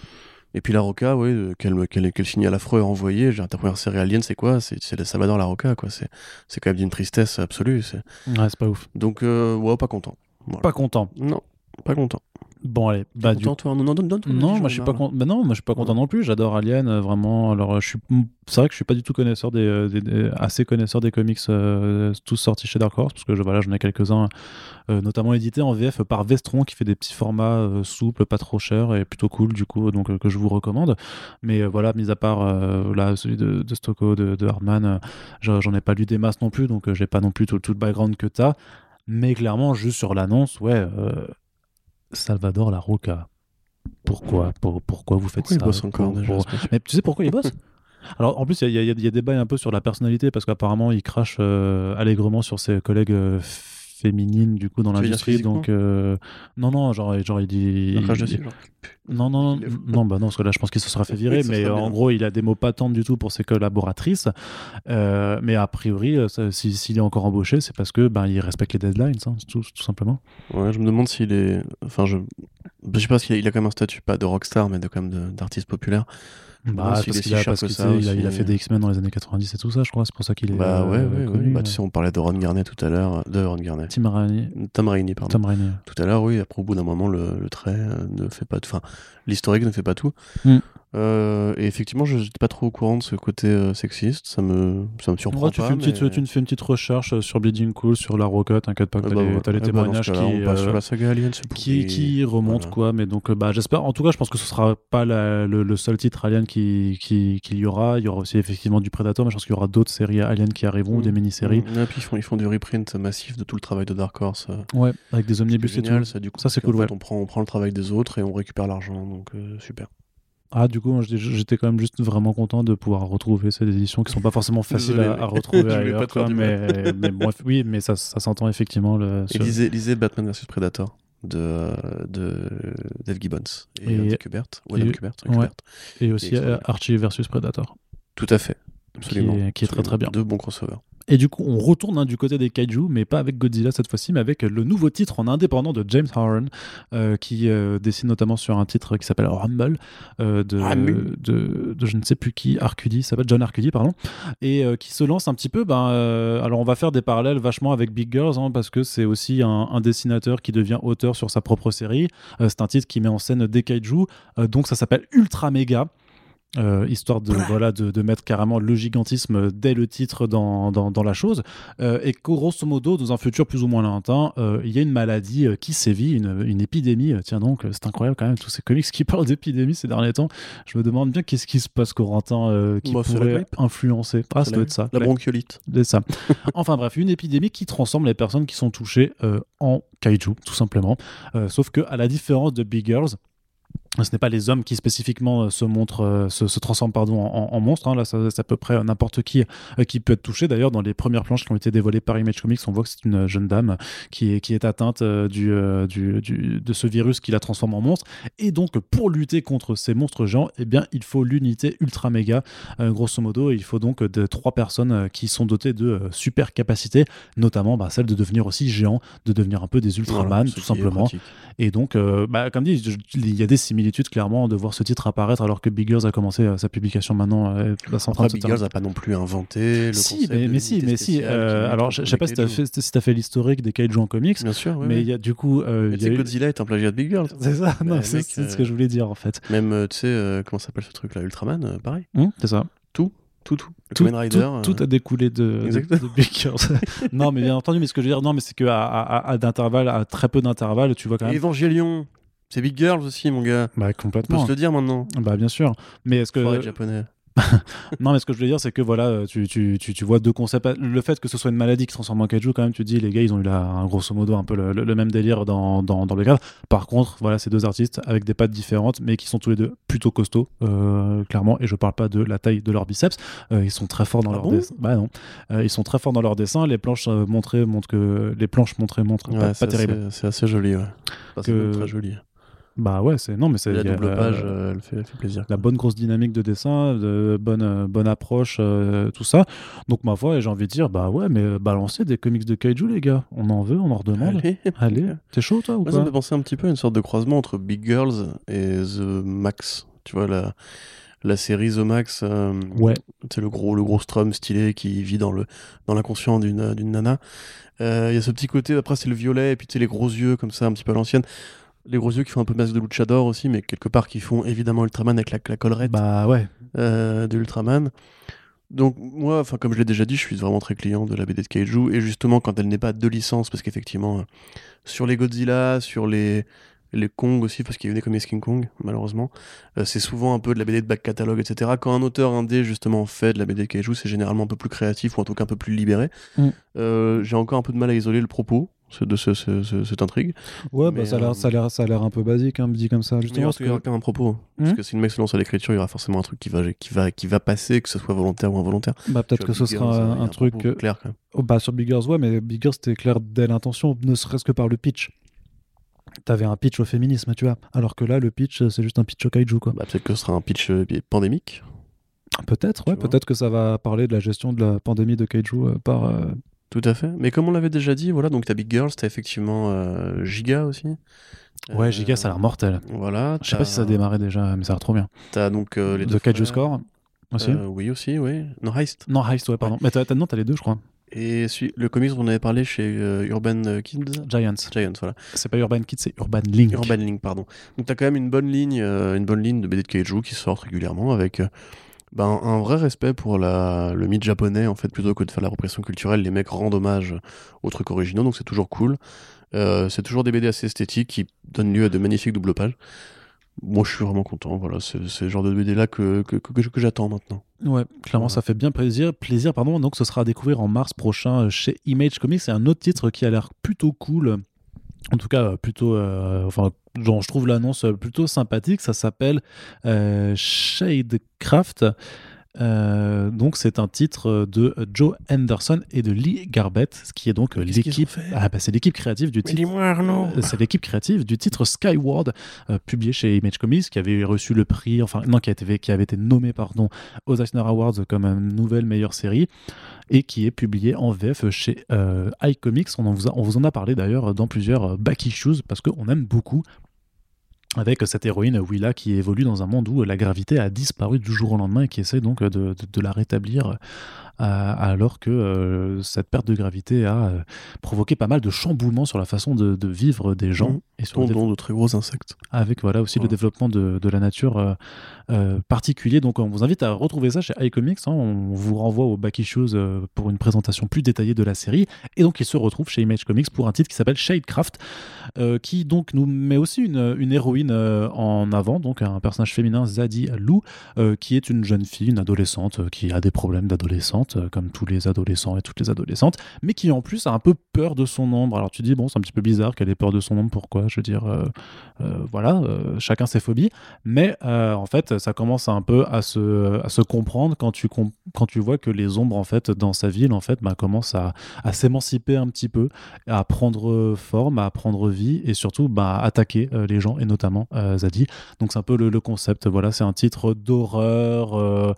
Et puis La Roca, ouais, euh, quel, quel, quel signal affreux à envoyer. J'ai ta première série Alien, c'est quoi? C'est, c'est le Salvador La Roca, quoi. C'est, c'est quand même d'une tristesse absolue. C'est... Ouais, c'est pas ouf. Donc, euh, ouais, pas content. Voilà. Pas content. Non, pas content. Bon, allez. Bah, du Content, toi, non, non, donne, donne ton avis, Non, j'en moi ai je suis marre, pas là. con- bah non, moi je suis pas content Ouais. non plus. J'adore Alien, euh, vraiment. Alors euh, je suis, c'est vrai que je suis pas du tout connaisseur des, euh, des- des- assez connaisseur des comics euh, tous sortis chez Dark Horse parce que je, voilà, j'en ai quelques-uns, euh, notamment édités en V F par Vestron qui fait des petits formats euh, souples, pas trop chers et plutôt cool du coup, donc euh, que je vous recommande. Mais euh, voilà, mis à part euh, là celui de, de Stocko, de, de Hardman, euh, j'en j'en ai pas lu des masses non plus, donc euh, j'ai pas non plus tout, tout le background que t'as. Mais clairement, juste sur l'annonce, ouais. euh, Salvador La Roca. Pourquoi pour, Pourquoi vous faites pourquoi ça il bosse encore pour, déjà, pour... Mais tu sais pourquoi il bosse? Alors en plus, il y, y, y a des bails un peu sur la personnalité parce qu'apparemment il crache euh, allègrement sur ses collègues euh, féminines du coup dans tu l'industrie. Donc euh... non non, genre genre il dit. Il crache dessus, genre. Non non non, non bah non parce que là je pense qu'il se sera fait virer, oui, mais euh, en gros il a des mots pas tendres du tout pour ses collaboratrices. Euh, mais a priori, ça, si, s'il est encore embauché, c'est parce que ben il respecte les deadlines, hein, tout, tout simplement. Ouais, je me demande s'il est, enfin je, je sais pas s'il a, il a quand même un statut pas de rockstar, mais de quand même de, d'artiste populaire. Bah, parce, qu'il a, parce que ça, il, a, il a fait des X-Men dans les années quatre-vingt-dix et tout ça, je crois. C'est pour ça qu'il est bah, ouais, euh, ouais, connu. Ouais. Bah, tu sais, on parlait de Ron Garnet tout à l'heure. De Ron Garnet. Tim Raimi. Tom Raimi, pardon. Tom Raimi. Tout à l'heure, oui. Après, au bout d'un moment, le, le trait ne fait pas tout. Enfin, l'historique ne fait pas tout. Mm. Euh, et effectivement, je n'étais pas trop au courant de ce côté euh, sexiste. Ça me, ça me surprend ouais, tu pas. Fais une mais... petite, tu fais une petite recherche sur Bleeding Cool, sur La Roca, t'inquiète pas que ah t'as, bah, les, ouais. t'as les ah témoignages bah, qui, on passe euh, sur la saga Alien, c'est qui, qui remontent, voilà. Quoi. Mais donc, bah, j'espère. En tout cas, je pense que ce sera pas la, le, le seul titre Alien qui, qui, qu'il y aura. Il y aura aussi effectivement du Predator, mais je pense qu'il y aura d'autres séries Alien qui arriveront, mmh. ou des mini-séries. Mmh. Et puis ils font, ils font du reprint massif de tout le travail de Dark Horse. Ouais, avec des omnibus c'est génial, et tout. Ça, du coup, ça c'est cool, en fait, ouais. On prend, on prend le travail des autres et on récupère l'argent, donc euh, super. Ah, du coup, moi, j'étais quand même juste vraiment content de pouvoir retrouver ces éditions qui sont pas forcément faciles Désolé, à, à retrouver ailleurs. Quoi, mais, mais bon, oui, mais ça, ça s'entend effectivement. Le, et lisez, lisez Batman versus Predator de, de Dave Gibbons et, et Andy Kubert. Ou Adam Kubert, ouais. Kubert. Et aussi et Archie versus Predator. Tout à fait. Absolument. Qui est, qui est très très bien. Deux bons crossovers. Et du coup, on retourne hein, du côté des kaiju, mais pas avec Godzilla cette fois-ci, mais avec le nouveau titre en indépendant de James Harren, euh, qui euh, dessine notamment sur un titre qui s'appelle Rumble, euh, de, de, de, de je ne sais plus qui, Arcudi, ça s'appelle John Arcudi, pardon, et euh, qui se lance un petit peu. Ben, euh, alors, on va faire des parallèles vachement avec Big Girls, hein, parce que c'est aussi un, un dessinateur qui devient auteur sur sa propre série. Euh, c'est un titre qui met en scène des kaiju, euh, donc ça s'appelle Ultra Mega. Euh, histoire de, voilà, de, de mettre carrément le gigantisme dès le titre dans, dans, dans la chose, euh, et qu'au grosso modo, dans un futur plus ou moins lointain, euh, il y a une maladie euh, qui sévit, une, une épidémie. Tiens donc, c'est incroyable quand même, tous ces comics qui parlent d'épidémie ces derniers temps. Je me demande bien qu'est-ce qui se passe, Corentin, euh, qui bah, pourrait influencer. Ah, ça doit être ça. La bronchiolite. C'est ça. Enfin bref, une épidémie qui transforme les personnes qui sont touchées euh, en kaiju, tout simplement. Euh, sauf que, à la différence de Big Girls, ce n'est pas les hommes qui spécifiquement se montrent, euh, se, se transforment pardon, en, en monstres. Hein. Là, ça, c'est à peu près n'importe qui euh, qui peut être touché. D'ailleurs, dans les premières planches qui ont été dévoilées par Image Comics, on voit que c'est une jeune dame qui est, qui est atteinte euh, du, euh, du, du, de ce virus qui la transforme en monstre. Et donc, pour lutter contre ces monstres géants, eh bien, il faut l'unité Ultra Méga. Euh, grosso modo, il faut donc de trois personnes euh, qui sont dotées de euh, super capacités, notamment bah, celle de devenir aussi géant, de devenir un peu des Ultraman, voilà, tout simplement. Et donc, euh, bah, comme dit, il y a des similitudes clairement de voir ce titre apparaître alors que Big Girls a commencé euh, sa publication maintenant. Euh, Après, Big Girls n'a pas non plus inventé le si, concept mais, de mais si, mais si. Euh, alors, je sais pas si tu as fait, si fait l'historique des kaiju en comics. Bien sûr, ouais, mais il ouais. y a du coup. Euh, mais tu sais que Godzilla est un plagiat de Big Girls. C'est ça, non, bah, c'est, mec, c'est euh... ce que je voulais dire en fait. Même, euh, tu sais, euh, comment s'appelle ce truc là, Ultraman, euh, pareil. Mmh, c'est ça. Tout. Tout, tout. Le tout, Kamen Rider. Tout, euh... tout a découlé de, de, de Big Girls. Non, mais bien entendu, mais ce que je veux dire, non, mais c'est qu'à à, à, à, d'intervalle, à très peu d'intervalle, tu vois quand même. Evangelion. C'est Big Girls aussi, mon gars. Bah, complètement. On peut se le dire maintenant. Bah, bien sûr. Mais est-ce que. Faut être japonais. Non, mais ce que je veux dire, c'est que voilà, tu, tu, tu, tu vois deux concepts. Le fait que ce soit une maladie qui se transforme en kaiju, quand même, tu te dis, les gars, ils ont eu là, un, grosso modo un peu le, le, le même délire dans, dans, dans le cadre. Par contre, voilà, c'est deux artistes avec des pattes différentes, mais qui sont tous les deux plutôt costauds, euh, clairement. Et je parle pas de la taille de leurs biceps. Euh, ils sont très forts dans ah leur bon dessin. Bah non. Euh, ils sont très forts dans leur dessin. Les planches euh, montrées montrent que les planches montrées montrent ouais, pas, c'est pas terrible. C'est assez joli, ouais. Enfin, que... C'est même très joli. Bah ouais, c'est non mais c'est la y a, double euh, page, euh, elle, fait, elle fait plaisir. La quoi. bonne grosse dynamique de dessin, de bonne euh, bonne approche, euh, tout ça. Donc ma foi, j'ai envie de dire bah ouais, mais balancez des comics de kaiju les gars, on en veut, on en redemande. Allez, Allez. T'es chaud toi ou Moi, pas? Ça me fait penser un petit peu à une sorte de croisement entre Big Girls et The Max. Tu vois la la série The Max. Euh, ouais. C'est le gros le gros Strum stylé qui vit dans le dans l'inconscient d'une d'une nana. Il euh, y a ce petit côté. Après c'est le violet et puis tu sais les gros yeux comme ça un petit peu à l'ancienne. Les gros yeux qui font un peu masque de luchador aussi, mais quelque part qui font évidemment Ultraman avec la, la collerette bah, ouais. euh, de Ultraman. Donc moi, enfin comme je l'ai déjà dit, je suis vraiment très client de la B D de Kaiju, et justement quand elle n'est pas de licence, parce qu'effectivement, euh, sur les Godzilla, sur les, les Kong aussi, parce qu'il y a eu des comics King Kong, malheureusement, euh, c'est souvent un peu de la B D de back catalogue, et cetera. Quand un auteur indé justement fait de la B D de Kaiju, c'est généralement un peu plus créatif, ou en tout cas un peu plus libéré. Mm. Euh, j'ai encore un peu de mal à isoler le propos, de ce, ce, ce, cette intrigue. Ouais, mais, bah, ça, a l'air, euh, ça, a l'air, ça a l'air un peu basique, hein, dit comme ça. Mais il y Justement, aura, parce il y aura que... quand même un propos. Hein. Parce Hmm que si le mec se lance à l'écriture, il y aura forcément un truc qui va, qui va, qui va passer, que ce soit volontaire ou involontaire. bah, peut-être Tu que vois, ce Big sera Girls, un, il y a un truc... propos euh, clair quand même. oh, bah, sur Big Girls, ouais, mais Big Girls, c'était clair dès l'intention, ne serait-ce que par le pitch. T'avais un pitch au féminisme, tu vois. Alors que là, le pitch, c'est juste un pitch au kaiju, quoi. Bah, peut-être que ce sera un pitch euh, pandémique. Peut-être, Tu ouais, vois. peut-être que ça va parler de la gestion de la pandémie de kaiju euh, par... euh, Tout à fait. Mais comme on l'avait déjà dit, voilà, donc t'as Big Girls, t'as effectivement euh, Giga aussi. Ouais, Euh, Giga, ça a l'air mortel. Voilà. Je sais pas si ça a t'as- démarré déjà, mais ça a l'air trop bien. T'as donc euh, les deux The Kaiju frères. Score aussi. Euh, oui, aussi, oui. Non, Heist. Non, Heist, ouais, pardon. Mais t'as, t'as- non, t'as les deux, je crois. Et celui- le comics dont on avait parlé chez euh, Urban Kids. Giants. Giants, voilà. C'est pas Urban Kids, c'est Urban Link. Urban Link, pardon. Donc t'as quand même une bonne ligne, euh, une bonne ligne de B D de Kaiju qui sortent régulièrement avec euh, ben, un vrai respect pour la, le mythe japonais, en fait, plutôt que de faire la répression culturelle, les mecs rendent hommage aux trucs originaux, donc c'est toujours cool. Euh, c'est toujours des B D assez esthétiques qui donnent lieu à de magnifiques double pages. Moi, je suis vraiment content. Voilà, c'est, c'est le genre de B D là que, que, que, que j'attends maintenant. Ouais, clairement, Voilà. ça fait bien plaisir. Plaisir, pardon. Donc, ce sera à découvrir en mars prochain chez Image Comics. C'est un autre titre qui a l'air plutôt cool. En tout cas, plutôt. Euh, enfin, genre, je trouve l'annonce plutôt sympathique. Ça s'appelle euh, Shadecraft. Euh, donc c'est un titre de Joe Henderson et de Lee Garbett, ce qui est donc Qu'est-ce l'équipe. qu'ils ont fait Ah, bah, c'est l'équipe créative du Mais titre. dis-moi, Arnaud. Euh, C'est l'équipe créative du titre Skyward, euh, publié chez Image Comics, qui avait reçu le prix, enfin non, qui, a été, qui avait été nommé pardon aux Eisner Awards comme euh, nouvelle meilleure série, et qui est publié en V F chez euh, iComics. On, en vous a- on vous en a parlé d'ailleurs dans plusieurs euh, back issues parce qu'on aime beaucoup. Avec cette héroïne Willa qui évolue dans un monde où la gravité a disparu du jour au lendemain et qui essaie donc de, de, de la rétablir euh, alors que euh, cette perte de gravité a euh, provoqué pas mal de chamboulements sur la façon de, de vivre des gens Mmh. et sur le Dont, dév- dont de très gros insectes. avec voilà aussi Voilà. le développement de, de la nature euh, euh, particulier. Donc on vous invite à retrouver ça chez iComics. Hein. On vous renvoie au back issues euh, pour une présentation plus détaillée de la série. Et donc il se retrouve chez Image Comics pour un titre qui s'appelle Shadecraft, euh, qui donc nous met aussi une, une héroïne euh, en avant, donc un personnage féminin, Zadie Lou, euh, qui est une jeune fille, une adolescente, euh, qui a des problèmes d'adolescente, euh, comme tous les adolescents et toutes les adolescentes, mais qui en plus a un peu peur de son ombre. Alors tu dis, bon, c'est un petit peu bizarre qu'elle ait peur de son ombre, pourquoi? Je veux dire, euh, euh, voilà, euh, chacun ses phobies, mais euh, en fait, ça commence un peu à se, à se comprendre quand tu, com- quand tu vois que les ombres, en fait, dans sa ville, en fait, bah, commencent à, à s'émanciper un petit peu, à prendre forme, à prendre vie, et surtout bah, attaquer euh, les gens, et notamment euh, Zadie. Donc c'est un peu le, le concept, voilà, c'est un titre d'horreur euh,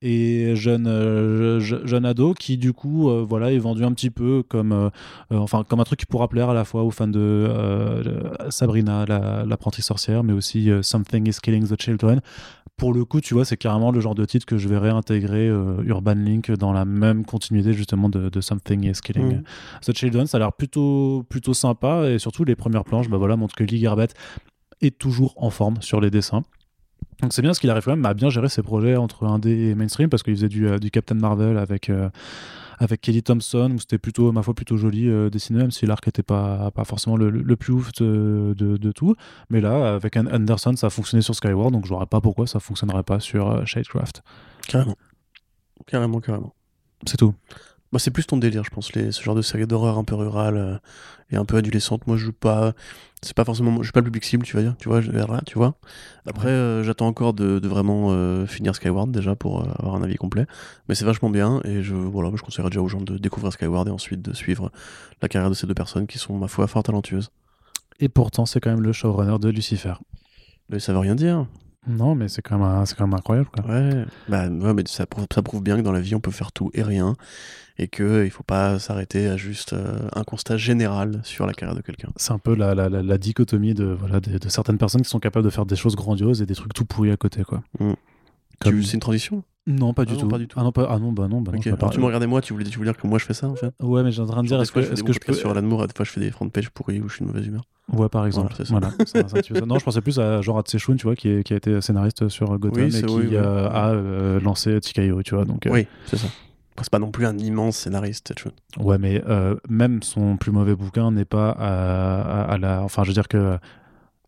et jeune, euh, je- jeune ado qui du coup euh, voilà, est vendu un petit peu comme, euh, euh, enfin, comme un truc qui pourra plaire à la fois aux fans de euh, Sabrina, la- l'apprentie sorcière, mais aussi euh, Something is Killing the Children. Pour le coup, tu vois, c'est carrément le genre de titre que je vais réintégrer euh, Urban Link dans la même continuité justement de, de Something is Killing Mmh. The Children. Ça a l'air plutôt, plutôt sympa, et surtout les premières planches bah voilà, montrent que Lee Garbett est toujours en forme sur les dessins. Donc c'est bien ce qu'il arrive quand même à bien gérer ses projets entre indé et mainstream, parce qu'il faisait du, euh, du Captain Marvel avec, euh, avec Kelly Thompson, où c'était plutôt, ma foi, plutôt joli euh, dessiné, même si l'arc n'était pas, pas forcément le, le plus ouf de, de, de tout. Mais là, avec Anderson, ça a fonctionné sur Skyward, donc je ne vois pas pourquoi ça ne fonctionnerait pas sur euh, Shadecraft. Carrément. Carrément, carrément. C'est tout. Bah, c'est plus ton délire, je pense, les, ce genre de série d'horreur un peu rurale euh, et un peu adolescente. Moi, je joue pas. C'est pas forcément. Je suis pas le public cible, tu vas dire. Tu vois, je, là, tu vois. Après, Ouais. euh, j'attends encore de, de vraiment euh, finir Skyward déjà pour euh, avoir un avis complet. Mais c'est vachement bien et je, voilà, je conseillerais déjà aux gens de découvrir Skyward et ensuite de suivre la carrière de ces deux personnes qui sont, ma foi, fort talentueuses. Et pourtant, c'est quand même le showrunner de Lucifer. Mais ça veut rien dire. Non, mais c'est quand même, un- c'est quand même incroyable, quoi. Ouais, bah, ouais, mais ça prouve, ça prouve bien que dans la vie, on peut faire tout et rien. Et qu'il ne faut pas s'arrêter à juste euh, un constat général sur la carrière de quelqu'un. C'est un peu la, la, la, la dichotomie de, voilà, de, de certaines personnes qui sont capables de faire des choses grandioses et des trucs tout pourris à côté, quoi. Mm. Comme- Tu, c'est une transition? Non, pas Ah du, non, tout. pas du tout. Ah non, pas... ah non, bah non, bah non. Ok. je me Alors parle- tu me regardais moi, tu voulais, tu voulais dire que moi je fais ça en fait? Ouais, mais j'ai en train de dire, Genre, des est-ce fois, que, je fais est-ce des que je podcasts peux... sur Alan Moore, des fois je fais des front pages pourris où je suis de mauvaise humeur. Ouais, par exemple. Voilà, c'est ça. Voilà, ça, ça, tu fais ça. Non, je pensais plus à genre à Tse-Shun, tu vois, qui, est, qui a été scénariste sur Gotham Oui, et c'est- qui oui, oui. euh, a euh, lancé T K O, tu vois. Donc, euh, Oui, c'est ça. Après, c'est pas non plus un immense scénariste, cette chose. ouais, mais euh, même son plus mauvais bouquin n'est pas à, à- à la. Enfin, je veux dire que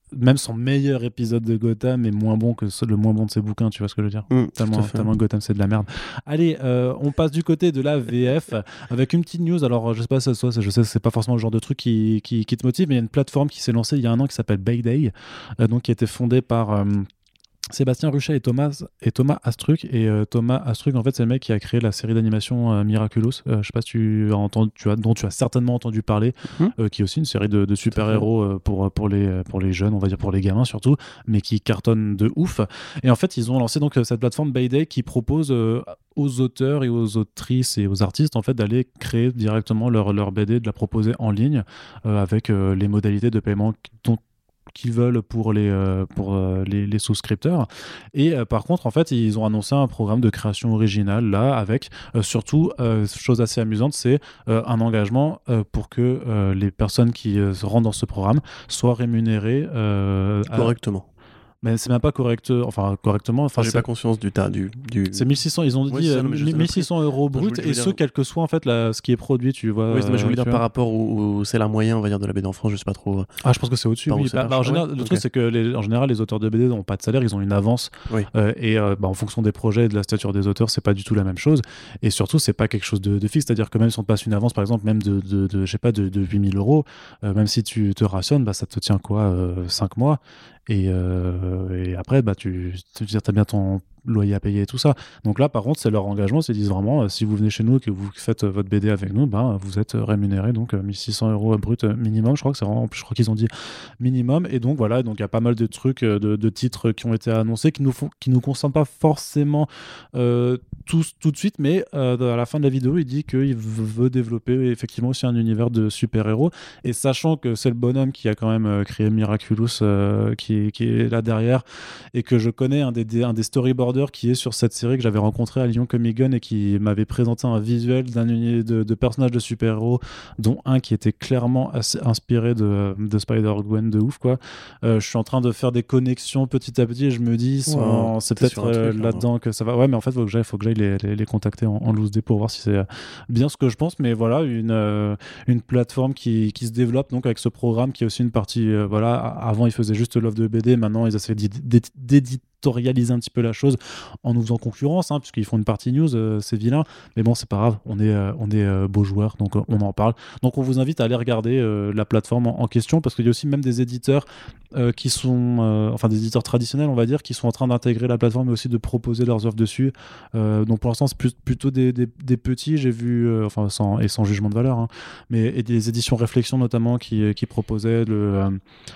même son meilleur épisode de Gotham est moins bon que le moins bon de ses bouquins, tu vois ce que je veux dire. Mmh, tellement, tellement Gotham c'est de la merde. Allez, euh, on passe du côté de la V F avec une petite news. Alors je sais pas, ça, soit, je sais que c'est pas forcément le genre de truc qui, qui, qui te motive, mais il y a une plateforme qui s'est lancée il y a un an qui s'appelle Bayday, euh, donc qui a été fondée par euh, Sébastien Ruchet et Thomas et Thomas Astruc. Et euh, Thomas Astruc, en fait, c'est le mec qui a créé la série d'animation euh, Miraculous. Euh, je sais pas si tu as entendu, tu as, dont tu as certainement entendu parler, mmh. euh, qui est aussi une série de, de super-héros euh, pour pour les pour les jeunes, on va dire pour les gamins surtout, mais qui cartonne de ouf. Et en fait, ils ont lancé donc cette plateforme Bayday qui propose euh, aux auteurs et aux autrices et aux artistes en fait d'aller créer directement leur leur B D, de la proposer en ligne euh, avec euh, les modalités de paiement dont qu'ils veulent pour les euh, pour euh, les, les souscripteurs. Et euh, par contre, en fait, ils ont annoncé un programme de création originale là, avec euh, surtout euh, chose assez amusante, c'est euh, un engagement euh, pour que euh, les personnes qui euh, se rendent dans ce programme soient rémunérées euh, correctement. À... Mais c'est même pas correct, enfin correctement. Enfin, j'ai pas conscience du tas du, du. C'est mille six cents. Ils ont oui, dit ça, mille six cents euros brut et ce quel que soit en fait la, ce qui est produit, tu vois. Oui, mais je voulais euh, dire par rapport au, au salaire moyen, on va dire de la B D en France, je sais pas trop. Ah, je pense que c'est au-dessus. Oui. Bah, bah, en général, ouais, le okay. truc c'est que les, en général les auteurs de B D n'ont pas de salaire, ils ont une avance. Oui. Euh, et euh, bah, en fonction des projets et de la stature des auteurs, c'est pas du tout la même chose. Et surtout, c'est pas quelque chose de, de fixe. C'est-à-dire que même si on te passe une avance, par exemple, même de, de, de je sais pas, de, de huit mille euros, euh, même si tu te rationnes, bah, ça te tient quoi, euh, cinq mois. Et, euh, et après, bah, tu, tu as bien ton loyer à payer et tout ça. Donc là, par contre, c'est leur engagement. Ils disent vraiment, euh, si vous venez chez nous et que vous faites euh, votre B D avec nous, bah, vous êtes rémunéré. Donc, euh, mille six cents euros brut minimum. Je crois que c'est vraiment, je crois qu'ils ont dit minimum. Et donc, voilà. Donc, il y a pas mal de trucs, de, de titres qui ont été annoncés qui nous font, qui nous concernent pas forcément euh, tous tout de suite. Mais euh, à la fin de la vidéo, il dit qu'il veut développer effectivement aussi un univers de super-héros. Et sachant que c'est le bonhomme qui a quand même euh, créé Miraculous, euh, qui qui est là derrière et que je connais un des, un des storyboarders qui est sur cette série que j'avais rencontré à Lyon Comic Con et qui m'avait présenté un visuel d'un univers de, de personnages de super-héros dont un qui était clairement assez inspiré de, de Spider-Gwen de ouf quoi. Euh, je suis en train de faire des connexions petit à petit et je me dis sans, wow, c'est peut-être euh, truc, là-dedans hein. Que ça va. Ouais mais en fait faut que j'aille, faut que j'aille les, les, les contacter en, en loose day pour voir si c'est bien ce que je pense, mais voilà une, euh, une plateforme qui, qui se développe donc avec ce programme qui est aussi une partie euh, voilà, avant ils faisaient juste Love de B D, maintenant ils essaient d'éditorialiser un petit peu la chose en nous faisant concurrence, hein, puisqu'ils font une partie news, euh, ces vilains, mais bon c'est pas grave, on est, euh, on est euh, beaux joueurs, donc euh, on en parle. Donc on vous invite à aller regarder euh, la plateforme en, en question, parce qu'il y a aussi même des éditeurs euh, qui sont, euh, enfin des éditeurs traditionnels on va dire, qui sont en train d'intégrer la plateforme mais aussi de proposer leurs offres dessus. Euh, donc pour l'instant c'est plus, plutôt des, des, des petits, j'ai vu, euh, enfin sans, et sans jugement de valeur, hein, mais et des éditions réflexion notamment qui, qui proposaient le... Euh,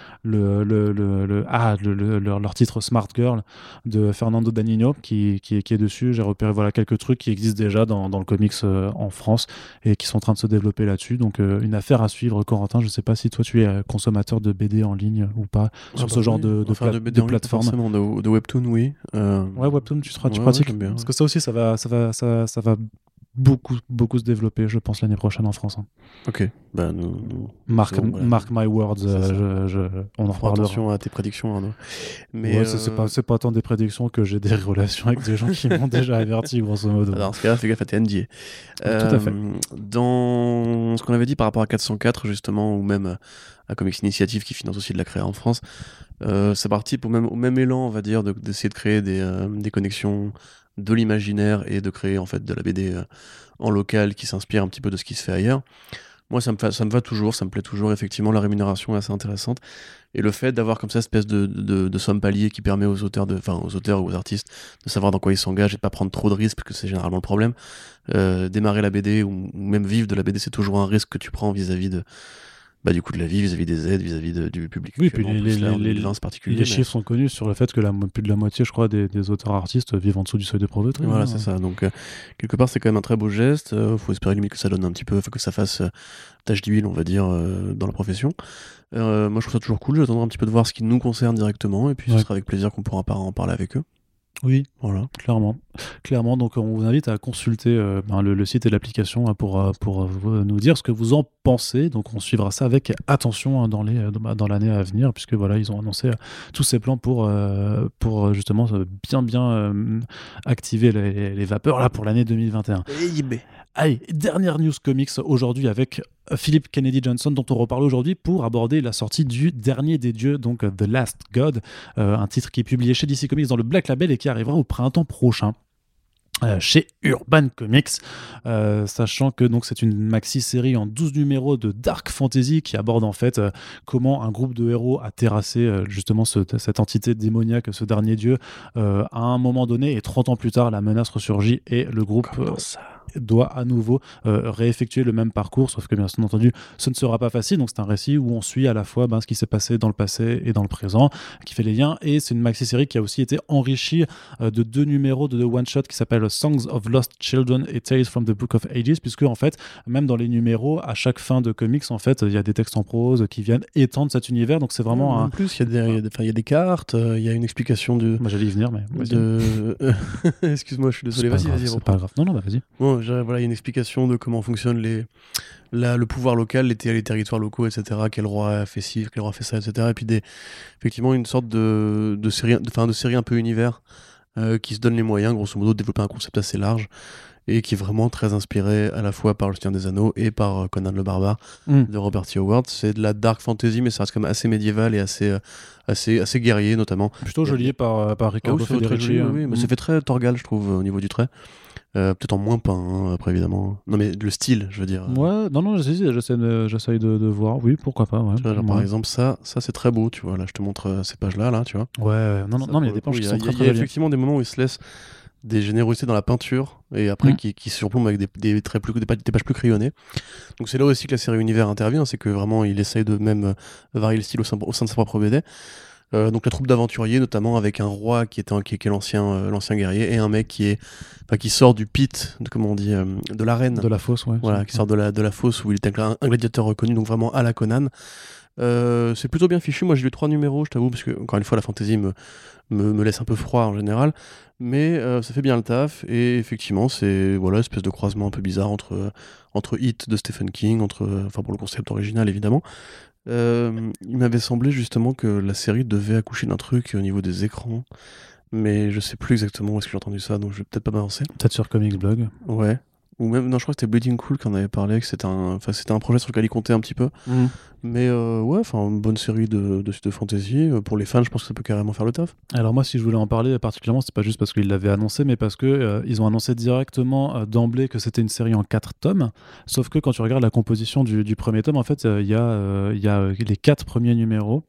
Le, le, le, le, ah, le, le, leur, leur titre Smart Girl de Fernando Danino qui, qui, qui est dessus. J'ai repéré voilà, quelques trucs qui existent déjà dans, dans le comics euh, en France et qui sont en train de se développer là-dessus. Donc euh, une affaire à suivre, Corentin. Je ne sais pas si toi tu es consommateur de B D en ligne ou pas sur ah bah ce oui. genre de, de, enfin, pla- de, B D de plateforme. Forcément, de, de Webtoon, oui. Euh... Ouais, Webtoon, tu, seras, tu ouais, pratiques ouais, bien, parce ouais. que ça aussi, ça va, ça va, ça, ça va beaucoup, beaucoup se développer, je pense, l'année prochaine en France. Hein. Ok, bah nous, nous mark, bon, voilà. mark my words, euh, je, je, on en reparlera. Attention à tes prédictions, Arnaud. Mais ouais, euh... c'est, pas, c'est pas tant des prédictions que j'ai des relations avec des gens qui m'ont déjà averti, grosso modo. Dans ce cas-là, fais gaffe à tes N D A. Euh, Tout à fait. Dans ce qu'on avait dit par rapport à quatre cent quatre, justement, ou même à Comics Initiative qui finance aussi de la créa en France, euh, ça participe au même, au même élan, on va dire, de, d'essayer de créer des, euh, des connexions de l'imaginaire et de créer en fait de la B D euh, en local qui s'inspire un petit peu de ce qui se fait ailleurs. Moi ça me, fa- ça me va toujours, ça me plaît toujours, effectivement la rémunération est assez intéressante et le fait d'avoir comme ça cette espèce de, de, de somme palier qui permet aux auteurs, de, enfin aux auteurs ou aux artistes de savoir dans quoi ils s'engagent et de pas prendre trop de risques parce que c'est généralement le problème. Euh, démarrer la B D ou, ou même vivre de la B D c'est toujours un risque que tu prends vis-à-vis de bah, du coup de la vie, vis-à-vis des aides, vis-à-vis de, du public. Oui, puis les, les, là, les, les, particulier, les mais... chiffres sont connus sur le fait que la, plus de la moitié, je crois, des, des auteurs-artistes vivent en dessous du seuil de pauvreté. Voilà, hein. c'est ça. Donc, euh, quelque part, c'est quand même un très beau geste. Il euh, faut espérer limite que ça donne un petit peu, que ça fasse euh, tache d'huile, on va dire, euh, dans la profession. Euh, moi, je trouve ça toujours cool. J'attendrai un petit peu de voir ce qui nous concerne directement. Et puis, ouais. Ce sera avec plaisir qu'on pourra en parler avec eux. Oui, voilà, clairement. Clairement, donc on vous invite à consulter euh, ben, le, le site et l'application hein, pour, euh, pour euh, nous dire ce que vous en pensez. Donc on suivra ça avec attention hein, dans, les, euh, dans l'année à venir, puisque voilà, ils ont annoncé euh, tous ces plans pour, euh, pour euh, justement euh, bien bien euh, activer les, les vapeurs là pour l'année deux mille vingt et un. Allez, dernière news comics aujourd'hui avec Philip Kennedy Johnson dont on reparle aujourd'hui pour aborder la sortie du Dernier des Dieux, donc The Last God, euh, un titre qui est publié chez D C Comics dans le Black Label et qui arrivera au printemps prochain. Euh, chez Urban Comics, euh, sachant que donc c'est une maxi-série en douze numéros de Dark Fantasy qui aborde en fait euh, comment un groupe de héros a terrassé euh, justement ce, cette entité démoniaque, ce dernier dieu, euh, à un moment donné, et trente ans plus tard, la menace ressurgit et le groupe euh, doit à nouveau euh, réeffectuer le même parcours, sauf que bien entendu ce ne sera pas facile, donc c'est un récit où on suit à la fois ben, ce qui s'est passé dans le passé et dans le présent, qui fait les liens, et c'est une maxi-série qui a aussi été enrichie euh, de deux numéros de, de one-shot qui s'appellent Songs of Lost Children et Tales from the Book of Ages, puisque en fait, même dans les numéros, à chaque fin de comics, en fait, il y a des textes en prose qui viennent étendre cet univers, donc c'est vraiment en un... plus, il y, y, y a des cartes, il euh, y a une explication de... Moi j'allais y venir, mais... De... Excuse-moi, je suis désolé, vas-y, vas-y, vas-y. C'est pas grave, non, non, bah vas-y. Bon, voilà, il y a une explication de comment fonctionnent les... La, le pouvoir local, les, ter- les territoires locaux, et cetera. Quel roi a fait ci, quel roi a fait ça, et cetera. Et puis des... effectivement une sorte de, de, série, de, de série un peu univers euh, qui se donne les moyens, grosso modo, de développer un concept assez large et qui est vraiment très inspiré à la fois par Le Seigneur des Anneaux et par Conan le Barbare mm. de Robert T. Howard. C'est de la dark fantasy, mais ça reste quand même assez médiéval et assez, assez, assez guerrier, notamment. Plutôt joli par, par Riccardo oh, Federici. Joli, oui, oui. Mm. Mais ça fait très Torgal, je trouve, au niveau du trait. Euh, peut-être en moins peint, hein, après évidemment. Non, mais le style, je veux dire. Ouais, non, non, j'essaie, j'essaie, de, j'essaie de, de voir. Oui, pourquoi pas. Ouais. Tu vois, genre, ouais. Par exemple, ça, ça c'est très beau, tu vois. Là, je te montre euh, ces pages-là, là, tu vois. Ouais, non, non, ça, non mais il y a des planches qui sont très, très belles. Il y a effectivement des moments où il se laisse des générosités dans la peinture et après mmh. qui, qui se surplombent avec des, des, traits plus, des, pages, des pages plus crayonnées. Donc c'est là aussi que la série Univers intervient, c'est que vraiment il essaye de même euh, varier le style au sein, au sein de sa propre B D. Euh, donc la troupe d'aventuriers, notamment avec un roi qui est, un, qui est, qui est l'ancien, euh, l'ancien guerrier et un mec qui, est, qui sort du pit, de, comment on dit, euh, de l'arène. De la fosse, ouais. Voilà, qui sort de la, de la fosse où il était un, un gladiateur reconnu, donc vraiment à la Conan. Euh, c'est plutôt bien fichu. Moi j'ai lu trois numéros, je t'avoue, parce que encore une fois la fantasy me, me, me laisse un peu froid en général, mais euh, ça fait bien le taf. Et effectivement c'est voilà espèce de croisement un peu bizarre entre entre It de Stephen King, entre enfin pour le concept original évidemment. Euh, il m'avait semblé justement que la série devait accoucher d'un truc au niveau des écrans, mais je sais plus exactement où est-ce que j'ai entendu ça, donc je vais peut-être pas m'avancer. Peut-être sur Comics Blog. Ouais. Ou même, non, je crois que c'était Bleeding Cool qui en avait parlé, que c'était un, enfin, c'était un projet sur lequel il comptait un petit peu. Mm. Mais euh, ouais, enfin, une bonne série de, de, de fantasy. Pour les fans, je pense que ça peut carrément faire le taf. Alors moi, si je voulais en parler particulièrement, c'est pas juste parce qu'ils l'avaient annoncé, mais parce que euh, ils ont annoncé directement euh, d'emblée que c'était une série en quatre tomes. Sauf que quand tu regardes la composition du, du premier tome, en fait, il euh, y, euh, y a les quatre premiers numéros.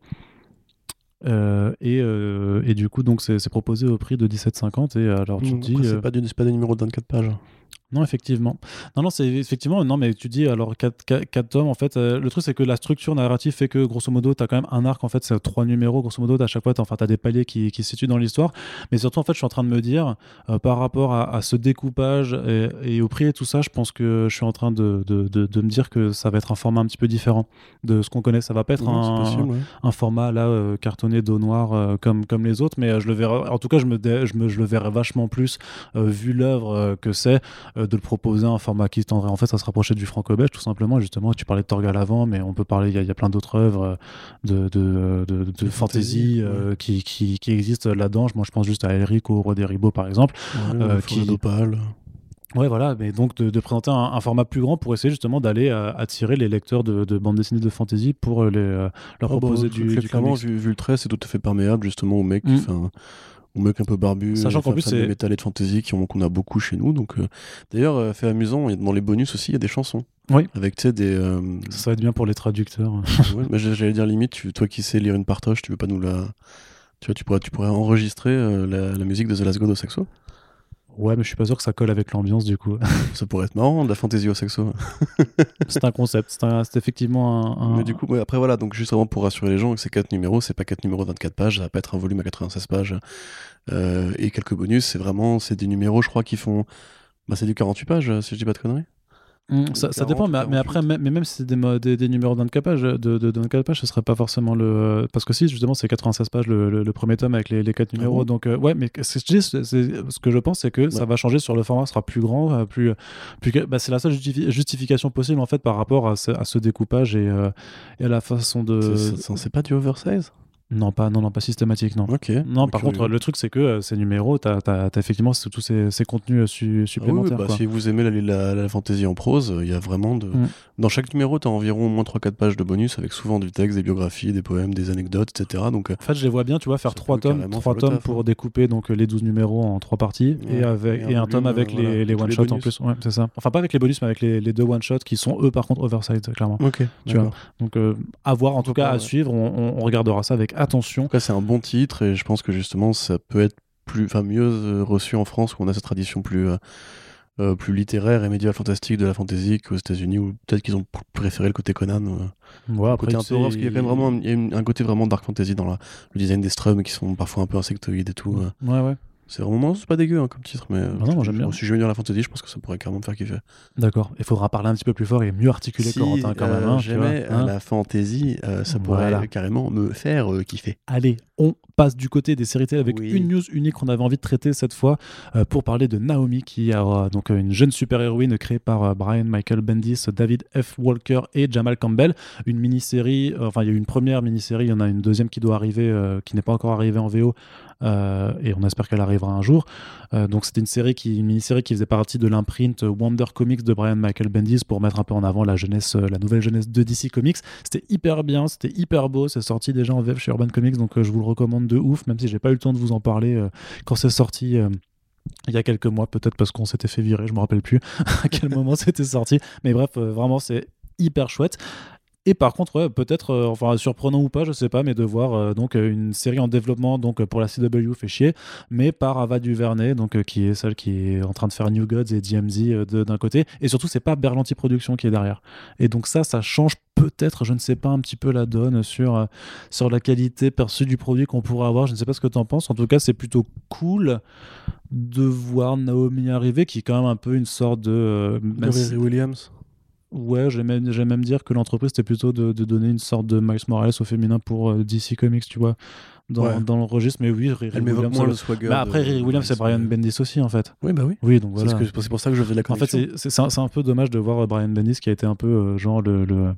Euh, et, euh, et du coup, donc c'est, c'est proposé au prix de dix-sept cinquante. Et alors tu mmh, te dis, après, euh... c'est pas, du, c'est pas des numéros de vingt-quatre pages. Non, effectivement. Non, non, c'est effectivement. Non, mais tu dis alors quatre tomes. En fait, euh, le truc c'est que la structure narrative fait que grosso modo, t'as quand même un arc. En fait, c'est trois numéros. Grosso modo, à chaque fois, t'as enfin, t'as des paliers qui, qui se situent dans l'histoire. Mais surtout, en fait, je suis en train de me dire euh, par rapport à, à ce découpage et, et au prix et tout ça, je pense que je suis en train de, de, de, de me dire que ça va être un format un petit peu différent de ce qu'on connaît. Ça va pas être non, un, possible, ouais. un format là euh, cartonné dos noir euh, comme comme les autres. Mais euh, je le verrai. En tout cas, je me, je me je le verrai vachement plus euh, vu l'œuvre euh, que c'est euh, de le proposer un format qui tendrait en fait à se rapprocher du franco-belge tout simplement. Justement, tu parlais de Torgal avant, mais on peut parler, il y, y a plein d'autres œuvres de, de, de, de, de fantasy euh, ouais. qui, qui, qui existent là-dedans. Moi, je pense juste à Elric ou au Roi des Ribauds, par exemple. Ouais, euh, qui d'Opale. Ouais, voilà, mais donc de, de présenter un, un format plus grand pour essayer justement d'aller euh, attirer les lecteurs de, de bande dessinée de fantasy pour les, euh, leur oh proposer bah, du, du clairement, vu, vu le trait, c'est tout à fait perméable justement au mec mm. qui fait un... ou mec un peu barbu, sachant qu'en plus c'est métal et de fantasy qui ont, qu'on a beaucoup chez nous. Donc euh, d'ailleurs, euh, fait amusant, il y a, dans les bonus aussi, il y a des chansons. Oui. Avec tu sais des. Euh... Ça va être bien pour les traducteurs. ouais, mais j'allais dire limite, tu, toi qui sais lire une partoche, tu veux pas nous la. Tu vois, tu pourrais, tu pourrais enregistrer euh, la, la musique de The Last God au saxo. Ouais, mais je suis pas sûr que ça colle avec l'ambiance du coup. Ça pourrait être marrant, de la fantasy au saxo. C'est un concept, c'est, un, c'est effectivement un, un... Mais du coup, ouais, après voilà, donc juste vraiment pour rassurer les gens, que c'est quatre numéros, c'est pas quatre numéros de vingt-quatre pages, ça va pas être un volume à quatre-vingt-seize pages euh, et quelques bonus, c'est vraiment, c'est des numéros, je crois, qui font, bah c'est du quarante-huit pages, si je dis pas de conneries. Mmh, ça, ça dépend, mais, mais après, même, mais même si c'est des, mo- des, des numéros d'un page, de, de, de quatre pages, ce serait pas forcément le. Parce que si, justement, c'est quatre-vingt-seize pages le, le, le premier tome avec les, les quatre numéros. bon Donc, euh, ouais, mais ce que je dis, c'est- c'est- ce que je pense, c'est que ça Ouais. va changer sur le format, sera plus grand, euh, plus. plus bah, c'est la seule justifi- justification possible, en fait, par rapport à ce, à ce découpage et, euh, et à la façon de. C'est- c'est c'est pas du oversize? Non, pas, non, non, pas systématique, non. Ok. Non, par Curieux. contre, le truc, c'est que euh, ces numéros, t'as as, effectivement tous ces, ces contenus euh, su- Ah oui, supplémentaires. bah, quoi. si vous aimez la, la, la fantasy en prose, il y a vraiment de. Mm. Dans chaque numéro, tu as environ au moins trois quatre pages de bonus avec souvent du texte, des biographies, des poèmes, des anecdotes, et cetera. Donc, euh, En fait, je les vois bien, tu vois, faire Ça trois peut tomes, carrément trois faire le tomes taf, pour hein. découper donc les douze numéros en trois parties et, Ouais, avec, et un et un tome volume, avec euh, les, voilà, les tous les one-shots en bonus. plus. Ouais, c'est ça. Enfin, pas avec les bonus, mais avec les, les deux one-shots qui sont eux, par contre, oversized, clairement. ok. Tu vois. d'accord. Donc, euh, à voir, en tout Pourquoi cas, pas, à ouais. suivre. On, on- on regardera ça avec attention. En tout cas, c'est un bon titre et je pense que justement, ça peut être plus, enfin, mieux euh, reçu en France où on a cette tradition plus. euh, euh, plus littéraire et médiéval fantastique de la fantasy qu'aux États-Unis où peut-être qu'ils ont pr- préféré le côté Conan. euh, Ouais, le après, côté un tu peu horreur, parce sais, qu'il y a quand même vraiment un, il y a une- un côté vraiment dark fantasy dans la, le design des strums qui sont parfois un peu insectoïdes et tout. euh. Ouais, ouais. C'est vraiment, c'est pas dégueu hein, comme titre, mais euh, Bah non, moi, j'aime bien. si je veux dire la fantasy, je pense que ça pourrait carrément me faire kiffer. D'accord. Il faudra parler un petit peu plus fort et mieux articuler Si Corentin quand même. euh, Hein, tu vois, j'aimais euh, hein. la fantasy, euh, ça pourrait Voilà. carrément me faire euh, kiffer. Allez, on passe du côté des séries télé avec Oui. une news unique qu'on avait envie de traiter cette fois euh, pour parler de Naomi, qui a euh, donc euh, une jeune super-héroïne créée par euh, Brian Michael Bendis, David F. Walker et Jamal Campbell. Une mini-série, euh, enfin il y a eu une première mini-série, il y en a une deuxième qui doit arriver, euh, qui n'est pas encore arrivée en V O, euh, et on espère qu'elle arrivera un jour. Euh, donc c'était une série qui, une mini-série qui faisait partie de l'imprint Wonder Comics de Brian Michael Bendis pour mettre un peu en avant la jeunesse, euh, la nouvelle jeunesse de D C Comics. C'était hyper bien, c'était hyper beau, c'est sorti déjà en V F chez Urban Comics, donc euh, je vous le recommande de ouf, même si j'ai pas eu le temps de vous en parler euh, quand c'est sorti. Euh, il y a quelques mois, peut-être parce qu'on s'était fait virer, je me rappelle plus à quel moment c'était sorti. Mais bref, euh, vraiment, c'est hyper chouette. Et par contre, ouais, peut-être, euh, enfin surprenant ou pas, je sais pas, mais de voir euh, donc euh, une série en développement donc euh, pour la C W fait chier, mais par Ava DuVernay, donc euh, qui est celle qui est en train de faire New Gods et D M Z euh, de- d'un côté, et surtout c'est pas Berlanti Productions qui est derrière. Et donc ça, ça change peut-être, je ne sais pas, un petit peu la donne sur euh, sur la qualité perçue du produit qu'on pourrait avoir. Je ne sais pas ce que tu en penses. En tout cas, c'est plutôt cool de voir Naomi arriver, qui est quand même un peu une sorte de euh, même si- Riri Williams. Ouais, j'aime même, j'aime même dire que l'entreprise, c'était plutôt de, de donner une sorte de Miles Morales au féminin pour euh, D C Comics, tu vois, dans, Ouais. dans le registre. Mais oui, Riri Elle m'évoque Williams. moins ça- le swagger. Bah après, de- Riri Williams, c'est Brian mais- Bendis aussi, en fait. Oui, bah oui. Oui, donc C'est voilà. ce que- c'est pour ça que je faisais la En fait, connexion. c'est, c'est, c'est un, c'est un peu dommage de voir euh, Brian Bendis qui a été un peu euh, genre le, le-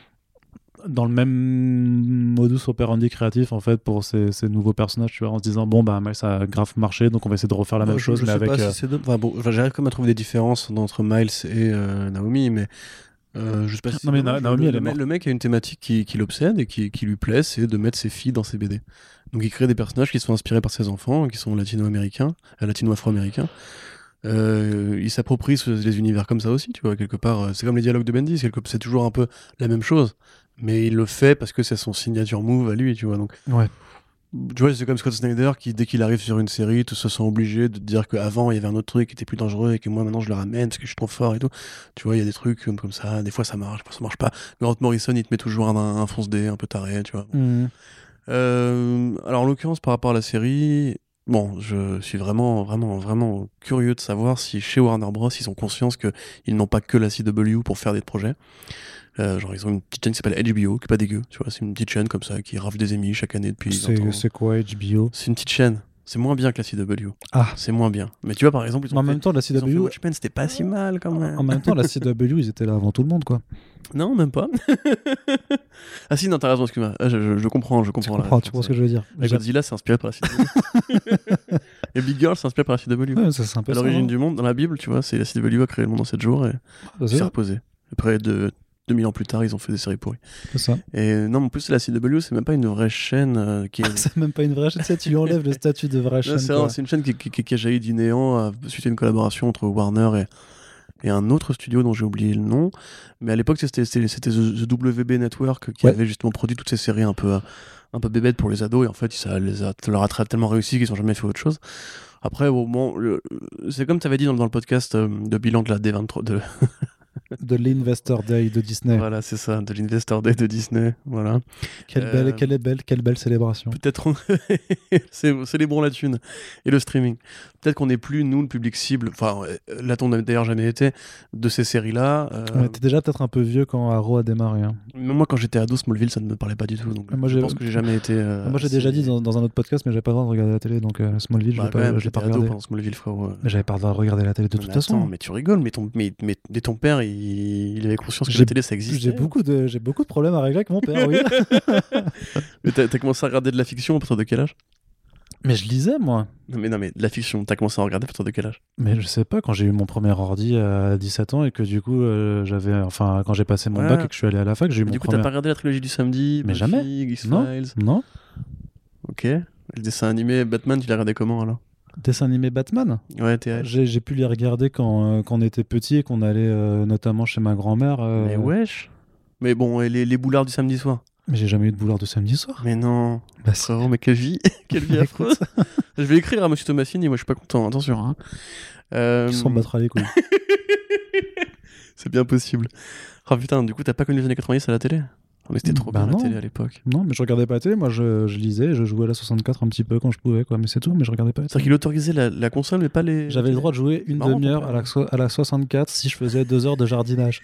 dans le même modus operandi créatif en fait pour ces, ces nouveaux personnages, tu vois, en se disant bon bah Miles a grave marché, donc on va essayer de refaire la Bah, même je- chose, je mais sais avec pas euh, si c'est de- enfin, bon, enfin, j'arrive quand même à trouver des différences entre Miles et euh, Naomi, mais euh, je sais pas si Non, c'est mais dommage. Na- Naomi, le, elle le est mec- morte. le mec a une thématique qui, qui l'obsède et qui, qui lui plaît, c'est de mettre ses filles dans ses B D. Donc il crée des personnages qui sont inspirés par ses enfants, qui sont latino-américains, euh, latino-afro-américains. Euh, il s'approprie ce- les univers comme ça aussi, tu vois, quelque part. euh, C'est comme les dialogues de Bendis, quelque- c'est toujours un peu la même chose, mais il le fait parce que c'est son signature move à lui, tu vois. Donc ouais. tu vois, c'est comme Scott Snyder qui, dès qu'il arrive sur une série, tout se sent obligé de dire qu'avant il y avait un autre truc qui était plus dangereux et que moi maintenant je le ramène parce que je suis trop fort et tout. Tu vois, il y a des trucs comme, comme ça, des fois ça marche, des fois ça marche pas. Grant Morrison il te met toujours un, un fonce-dé un peu taré, tu vois. Mhm. Euh, alors en l'occurrence, par rapport à la série, bon, je suis vraiment, vraiment, vraiment curieux de savoir si chez Warner Bros. Ils ont conscience qu'ils n'ont pas que la C W pour faire des projets. Euh, genre, ils ont une petite chaîne qui s'appelle H B O, qui est pas dégueu, tu vois, c'est une petite chaîne comme ça qui rafle des Emmy chaque année depuis vingt ans. C'est, c'est quoi H B O? C'est une petite chaîne. C'est moins bien que la C W. Ah. C'est moins bien. Mais tu vois, par exemple, ils ont En fait, même temps, la ils ont fait C W, Watchmen, c'était pas si mal quand même. en même temps, la C W, ils étaient là avant tout le monde, quoi. Non, même pas. Ah si, non, t'as raison, excuse-moi. Ah, je, je, je comprends, je Tu comprends. la comprends, tu référence, vois ce que je veux dire. ouais. Godzilla, c'est inspiré par la C W. Et Big Girl, c'est inspiré par la C W. Ouais, ça, c'est un peu À ça, l'origine hein. du monde, dans la Bible, tu vois, c'est la C W a créé le monde en sept jours et Bah, s'est c'est, reposé. Après, de, deux mille ans plus tard, ils ont fait des séries pourries. c'est ça. Et non, en plus, la C W, c'est même pas une vraie chaîne euh, qui est... C'est même pas une vraie chaîne, tu sais, tu lui enlèves le statut de vraie chaîne. Non, c'est, quoi. un- c'est une chaîne qui, qui, qui- qui a jailli du néant euh, suite à une collaboration entre Warner et, et un autre studio dont j'ai oublié le nom. Mais à l'époque, c'était, c'était, c'était The, The W B Network qui Ouais. avait justement produit toutes ces séries un peu, euh, un peu bébêtes pour les ados. Et en fait, ça les a, ça leur a très- tellement réussi qu'ils n'ont jamais fait autre chose. Après, au moment, le- c'est comme tu avais dit dans, dans le podcast euh, de bilan de la D vingt-trois. De... De l'Investor Day de Disney. Voilà, c'est ça, de l'Investor Day de Disney. Voilà. Quelle Euh, belle, quelle est belle, quelle belle célébration. Peut-être on- c'est célébrons la thune et le streaming. peut-être qu'on n'est plus, nous, le public cible, enfin, là, on n'a d'ailleurs jamais été, de ces séries-là. Euh... On était déjà peut-être un peu vieux quand Arrow a démarré. Hein. Moi, quand j'étais ado, Smallville, ça ne me parlait pas du tout. Donc moi, je j'ai... pense que j'ai jamais été. Euh, moi, j'ai assez... déjà dit dans, dans un autre podcast, mais j'avais pas le droit de regarder la télé, donc euh, Smallville, bah, je l'ai pas, même, je l'ai pas regardé. Ado pendant Smallville, frérot. Mais j'avais pas le droit de regarder la télé de mais toute attends, façon. Mais tu rigoles, mais ton, mais, mais, mais ton père, il, il avait conscience que j'ai, la télé, ça existait. J'ai beaucoup de, j'ai beaucoup de problèmes à régler avec mon père, oui. Mais t'as, t'as commencé à regarder de la fiction à partir de quel âge? Mais je lisais, moi. Non, mais non, mais de la fiction, t'as commencé à en regarder à partir de quel âge? Mais je sais pas, quand j'ai eu mon premier ordi à dix-sept ans et que du coup, euh, j'avais. Enfin, quand j'ai passé mon ouais. bac et que je suis allé à la fac, j'ai eu mais mon Du coup, premier... t'as pas regardé la trilogie du samedi? Mais Buffy, jamais. X-Files? Non. Non. Ok. Le dessin animé Batman, tu l'as regardé comment alors? Dessin animé Batman. Ouais, t'es. J'ai, j'ai pu les regarder quand, euh, quand on était petit et qu'on allait euh, notamment chez ma grand-mère. Euh... Mais wesh. Mais bon, et les, les boulards du samedi soir? Mais j'ai jamais eu de boulard de samedi soir. Mais non. Bah, frérot, mais quelle vie, quelle vie affreuse. Je vais écrire à Monsieur Tomassini, moi je suis pas content, attention. Hein. Euh... Qui s'en battra les couilles. C'est bien possible. Oh putain, du coup t'as pas connu les années quatre-vingt-dix à la télé? Oh, mais c'était trop bah bien non. la télé à l'époque. Non, mais je regardais pas la télé, moi je, je lisais, je jouais à la soixante-quatre un petit peu quand je pouvais, quoi. Mais c'est tout, mais je regardais pas la télé. C'est-à-dire qu'il autorisait la, la console, mais pas les. J'avais le droit de jouer une marrant, demi-heure à la, so- à la soixante-quatre si je faisais deux heures de jardinage.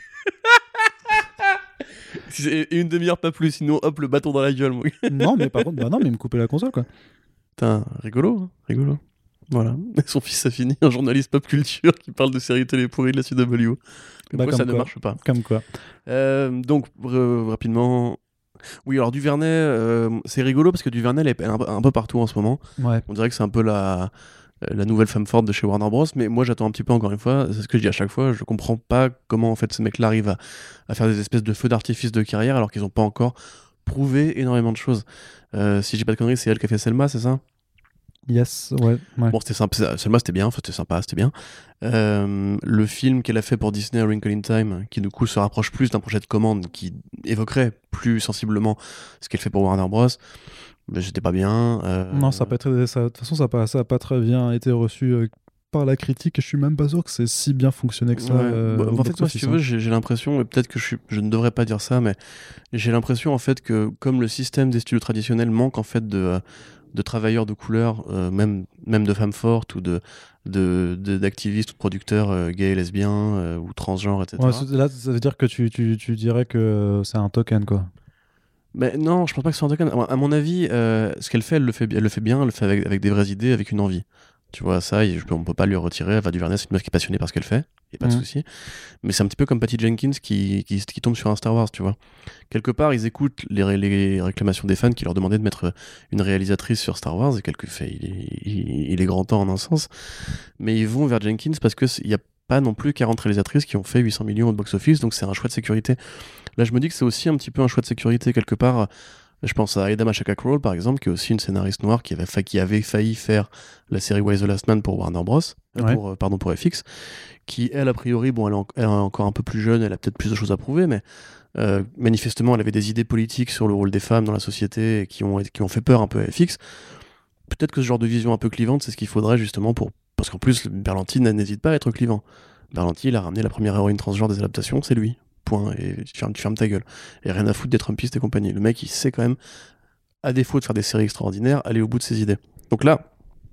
Et une demi-heure pas plus, sinon hop, le bâton dans la gueule, moi. Non, mais par contre, bah non, mais il me coupait la console, quoi. Putain, rigolo, hein, rigolo. Voilà. Son fils a fini, un journaliste pop culture qui parle de séries télé pourries de la C W. Comme Bah, quoi, comme ça quoi. ne marche pas. Comme quoi. Euh, donc, euh, rapidement. Oui, alors Duvernay, euh, c'est rigolo parce que Duvernay, elle est un, un peu partout en ce moment. Ouais. On dirait que c'est un peu la, la nouvelle femme forte de chez Warner Bros. Mais moi, j'attends un petit peu encore une fois. C'est ce que je dis à chaque fois. Je comprends pas comment en fait ces mecs-là arrivent à, à faire des espèces de feux d'artifice de carrière alors qu'ils ont pas encore prouvé énormément de choses. Euh, si j'ai pas de conneries, c'est elle qui a fait Selma, c'est ça? Yes, ouais. ouais. Bon, c'était sympa. Selma, c'était bien. C'était sympa, c'était bien. Euh, le film qu'elle a fait pour Disney, A Wrinkle in Time, qui du coup se rapproche plus d'un projet de commande qui évoquerait plus sensiblement ce qu'elle fait pour Warner Bros. Mais j'étais pas bien. Euh... Non, ça a pas très, ça, de toute façon, ça a pas, ça a pas très bien été reçu euh, par la critique et je suis même pas sûr que c'est si bien fonctionné que ça. Ouais. Euh, bah, en fait, moi, office, si tu hein. veux, j'ai, j'ai l'impression, et peut-être que je, suis, je ne devrais pas dire ça, mais j'ai l'impression en fait que comme le système des studios traditionnels manque en fait de, de travailleurs de couleur, euh, même, même de femmes fortes ou de, de, de, d'activistes ou de producteurs euh, gays, lesbiens euh, ou transgenres, et cetera. Ouais, là, ça veut dire que tu, tu, tu dirais que c'est un token, quoi. Mais non, je pense pas que ce soit un token. À mon avis, euh, ce qu'elle fait, elle le fait, elle le fait bien, elle le fait avec, avec des vraies idées, avec une envie. Tu vois, ça, je, on peut pas lui retirer. Ava DuVernay, c'est une meuf qui est passionnée par ce qu'elle fait, y a pas de Mhm. souci. Mais c'est un petit peu comme Patty Jenkins qui, qui, qui tombe sur un Star Wars, tu vois. Quelque part, ils écoutent les, ré- les réclamations des fans qui leur demandaient de mettre une réalisatrice sur Star Wars, et quelque fait, il est, il, il est grand temps en un sens. Mais ils vont vers Jenkins parce qu'il y a pas non plus quarante réalisatrices qui ont fait huit cents millions au box-office, donc c'est un choix de sécurité. Là, je me dis que c'est aussi un petit peu un choix de sécurité quelque part. Je pense à Aida Machaka Crowell, par exemple, qui est aussi une scénariste noire qui avait, fa- qui avait failli faire la série Why the Last Man pour Warner Bros. Euh, Ouais. pour, euh, pardon, pour F X. Qui, elle, a priori, bon, elle est, en- elle est encore un peu plus jeune, elle a peut-être plus de choses à prouver, mais euh, manifestement, elle avait des idées politiques sur le rôle des femmes dans la société et qui ont, qui ont fait peur un peu à F X. Peut-être que ce genre de vision un peu clivante, c'est ce qu'il faudrait justement pour. Parce qu'en plus, Berlanti n'hésite pas à être clivant. Berlanti, il a ramené la première héroïne transgenre des adaptations, c'est lui. Point. Et tu fermes, tu fermes ta gueule. Et rien à foutre des Trumpistes et compagnie. Le mec, il sait quand même, à défaut de faire des séries extraordinaires, aller au bout de ses idées. Donc là,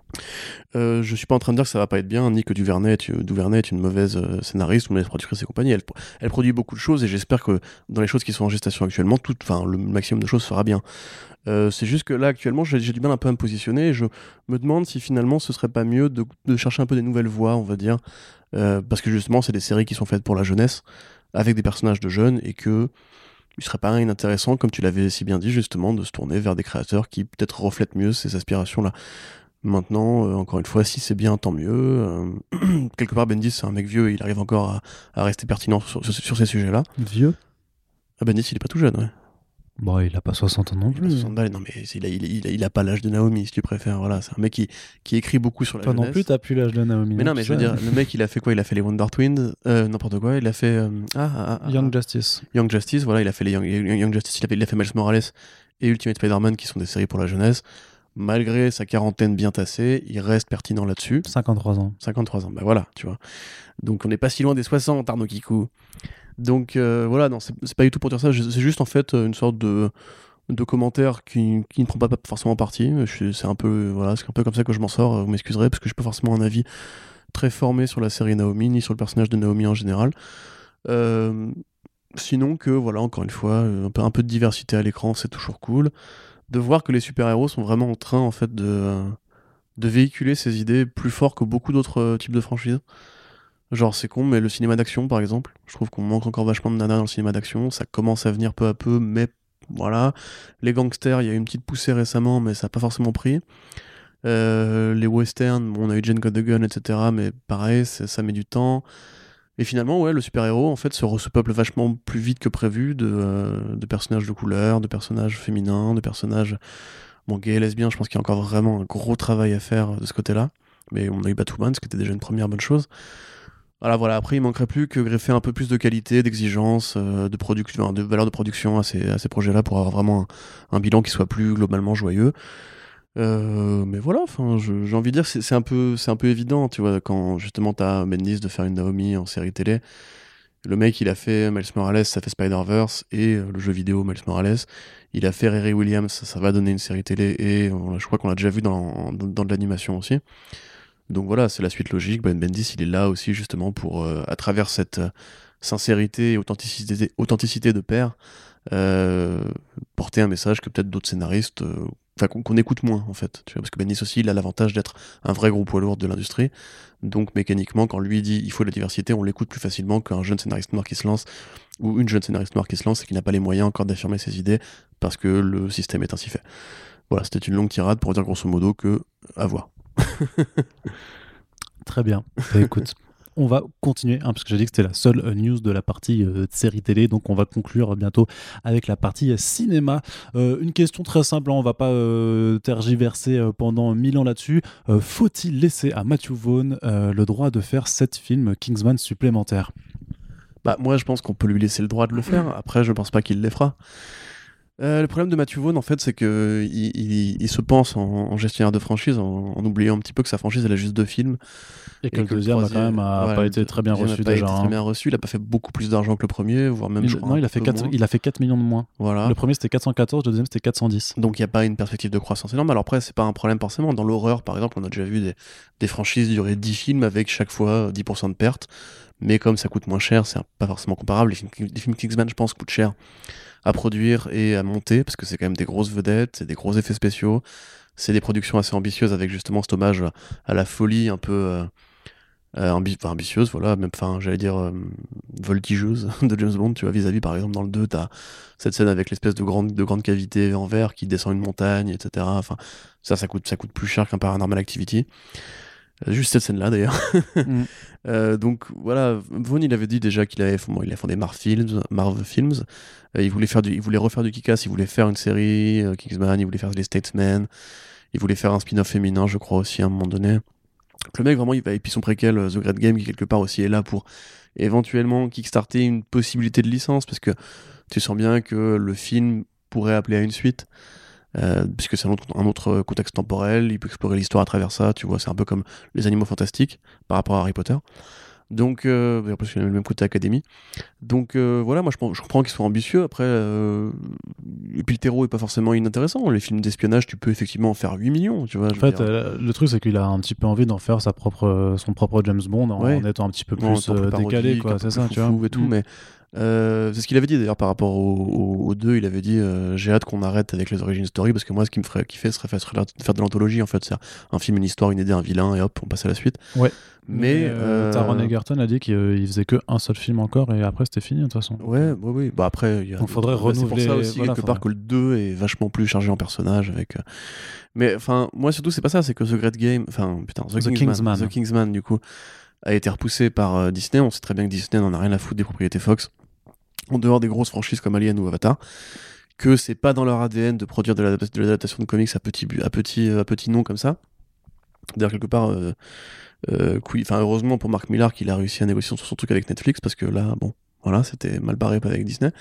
euh, je suis pas en train de dire que ça va pas être bien, ni que Duvernay est, Duvernay est une mauvaise euh, scénariste ou mauvaise productrice et compagnie. Elle, elle produit beaucoup de choses et j'espère que dans les choses qui sont en gestation actuellement, tout, enfin, le maximum de choses sera bien. Euh, c'est juste que là, actuellement, j'ai, j'ai du mal un peu à me positionner et je me demande si finalement ce serait pas mieux de, de chercher un peu des nouvelles voies, on va dire, euh, parce que justement, c'est des séries qui sont faites pour la jeunesse, avec des personnages de jeunes et que il serait pas inintéressant, comme tu l'avais si bien dit, justement, de se tourner vers des créateurs qui peut-être reflètent mieux ces aspirations-là. Maintenant, euh, encore une fois, si c'est bien, tant mieux. Euh, quelque part, Bendis, c'est un mec vieux et il arrive encore à, à rester pertinent sur, sur, sur ces sujets-là. Vieux. Ah, Bendis, il est pas tout jeune, ouais. Bon, il a pas soixante ans non Il a plus. soixante balles, non, mais il a, il, a, il, a, il a pas l'âge de Naomi, si tu préfères. Voilà, c'est un mec qui, qui écrit beaucoup sur la Toi jeunesse. non plus, t'as plus l'âge de Naomi. Mais non, mais je veux dire, le mec, il a fait quoi? Il a fait les Wonder Twins, euh, n'importe quoi. Il a fait. Euh, ah, ah, ah, Young ah. Justice. Young Justice, voilà, il a fait les Young, Young Justice, il a, fait, il a fait Miles Morales et Ultimate Spider-Man, qui sont des séries pour la jeunesse. Malgré sa quarantaine bien tassée, il reste pertinent là-dessus. cinquante-trois ans. cinquante-trois ans, bah voilà, tu vois. Donc on n'est pas si loin des soixante, Arnaud Kikou. Donc euh, voilà, non, c'est, c'est pas du tout pour dire ça, c'est juste en fait une sorte de, de commentaires qui, qui ne prend pas forcément parti. Je suis- C'est un peu, voilà, c'est un peu comme ça que je m'en sors. Vous m'excuserez parce que je n'ai pas forcément un avis très formé sur la série Naomi ni sur le personnage de Naomi en général. Euh, Sinon que voilà, encore une fois, euh, un peu, un peu de diversité à l'écran, c'est toujours cool. De voir que les super-héros sont vraiment en train en fait de, euh, de véhiculer ces idées plus fort que beaucoup d'autres euh, types de franchises. Genre c'est con, mais le cinéma d'action par exemple, je trouve qu'on manque encore vachement de nanas dans le cinéma d'action. Ça commence à venir peu à peu, mais voilà. Les gangsters, il y a eu une petite poussée récemment, mais ça n'a pas forcément pris. Euh, les westerns, bon, on a eu Jane Got the Gun, et cetera. Mais pareil, c'est- ça met du temps. Et finalement, ouais, le super-héros, en fait, se, re- se peuple vachement plus vite que prévu de, euh, de personnages de couleur, de personnages féminins, de personnages bon, gays et lesbiens. Je pense qu'il y a encore vraiment un gros travail à faire de ce côté-là. Mais on a eu Batwoman, ce qui était déjà une première bonne chose. Voilà, voilà. Après, il manquerait plus que greffer un peu plus de qualité, d'exigence, euh, de production, de valeur de production à ces, à ces projets-là pour avoir vraiment un, un bilan qui soit plus globalement joyeux. Euh, mais voilà, enfin, je- j'ai envie de dire, c'est c'est un peu, c'est un peu évident, tu vois, quand justement t'as Bendis de faire une Naomi en série télé. Le mec, il a fait Miles Morales, ça fait Spider-Verse, et euh, le jeu vidéo Miles Morales. Il a fait Riri Williams, ça, ça va donner une série télé, et on- je crois qu'on l'a déjà vu dans, dans, dans de l'animation aussi. Donc voilà, c'est la suite logique. Ben Bendis, il est là aussi justement pour, euh, à travers cette euh, sincérité et authenticité, authenticité de père, euh, porter un message que peut-être d'autres scénaristes, euh, enfin qu'on qu'on écoute moins en fait. Tu vois, parce que Bendis aussi, il a l'avantage d'être un vrai gros poids lourd de l'industrie. Donc mécaniquement, quand lui dit il faut de la diversité, on l'écoute plus facilement qu'un jeune scénariste noir qui se lance ou une jeune scénariste noire qui se lance et qui n'a pas les moyens encore d'affirmer ses idées parce que le système est ainsi fait. Voilà, c'était une longue tirade pour dire grosso modo que à voir. Très bien. Bah, écoute, on va continuer, hein, parce que j'ai dit que c'était la seule euh, news de la partie euh, série télé, donc on va conclure bientôt avec la partie euh, cinéma. Euh, une question très simple, hein, on va pas euh, tergiverser euh, pendant mille ans là-dessus. Euh, faut-il laisser à Matthew Vaughn euh, le droit de faire sept films Kingsman supplémentaires? Bah moi je pense qu'on peut lui laisser le droit de le faire. Après je pense pas qu'il les fera. Euh, le problème de Matthew Vaughn, en fait, c'est que il, il- il se pense en, en gestionnaire de franchise, en, en oubliant un petit peu que sa franchise, elle a juste deux films. Et que Et le que le deuxième a quand troisième, même a voilà, pas le été très bien deuxième reçu n'a pas déjà. été très hein. bien reçu. Il a pas fait beaucoup plus d'argent que le premier, voire même, Il- je crois, non, un il a, fait peu quatre, moins. il a fait quatre millions de moins. Voilà. Le premier c'était quatre cent quatorze, le deuxième c'était quatre cent dix. Donc il n'y a pas une perspective de croissance énorme. Alors après, c'est pas un problème forcément. Dans l'horreur, par exemple, on a déjà vu des, des franchises durer dix films avec chaque fois dix pour cent de pertes. Mais comme ça coûte moins cher, c'est pas forcément comparable. Les films, les films Kingsman, je pense, coûtent cher à produire et à monter, parce que c'est quand même des grosses vedettes, c'est des gros effets spéciaux. C'est des productions assez ambitieuses avec justement cet hommage à la folie un peu euh, euh, ambi- enfin, ambitieuse, voilà, même, enfin, j'allais dire euh, voltigeuse de James Bond, tu vois, vis-à-vis, par exemple, dans le deux, t'as cette scène avec l'espèce de grande, de grande cavité en verre qui descend une montagne, et cetera. Enfin, ça, ça coûte, ça coûte plus cher qu'un Paranormal Activity. Euh, Juste cette scène-là, d'ailleurs. Mm. Euh, donc voilà, Vaughn il avait dit déjà qu'il avait, bon, il a fondé Marvel Films, Marvel Films. Euh, il voulait faire du, il voulait refaire du Kick-Ass, il voulait faire une série euh, Kingsman, il voulait faire les Statesmen, il voulait faire un spin-off féminin, je crois aussi à un moment donné. Donc, le mec vraiment, il va et puis son préquel euh, The Great Game qui quelque part aussi est là pour éventuellement kickstarter une possibilité de licence parce que tu sens bien que le film pourrait appeler à une suite. Euh, puisque c'est un autre, un autre contexte temporel, il peut explorer l'histoire à travers ça, tu vois, c'est un peu comme les animaux fantastiques par rapport à Harry Potter. Donc, euh, en plus, il a le même côté académie. Donc, euh, voilà, moi je, pense- je comprends qu'ils soient ambitieux. Après, euh, et puis le terreau est pas forcément inintéressant. Les films d'espionnage, tu peux effectivement en faire huit millions, tu vois. En Je veux fait, dire. euh, le truc, c'est qu'il a un petit peu envie d'en faire sa propre, son propre James Bond en, Ouais. en étant un petit peu En plus étant plus euh, décalé, parodique, un quoi. peu C'est plus ça, tu vois. foufou et tout, Mm. mais euh, c'est ce qu'il avait dit d'ailleurs par rapport au, au, au deux. Il avait dit euh, j'ai hâte qu'on arrête avec les origin story parce que moi, ce qui me ferait kiffer serait faire, serait faire de l'anthologie en fait. C'est un film, une histoire, une idée, un vilain et hop, on passe à la suite. Ouais. Mais, Mais euh, Taron euh, Egerton a dit qu'il faisait que un seul film encore et après c'était fini de toute façon. Ouais, oui, oui. Bah après, il y a Donc faudrait d'autres- bah, c'est pour renouveler- ça aussi voilà, quelque faudrait- part que le deux est vachement plus chargé en personnages avec. euh, Mais enfin, moi surtout c'est pas ça, c'est que The Great Game, enfin putain, The, The Kingsman, Kingsman. The Kingsman du coup a été repoussé par euh, Disney. On sait très bien que Disney n'en a rien à foutre des propriétés Fox, en dehors des grosses franchises comme Alien ou Avatar, que c'est pas dans leur A D N de produire de l'adap- de l'adaptation de comics à petit bu- à petit à petit nom comme ça. D'ailleurs quelque part. Euh, Euh, qui- enfin, heureusement pour Mark Millar qu'il a réussi à négocier sur son truc avec Netflix parce que là, bon, voilà, c'était mal barré avec Disney.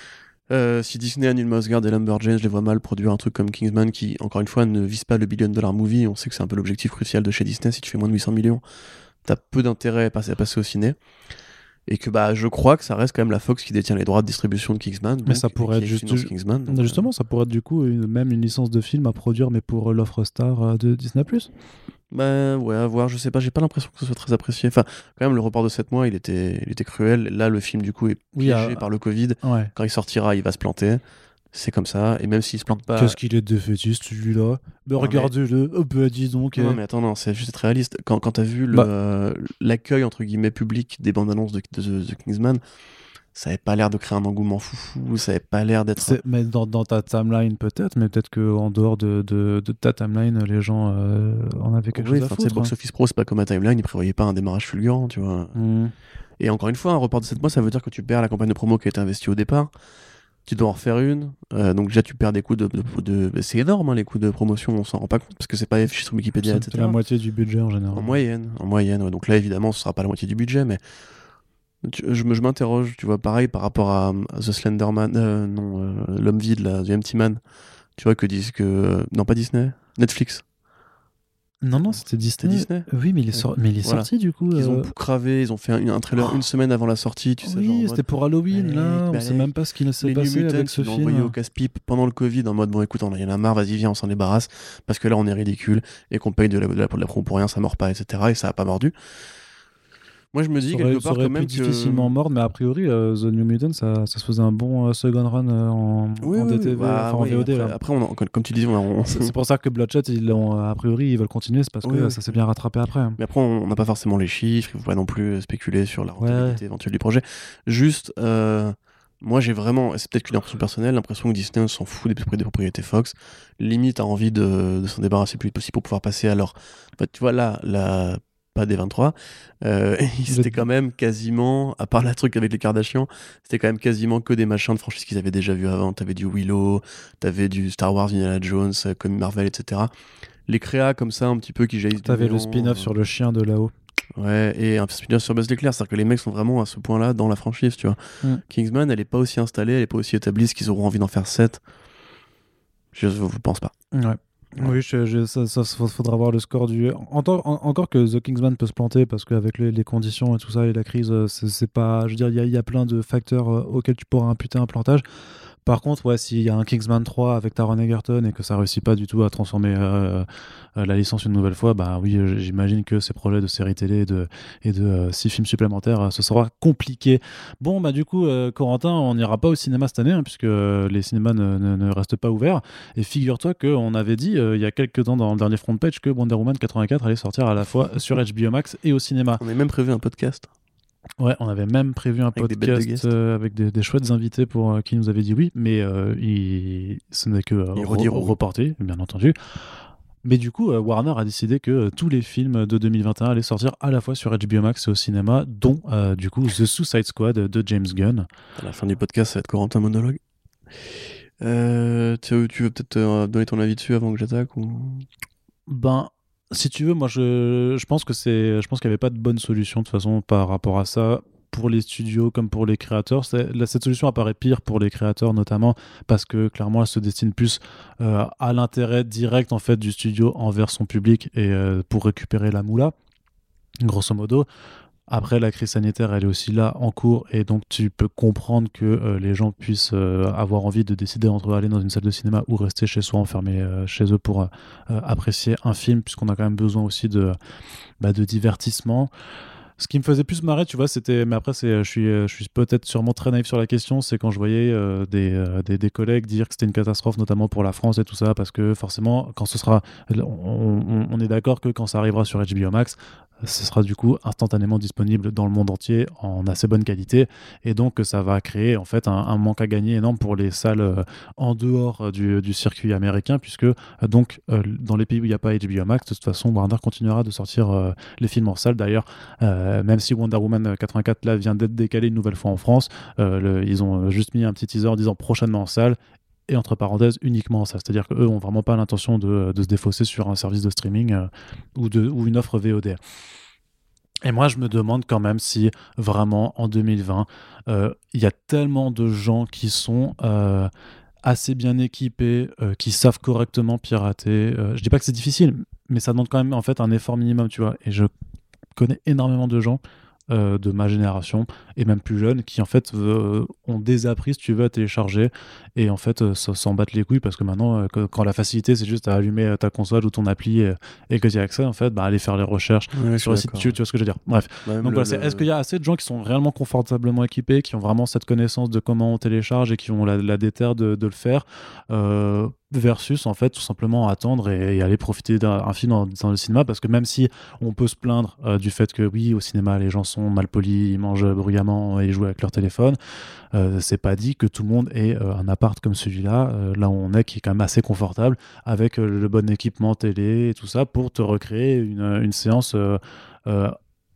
Euh, si Disney annule Mouse Guard et Lumberjanes, je les vois mal produire un truc comme Kingsman qui, encore une fois, ne vise pas le billion dollar movie. On sait que c'est un peu l'objectif crucial de chez Disney. Si tu fais moins de huit cents millions, t'as peu d'intérêt à passer, à passer au ciné. Et que bah, je crois que ça reste quand même la Fox qui détient les droits de distribution de Kingsman. Mais donc, ça pourrait qui être juste. finance Kingsman, donc, Justement, ça pourrait être du coup une- même une licence de film à produire, mais pour euh, l'offre star euh, de Disney plus. Bah ouais, à voir, je sais pas, j'ai pas l'impression que ce soit très apprécié. Enfin, quand même, le report de sept mois, il était, il était cruel. Là, le film, du coup, est Oui, piégé ah, par le Covid. Ouais. Quand il sortira, il va se planter. C'est comme ça. Et même s'il se plante pas. Qu'est-ce qu'il est défaitiste, celui-là. Bah, Non, regardez-le. Oh, bah, dis donc. Non, eh. mais attends, non, c'est juste être réaliste. Quand, quand t'as vu le, Bah. euh, l'accueil, entre guillemets, public des bandes annonces de, de, de The Kingsman, ça avait pas l'air de créer un engouement foufou. Ça avait pas l'air d'être. C'est- Mais dans, dans ta timeline, peut-être, mais peut-être qu'en dehors de, de, de ta timeline, les gens euh, en avaient quelque Oui, chose à enfin, tu sais, foutre. Box Office Pro, c'est pas comme un timeline, ils prévoyaient pas un démarrage fulgurant, tu vois. Hmm. Et encore une fois, un report de sept mois, ça veut dire que tu perds la campagne de promo qui a été investie au départ. Tu dois en refaire une. Euh, donc déjà, tu perds des coûts de... de, de- de- C'est énorme, hein, les coûts de promotion, on s'en rend pas compte, parce que c'est pas affiché sur Wikipédia, C'est et cetera. la moitié du budget en général. En moyenne, en moyenne. Ouais. Donc là, évidemment, ce sera pas la moitié du budget, mais tu- je, me- je m'interroge, tu vois, pareil par rapport à, à The Slenderman, euh, non, euh, l'homme vide, là, The Empty Man. Tu vois que disent que... Non, pas Disney, Netflix. Non, non, c'était Disney. Disney Oui, mais il est, sor- mais il est Voilà. sorti du coup. Ils ont euh, tout cravé, ils ont fait un, un trailer une semaine avant la sortie, tu sais. Oui, genre en mode, c'était pour Halloween, Balek, là. On Balek. sait même pas ce qu'il s'est les New passé Mutants, avec ce ils l'ont envoyé film. au casse-pipe pendant le Covid en mode bon écoute, on en a marre, vas-y, viens, on s'en débarrasse parce que là on est ridicule et qu'on paye de la, de la, de la promo pour rien, ça mord pas, et cetera. Et ça a pas mordu. Moi je me dis Ça quelque aurait, ça part aurait quand pu même que. difficilement mordre, mais a priori, euh, The New Mutant, ça, ça se faisait un bon euh, second run euh, en, Oui, en oui, D T V, bah, enfin oui, en V O D. après, Là. après, on en- comme, comme tu disais, on, on- C'est c'est pour ça que Bloodshot, ils l'ont, euh, a priori, ils veulent continuer, c'est parce que Oui, euh, oui. ça s'est bien rattrapé après. hein. mais après on n'a pas forcément les chiffres, il faut pas non plus spéculer sur la Ouais, rentabilité éventuelle du projet. Juste. euh, Moi, j'ai vraiment, et c'est peut-être qu'une impression personnelle, l'impression que Disney s'en fout des, des propriétés Fox. Limite, a envie de, de s'en débarrasser le plus vite possible pour pouvoir passer à leur. En fait, tu vois, là, la... pas des vingt-trois, euh, c'était quand même quasiment, à part la truc avec les Kardashians, c'était quand même quasiment que des machins de franchises qu'ils avaient déjà vu avant. T'avais du Willow, t'avais du Star Wars, Indiana Jones, euh, comme Marvel, et cetera. Les créas comme ça, un petit peu qui jaillissent du T'avais le néant, spin-off euh, sur le chien de là-haut. Ouais, et un spin-off sur Buzz l'éclair, c'est-à-dire que les mecs sont vraiment à ce point-là dans la franchise, tu vois. Mm. Kingsman, elle est pas aussi installée, elle est pas aussi établie, est-ce qu'ils auront envie d'en faire sept? Je ne pense pas. Ouais. Oui, je, je- ça, ça, ça- faudra voir le score du. En, en- encore que The Kingsman peut se planter parce qu'avec les, les conditions et tout ça et la crise, euh, c'est c'est pas. Je veux dire, il y a- il y, a plein de facteurs euh, auxquels tu pourras imputer un plantage. Par contre, ouais, s'il y a un Kingsman trois avec Taron Egerton et que ça réussit pas du tout à transformer euh, euh, la licence une nouvelle fois, bah oui, euh, j'imagine que ces projets de séries télé et de, et de euh, six films supplémentaires, euh, ce sera compliqué. Bon, bah du coup, euh, Corentin, on n'ira pas au cinéma cette année, hein, puisque euh, les cinémas ne, ne- ne restent pas ouverts. Et figure-toi qu'on avait dit, euh, il y a quelques temps dans le dernier front page, que Wonder Woman quatre-vingt-quatre allait sortir à la fois sur H B O Max et au cinéma. On a même prévu un podcast. Ouais, on avait même prévu un Avec des bêtes de podcast guests. euh, avec des, des chouettes invités pour euh, qui nous avaient dit oui, mais euh, il- ce n'est que euh, Ils re- rediront oui. reporté, bien entendu. Mais du coup, euh, Warner a décidé que euh, tous les films de deux mille vingt et un allaient sortir à la fois sur H B O Max et au cinéma, dont euh, du coup The Suicide Squad de James Gunn. À la fin du podcast, ça va être Corentin monologue. Euh, tu, tu veux peut-être euh, donner ton avis dessus avant que j'attaque ou... Ben, si tu veux, moi je, je pense que c'est, je pense qu'il n'y avait pas de bonne solution de toute façon par rapport à ça. Pour les studios comme pour les créateurs, c'est- là, cette solution apparaît pire pour les créateurs notamment parce que clairement elle se destine plus euh, à l'intérêt direct en fait du studio envers son public et euh, pour récupérer la moula, grosso modo. Après, la crise sanitaire, elle est aussi là en cours et donc tu peux comprendre que euh, les gens puissent euh, avoir envie de décider entre aller dans une salle de cinéma ou rester chez soi enfermés euh, chez eux pour euh, euh, apprécier un film puisqu'on a quand même besoin aussi de, bah, de divertissement. Ce qui me faisait plus marrer, tu vois, c'était. Mais après, c'est, je suis, je suis peut-être sûrement très naïf sur la question. C'est quand je voyais euh, des, euh, des, des collègues dire que c'était une catastrophe, notamment pour la France et tout ça, parce que forcément, quand ce sera. On, on- on est d'accord que quand ça arrivera sur H B O Max, ce sera du coup instantanément disponible dans le monde entier en assez bonne qualité. Et donc, ça va créer en fait un, un manque à gagner énorme pour les salles euh, en dehors euh, du, du circuit américain, puisque euh, donc, euh, dans les pays où il n'y a pas H B O Max, de toute façon, Warner continuera de sortir euh, les films en salle. D'ailleurs, euh, même si Wonder Woman quatre-vingt-quatre là vient d'être décalé une nouvelle fois en France, euh, le- ils ont juste mis un petit teaser en disant prochainement en salle et entre parenthèses uniquement en salle. C'est-à-dire qu'eux ont vraiment pas l'intention de, de se défausser sur un service de streaming euh, ou, de, ou une offre V O D. Et moi, je me demande quand même si vraiment en deux mille vingt, euh, il y a tellement de gens qui sont euh, assez bien équipés, euh, qui savent correctement pirater. Euh, je dis pas que c'est difficile, mais ça demande quand même en fait un effort minimum, tu vois. Et je connais énormément de gens euh, de ma génération et même plus jeunes qui en fait euh, ont désappris si tu veux à télécharger et en fait euh, ça- s'en battent les couilles parce que maintenant euh, que- quand la facilité c'est juste à allumer euh, ta console ou ton appli et, et que tu as accès en fait bah aller faire les recherches Ouais, je sur suis le site, d'accord. tu, tu vois ce que je veux dire. Bref, Bah, même donc le- voilà, c'est- le- est-ce qu'il y a assez de gens qui sont réellement confortablement équipés, qui ont vraiment cette connaissance de comment on télécharge et qui ont la, la déterre de, de le faire euh, versus en fait tout simplement attendre et, et aller profiter d'un un film dans, dans le cinéma, parce que même si on peut se plaindre euh, du fait que oui au cinéma les gens sont mal polis, ils mangent bruyamment et ils jouent avec leur téléphone, euh, c'est pas dit que tout le monde ait euh, un appart comme celui-là, euh, là où on est, qui est quand même assez confortable avec euh, le bon équipement télé et tout ça pour te recréer une, une séance euh, euh,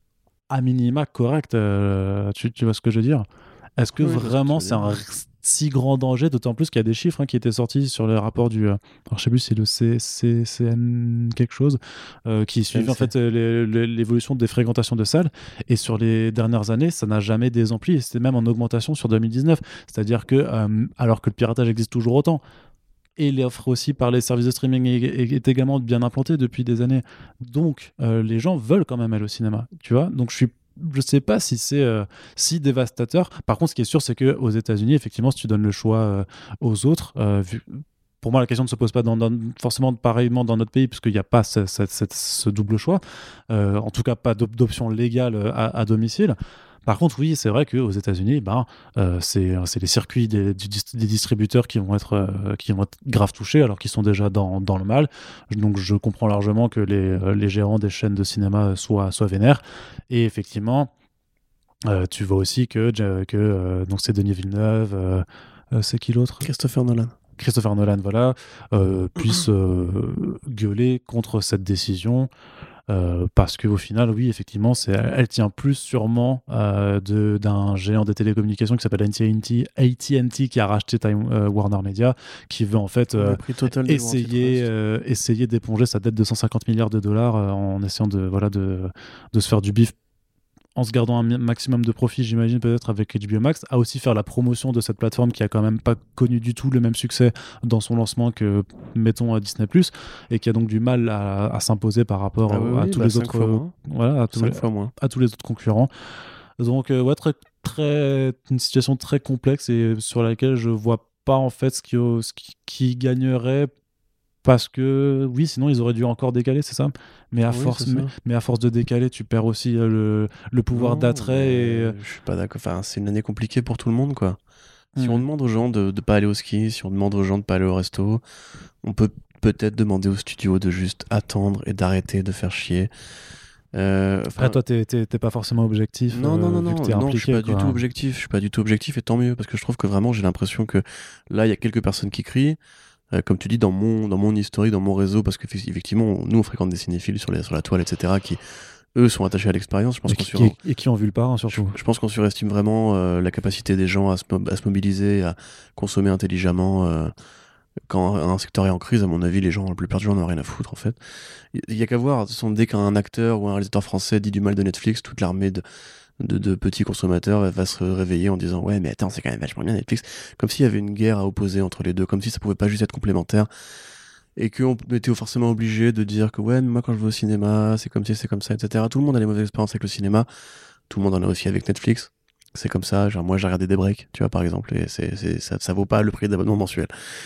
à minima correcte. Euh, tu, tu vois ce que je veux dire? Est-ce que Oui, je vois ce que tu vraiment veux c'est dire. un r- si grand danger, d'autant plus qu'il y a des chiffres hein, qui étaient sortis sur le rapport du, euh, alors je sais plus si c'est le C, C, C N quelque chose, euh, qui suivait en C N C. fait euh, les- les- l'évolution des fréquentations de salles, et sur les dernières années ça n'a jamais désempli, et c'était même en augmentation sur deux mille dix-neuf, c'est-à-dire que euh, alors que le piratage existe toujours autant, et l'offre aussi par les services de streaming est, est- est également bien implantée depuis des années. Donc, euh, les gens veulent quand même aller au cinéma, tu vois. Donc, je suis je sais pas si c'est euh, si dévastateur. Par contre, ce qui est sûr, c'est que aux États-Unis, effectivement, si tu donnes le choix euh, aux autres, euh, vu- pour moi, la question ne se pose pas dans, dans- forcément pareillement dans notre pays, puisqu'il n'y a pas ce, ce- ce- ce double choix. Euh, en tout cas, pas d'op- d'option légale euh, à, à domicile. Par contre, oui, c'est vrai qu'aux États-Unis, ben, euh, c'est c'est les circuits des, du dis- des distributeurs qui vont, être, euh, qui vont être grave touchés, alors qu'ils sont déjà dans, dans le mal. Donc, je comprends largement que les, euh, les gérants des chaînes de cinéma soient, soient vénères. Et effectivement, euh, tu vois aussi que, que euh, donc c'est Denis Villeneuve, euh, euh, c'est qui l'autre? Christopher Nolan. Christopher Nolan, voilà, euh, puisse euh, gueuler contre cette décision. Euh, parce qu'au final, oui, effectivement, c'est, elle tient plus sûrement euh, de, d'un géant des télécommunications qui s'appelle A T and T, A T and T qui a racheté Time, euh, Warner Media, qui veut en fait euh, Le prix total du essayer, antitrust. euh, essayer d'éponger sa dette de cent cinquante milliards de dollars euh, en essayant de, voilà, de, de se faire du bif en se gardant un mi- maximum de profit, j'imagine, peut-être avec H B O Max, à aussi faire la promotion de cette plateforme qui a quand même pas connu du tout le même succès dans son lancement que, mettons, à Disney+, et qui a donc du mal à, à s'imposer par rapport Ah oui, à oui, tous bah les cinq autres, fois moins. voilà, à tous les, cinq fois moins. à tous les autres concurrents. Donc, euh, ouais, très, très, une situation très complexe et sur laquelle je vois pas en fait ce qui, ce qui, qui gagnerait, parce que oui, sinon ils auraient dû encore décaler, c'est ça. Mais à Oui, force, c'est mais, ça. mais à force de décaler, tu perds aussi euh, le, le pouvoir Non, d'attrait. Et... mais je suis pas d'accord. Enfin, c'est une année compliquée pour tout le monde, quoi. Si on Mhm. demande aux gens de ne pas aller au ski, si on demande aux gens de pas aller au resto, on peut peut-être demander au studio de juste attendre et d'arrêter de faire chier. Euh, Après, enfin, toi, t'es, t'es, t'es pas forcément objectif non, non, euh, non, vu que non, t'es non, je suis impliqué, pas du tout quoi. objectif. Je suis pas du tout objectif, et tant mieux, parce que je trouve que vraiment, j'ai l'impression que là, il y a quelques personnes qui crient. Euh, comme tu dis, dans mon, dans mon historique, dans mon réseau, parce qu'effectivement, nous, on fréquente des cinéphiles sur, les, sur la toile, et cetera, qui, eux, sont attachés à l'expérience. Je pense Et qu'on qui, sur... qui- et qui ont vu le parrain, je, surtout. je pense qu'on surestime vraiment euh, la capacité des gens à se, mo- à se mobiliser, à consommer intelligemment. Euh, quand un secteur est en crise, à mon avis, les gens, la plupart des gens, n'ont rien à foutre, en fait. Il y a qu'à voir, de toute façon, dès qu'un acteur ou un réalisateur français dit du mal de Netflix, toute l'armée de, de, de petits consommateurs va se réveiller en disant ouais, mais attends, c'est quand même vachement bien Netflix. Comme s'il y avait une guerre à opposer entre les deux, comme si ça pouvait pas juste être complémentaire, et qu'on était forcément obligé de dire que ouais, mais moi quand je vais au cinéma, c'est comme ci, c'est comme ça, et cetera. Tout le monde a des mauvaises expériences avec le cinéma, tout le monde en a aussi avec Netflix. C'est comme ça, genre moi j'ai regardé des breaks, tu vois, par exemple, et c'est, c'est, ça, ça vaut pas le prix d'abonnement mensuel.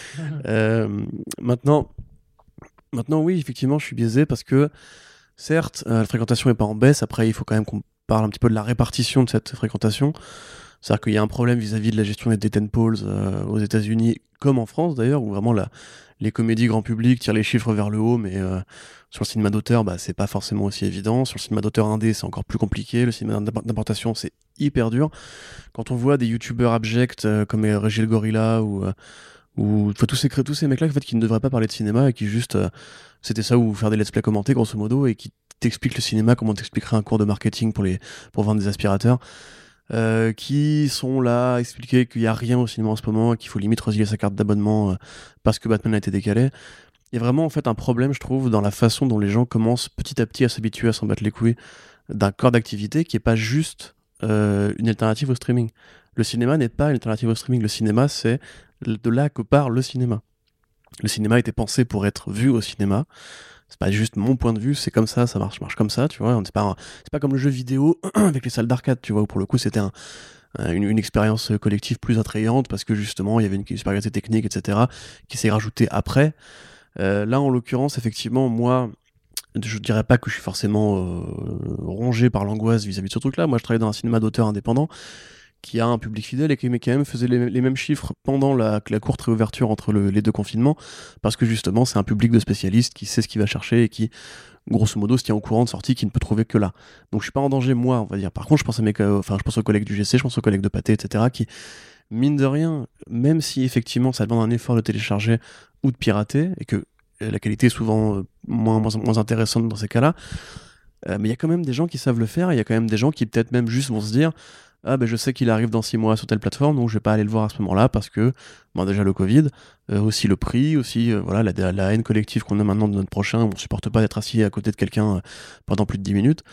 Euh, maintenant, maintenant, oui, effectivement, je suis biaisé parce que, certes, euh, la fréquentation n'est pas en baisse. Après, il faut quand même qu'on parle un petit peu de la répartition de cette fréquentation. C'est-à-dire qu'il y a un problème vis-à-vis de la gestion des tentpoles euh, aux États-Unis, comme en France d'ailleurs, où vraiment la, les comédies grand public tirent les chiffres vers le haut, mais euh, sur le cinéma d'auteur, bah, c'est pas forcément aussi évident. Sur le cinéma d'auteur indé, c'est encore plus compliqué. Le cinéma d'importation, c'est hyper dur. Quand on voit des youtubeurs abjects euh, comme euh, Régis le Gorilla ou euh, ou enfin, tous ces tous ces mecs là en fait, qui ne devraient pas parler de cinéma et qui juste euh, c'était ça, ou faire des let's play commentés grosso modo, et qui t'expliquent le cinéma comme on t'expliquerait un cours de marketing pour les pour vendre des aspirateurs, euh, qui sont là à expliquer qu'il y a rien au cinéma en ce moment et qu'il faut limite résilier sa carte d'abonnement euh, parce que Batman a été décalé. Il y a vraiment en fait un problème, je trouve, dans la façon dont les gens commencent petit à petit à s'habituer à s'en battre les couilles d'un corps d'activité qui est pas juste euh, une alternative au streaming. Le cinéma n'est pas une alternative au streaming. Le cinéma, c'est de là que part le cinéma. Le cinéma a été pensé pour être vu au cinéma. c'est pas juste mon point de vue, c'est comme ça, ça marche, marche comme ça, tu vois. C'est pas, un, c'est pas comme le jeu vidéo avec les salles d'arcade, tu vois, où pour le coup c'était un, un, une, une expérience collective plus attrayante parce que justement il y avait une supériorité technique, et cetera, qui s'est rajoutée après. Euh, là, en l'occurrence, effectivement, moi, je dirais pas que je suis forcément euh, rongé par l'angoisse vis-à-vis de ce truc-là. Moi, je travaille dans un cinéma d'auteur indépendant qui a un public fidèle et qui mais quand même faisait les, les mêmes chiffres pendant la, la courte réouverture entre le, les deux confinements, parce que justement c'est un public de spécialistes qui sait ce qu'il va chercher et qui grosso modo se tient au courant de sortie qu'il ne peut trouver que là. Donc je suis pas en danger moi, on va dire. Par contre je pense à mes enfin je pense aux collègues du G C, je pense aux collègues de Pathé, etc., qui mine de rien, même si effectivement ça demande un effort de télécharger ou de pirater et que la qualité est souvent euh, moins, moins, moins intéressante dans ces cas-là, euh, mais il y a quand même des gens qui savent le faire, il y a quand même des gens qui peut-être même juste vont se dire ah ben je sais qu'il arrive dans six mois sur telle plateforme, donc je vais pas aller le voir à ce moment-là parce que bon, déjà le Covid, euh, aussi le prix, aussi euh, voilà la, la haine collective qu'on a maintenant de notre prochain, on supporte pas d'être assis à côté de quelqu'un euh, pendant plus de dix minutes.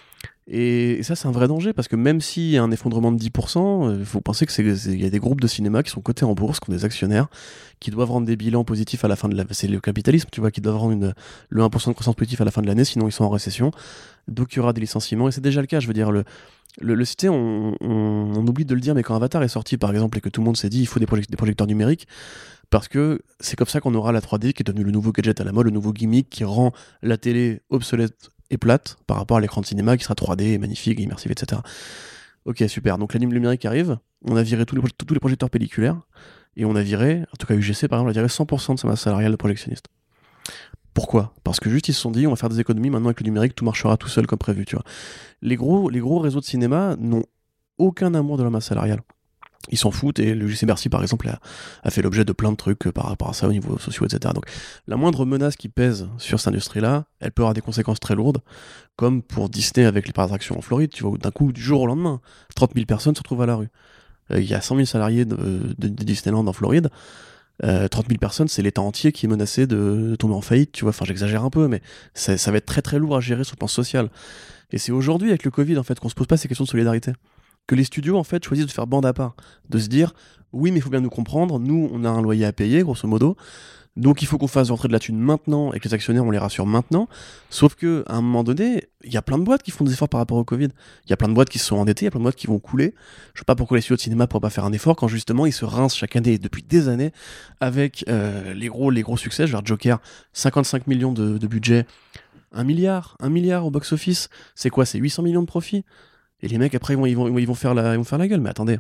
Et, et ça c'est un vrai danger parce que même s'il y a un effondrement de dix pour cent, il euh, faut penser que c'est, c'est, y a des groupes de cinéma qui sont cotés en bourse, qui ont des actionnaires, qui doivent rendre des bilans positifs à la fin de la... C'est le capitalisme, tu vois, qui doivent rendre une, le un pour cent de croissance positive à la fin de l'année, sinon ils sont en récession. Donc il y aura des licenciements, et c'est déjà le cas, je veux dire, le Le, le cité, on, on, on oublie de le dire, mais quand Avatar est sorti, par exemple, et que tout le monde s'est dit il faut des, project- des projecteurs numériques, parce que c'est comme ça qu'on aura la trois D, qui est devenu le nouveau gadget à la mode, le nouveau gimmick qui rend la télé obsolète et plate par rapport à l'écran de cinéma qui sera trois D, magnifique, immersif, et cetera. Ok, super. Donc l'anime numérique arrive, on a viré tous les, tous les projecteurs pelliculaires, et on a viré, en tout cas U G C par exemple, on a viré cent pour cent de sa masse salariale de projectionniste. Pourquoi ? Parce que juste ils se sont dit on va faire des économies, maintenant avec le numérique tout marchera tout seul comme prévu, tu vois. Les gros, les gros réseaux de cinéma n'ont aucun amour de la masse salariale. Ils s'en foutent, et le J C Bercy par exemple a, a fait l'objet de plein de trucs par rapport à ça au niveau social, et cetera. Donc la moindre menace qui pèse sur cette industrie-là, elle peut avoir des conséquences très lourdes, comme pour Disney avec les parcs d'attractions en Floride, tu vois, où d'un coup, du jour au lendemain, trente mille personnes se retrouvent à la rue. Il euh, y a cent mille salariés de, de, de Disneyland en Floride. Euh, trente mille personnes, c'est l'État entier qui est menacé de, de tomber en faillite, tu vois. Enfin, j'exagère un peu, mais ça, ça va être très très lourd à gérer sur le plan social. Et c'est aujourd'hui, avec le Covid, en fait, qu'on se pose pas ces questions de solidarité. Que les studios, en fait, choisissent de faire bande à part. De se dire, oui, mais il faut bien nous comprendre, nous, on a un loyer à payer, grosso modo, donc il faut qu'on fasse rentrer de la thune maintenant, et que les actionnaires, on les rassure maintenant. Sauf que à un moment donné, il y a plein de boîtes qui font des efforts par rapport au Covid. Il y a plein de boîtes qui se sont endettées, il y a plein de boîtes qui vont couler. Je sais pas pourquoi les studios de cinéma pourraient pas faire un effort quand justement ils se rincent chaque année, depuis des années, avec euh, les, gros, les gros succès. Je veux dire, Joker, cinquante-cinq millions de, de budget, un milliard, un milliard au box-office. C'est quoi ? C'est huit cents millions de profit. Et les mecs, après, ils vont, ils vont, ils vont, faire, la, ils vont faire la gueule. Mais attendez.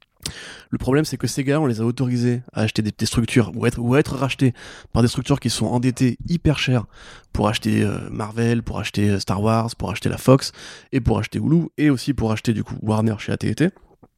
Le problème, c'est que ces gars, on les a autorisés à acheter des, des structures ou être, ou à être rachetés par des structures qui sont endettées hyper chères pour acheter euh, Marvel, pour acheter Star Wars, pour acheter la Fox et pour acheter Hulu et aussi pour acheter du coup Warner chez A T and T.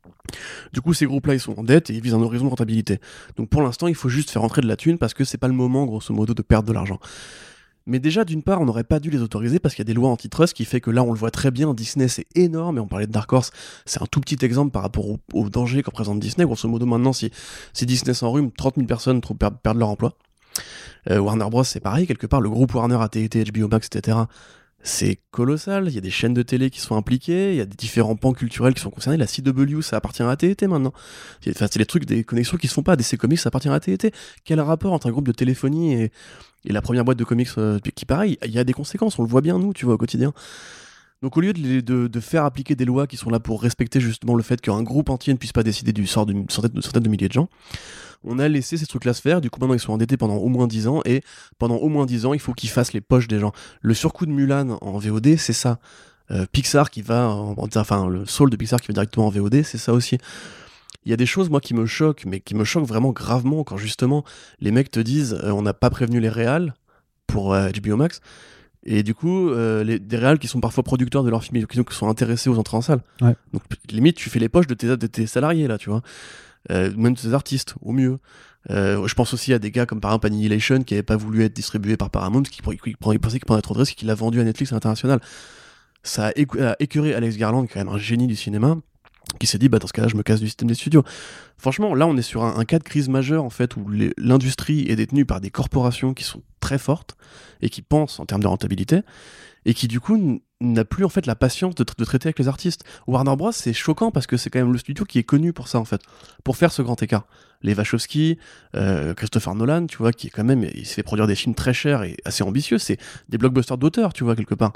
Du coup, ces groupes-là, ils sont en dette et ils visent un horizon de rentabilité. Donc pour l'instant, il faut juste faire rentrer de la thune parce que c'est pas le moment, grosso modo, de perdre de l'argent. Mais déjà, d'une part, on n'aurait pas dû les autoriser parce qu'il y a des lois antitrust qui fait que là, on le voit très bien, Disney, c'est énorme, et on parlait de Dark Horse, c'est un tout petit exemple par rapport au, au danger que représente Disney. Grosso modo, maintenant, si, si Disney s'enrhume, trente mille personnes perdent, perdent leur emploi. Euh, Warner Bros, c'est pareil, quelque part, le groupe Warner, A T and T, H B O Max, et cetera, c'est colossal, il y a des chaînes de télé qui sont impliquées, il y a des différents pans culturels qui sont concernés, la C W, ça appartient à A T and T maintenant. Enfin, c'est les trucs, des connexions qui se font pas, D C Comics, ça appartient à A T and T. Quel rapport entre un groupe de téléphonie et, et la première boîte de comics euh, qui, pareil, il y a des conséquences, on le voit bien, nous, tu vois, au quotidien. Donc au lieu de, de, de faire appliquer des lois qui sont là pour respecter justement le fait qu'un groupe entier ne puisse pas décider du sort d'une centaine de, centaine de milliers de gens, on a laissé ces trucs-là se faire. Du coup, maintenant, ils sont endettés pendant au moins dix ans, et pendant au moins dix ans, il faut qu'ils fassent les poches des gens. Le surcoût de Mulan en V O D, c'est ça. Euh, Pixar qui va, en, enfin, le Soul de Pixar qui va directement en V O D, c'est ça aussi. Il y a des choses, moi, qui me choquent, mais qui me choquent vraiment gravement quand justement les mecs te disent euh, on n'a pas prévenu les réals pour euh, H B O Max. Et du coup, euh, les, des réals qui sont parfois producteurs de leurs films, qui sont intéressés aux entrées en salle. Ouais. Donc, limite, tu fais les poches de tes, de tes salariés, là, tu vois. Euh, même de tes artistes, au mieux. Euh, je pense aussi à des gars comme par exemple Annihilation qui n'avait pas voulu être distribué par Paramount, qui, qui, qui, qui pensait qu'il prenait trop de risques, qu'il l'a vendu à Netflix à l'international. Ça a, écu- a écœuré Alex Garland, qui est quand même un génie du cinéma. qui s'est dit bah dans ce cas-là je me casse du système des studios. Franchement là on est sur un, un cas de crise majeure en fait où les, l'industrie est détenue par des corporations qui sont très fortes et qui pensent en termes de rentabilité et qui du coup n- n'a plus en fait la patience de, tra- de traiter avec les artistes. Warner Bros c'est choquant parce que c'est quand même le studio qui est connu pour ça en fait, pour faire ce grand écart. Les Wachowski, euh, Christopher Nolan, tu vois, qui est quand même, il s'est fait produire des films très chers et assez ambitieux, c'est des blockbusters d'auteur, tu vois, quelque part.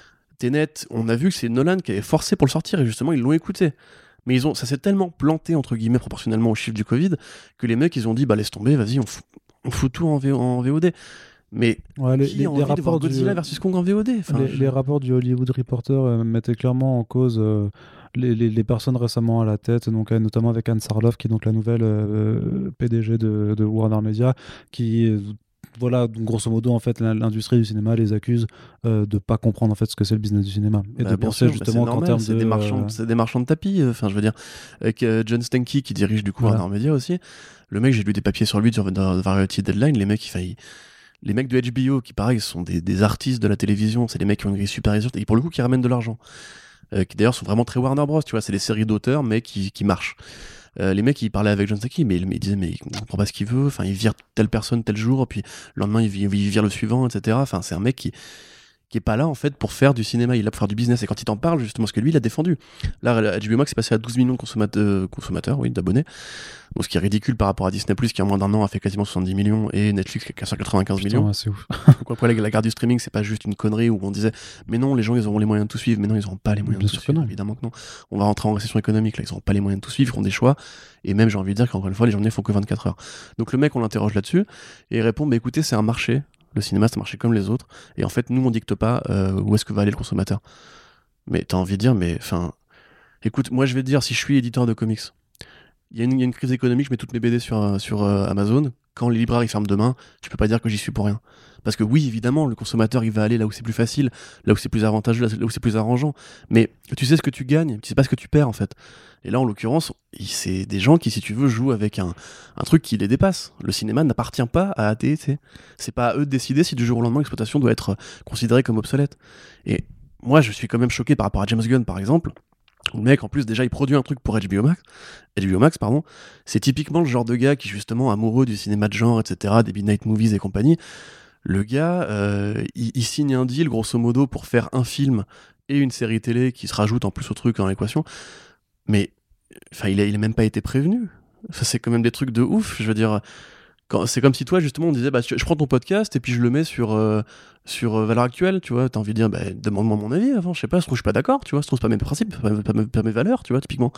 Tenet, on a vu que c'est Nolan qui avait forcé pour le sortir et justement ils l'ont écouté. Mais ils ont, ça s'est tellement planté entre guillemets proportionnellement au chiffre du Covid que les mecs ils ont dit bah laisse tomber, vas-y on fout, on fout tout en, V- en V O D. Mais Ouais, les, qui les- a les envie de voir rapports du, Godzilla versus Kong en V O D enfin, les, je- les rapports du Hollywood Reporter euh, mettaient clairement en cause euh, les, les- les personnes récemment à la tête, donc, euh, notamment avec Anne Sarloff, qui est donc la nouvelle euh, P D G de, de Warner Media, qui, euh, voilà, donc, grosso modo, en fait, l'in- l'industrie du cinéma les accuse euh, de pas comprendre en fait ce que c'est le business du cinéma et Bah, de bien penser sûr, bah, c'est justement qu'en normal, termes c'est de des marchands, euh, de- c'est des marchands de tapis. euh, Enfin, je veux dire, avec euh, John Stanky qui dirige du coup voilà. Warner Media aussi. Le mec, j'ai lu des papiers sur lui sur dans Variety Deadline. Les mecs, ils, enfin, ils- les mecs de H B O qui, pareil, sont des, des artistes de la télévision. C'est des mecs qui ont une grille supérieure et pour le coup qui ramènent de l'argent. Euh, qui d'ailleurs sont vraiment très Warner Bros. Tu vois, c'est des séries d'auteurs mais qui, qui marchent. Euh, les mecs, ils parlaient avec John Stanky, mais, mais ils disaient, mais il comprend pas ce qu'il veut. Enfin, il vire telle personne tel jour, puis le lendemain, il, vi- il vire le suivant, et cetera. Enfin, c'est un mec qui qui est pas là en fait pour faire du cinéma, il est là pour faire du business. Et quand il t'en parle, justement, parce que lui, il a défendu. Là, H B O Max est passé à douze millions de consommateurs, euh, consommateurs oui, d'abonnés. Bon, ce qui est ridicule par rapport à Disney+, qui en moins d'un an a fait quasiment soixante-dix millions, et Netflix qui a cent quatre-vingt-quinze Putain, millions. ouais, c'est ouf. Pourquoi quoi, la, la guerre du streaming, c'est pas juste une connerie où on disait, mais non, les gens, ils auront les moyens de tout suivre. Mais non, ils auront pas les moyens Bien de tout sûr que suivre. non. Évidemment que non. On va rentrer en récession économique, là, ils auront pas les moyens de tout suivre, ils feront des choix. Et même, j'ai envie de dire qu'encore une fois, les journées font que vingt-quatre heures. Donc le mec, on l'interroge là-dessus, et il répond, bah écoutez, c'est un marché. Le cinéma, c'est un marché comme les autres. Et en fait, nous, on dicte pas euh, où est-ce que va aller le consommateur. Mais t'as envie de dire, mais enfin, écoute, moi je vais te dire, si je suis éditeur de comics, il y, a une- il y a une crise économique, je mets toutes mes B D sur, euh, sur euh, Amazon. Quand les libraires ils ferment demain, je peux pas dire que j'y suis pour rien. Parce que oui, évidemment, le consommateur il va aller là où c'est plus facile, là où c'est plus avantageux, là où c'est plus arrangeant. Mais tu sais ce que tu gagnes, tu sais pas ce que tu perds en fait. Et là, en l'occurrence, il- c'est des gens qui, si tu veux, jouent avec un, un truc qui les dépasse. Le cinéma n'appartient pas à A T et. C'est pas à eux de décider si du jour au lendemain l'exploitation doit être considérée comme obsolète. Et moi, je suis quand même choqué par rapport à James Gunn, par exemple. Le mec, en plus, déjà, il produit un truc pour H B O Max. H B O Max, pardon. C'est typiquement le genre de gars qui, justement, amoureux du cinéma de genre, et cetera, des midnight movies et compagnie. Le gars, euh, il, il signe un deal, grosso modo, pour faire un film et une série télé qui se rajoute en plus au truc dans l'équation. Mais, enfin, il a, il a même pas été prévenu. Ça, c'est quand même des trucs de ouf. Je veux dire, quand, c'est comme si toi, justement, on disait, bah, je, je prends ton podcast et puis je le mets sur, euh, sur euh, Valeurs Actuelles, tu vois. T'as envie de dire, bah, demande-moi mon avis avant, je sais pas, je trouve que je suis pas d'accord, tu vois. Je trouve que c'est pas mes principes, pas, pas, pas, pas mes valeurs, tu vois, typiquement.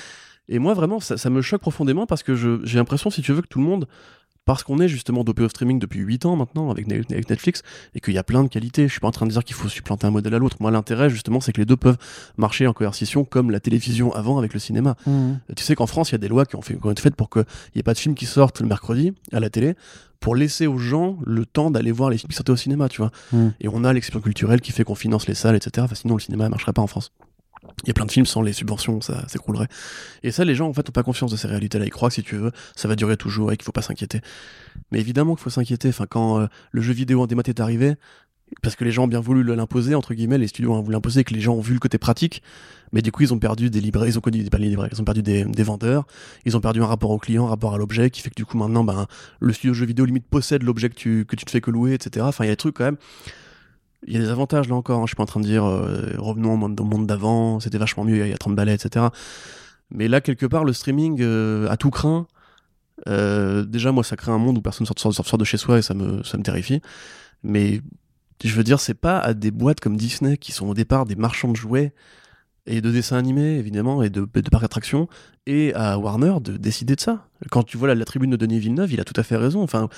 Et moi, vraiment, ça, ça me choque profondément parce que je, j'ai l'impression, si tu veux, que tout le monde, parce qu'on est justement dopé au streaming depuis huit ans maintenant avec, Ne- avec Netflix et qu'il y a plein de qualités. Je suis pas en train de dire qu'il faut supplanter un modèle à l'autre. Moi, l'intérêt, justement, c'est que les deux peuvent marcher en coercition comme la télévision avant avec le cinéma. Mmh. Tu sais qu'en France, il y a des lois qui ont, fait, qui ont été faites pour qu'il n'y ait pas de films qui sortent le mercredi à la télé pour laisser aux gens le temps d'aller voir les films qui sortaient au cinéma, tu vois. Mmh. Et on a l'exception culturelle qui fait qu'on finance les salles, et cetera. Enfin, sinon, le cinéma ne marcherait pas en France. Il y a plein de films sans les subventions, ça s'écroulerait. Et ça, les gens, en fait, n'ont pas confiance de ces réalités-là. Ils croient que, si tu veux, ça va durer toujours et qu'il faut pas s'inquiéter. Mais évidemment qu'il faut s'inquiéter. Enfin, quand euh, le jeu vidéo en démat est arrivé, parce que les gens ont bien voulu l'imposer, entre guillemets, les studios ont voulu l'imposer, et que les gens ont vu le côté pratique, mais du coup, ils ont perdu des libraires, ils ont connu des, pas les libraires, ils ont perdu des, des vendeurs, ils ont perdu un rapport au client, un rapport à l'objet, qui fait que du coup, maintenant, ben, le studio jeu vidéo limite possède l'objet que tu, que tu te fais que louer, et cetera. Enfin, il y a des trucs quand même. Il y a des avantages là encore, hein. Je suis pas en train de dire euh, revenons au monde, au monde d'avant, c'était vachement mieux il y a trente balais, et cetera. Mais là, quelque part, le streaming euh, a tout craint. Euh, déjà, moi, ça crée un monde où personne ne sort, sort, sort de chez soi et ça me, ça me terrifie. Mais je veux dire, c'est pas à des boîtes comme Disney qui sont au départ des marchands de jouets et de dessins animés, évidemment, et de, de parcs d'attractions, et à Warner de décider de ça. Quand tu vois la, la tribune de Denis Villeneuve, il a tout à fait raison. Enfin,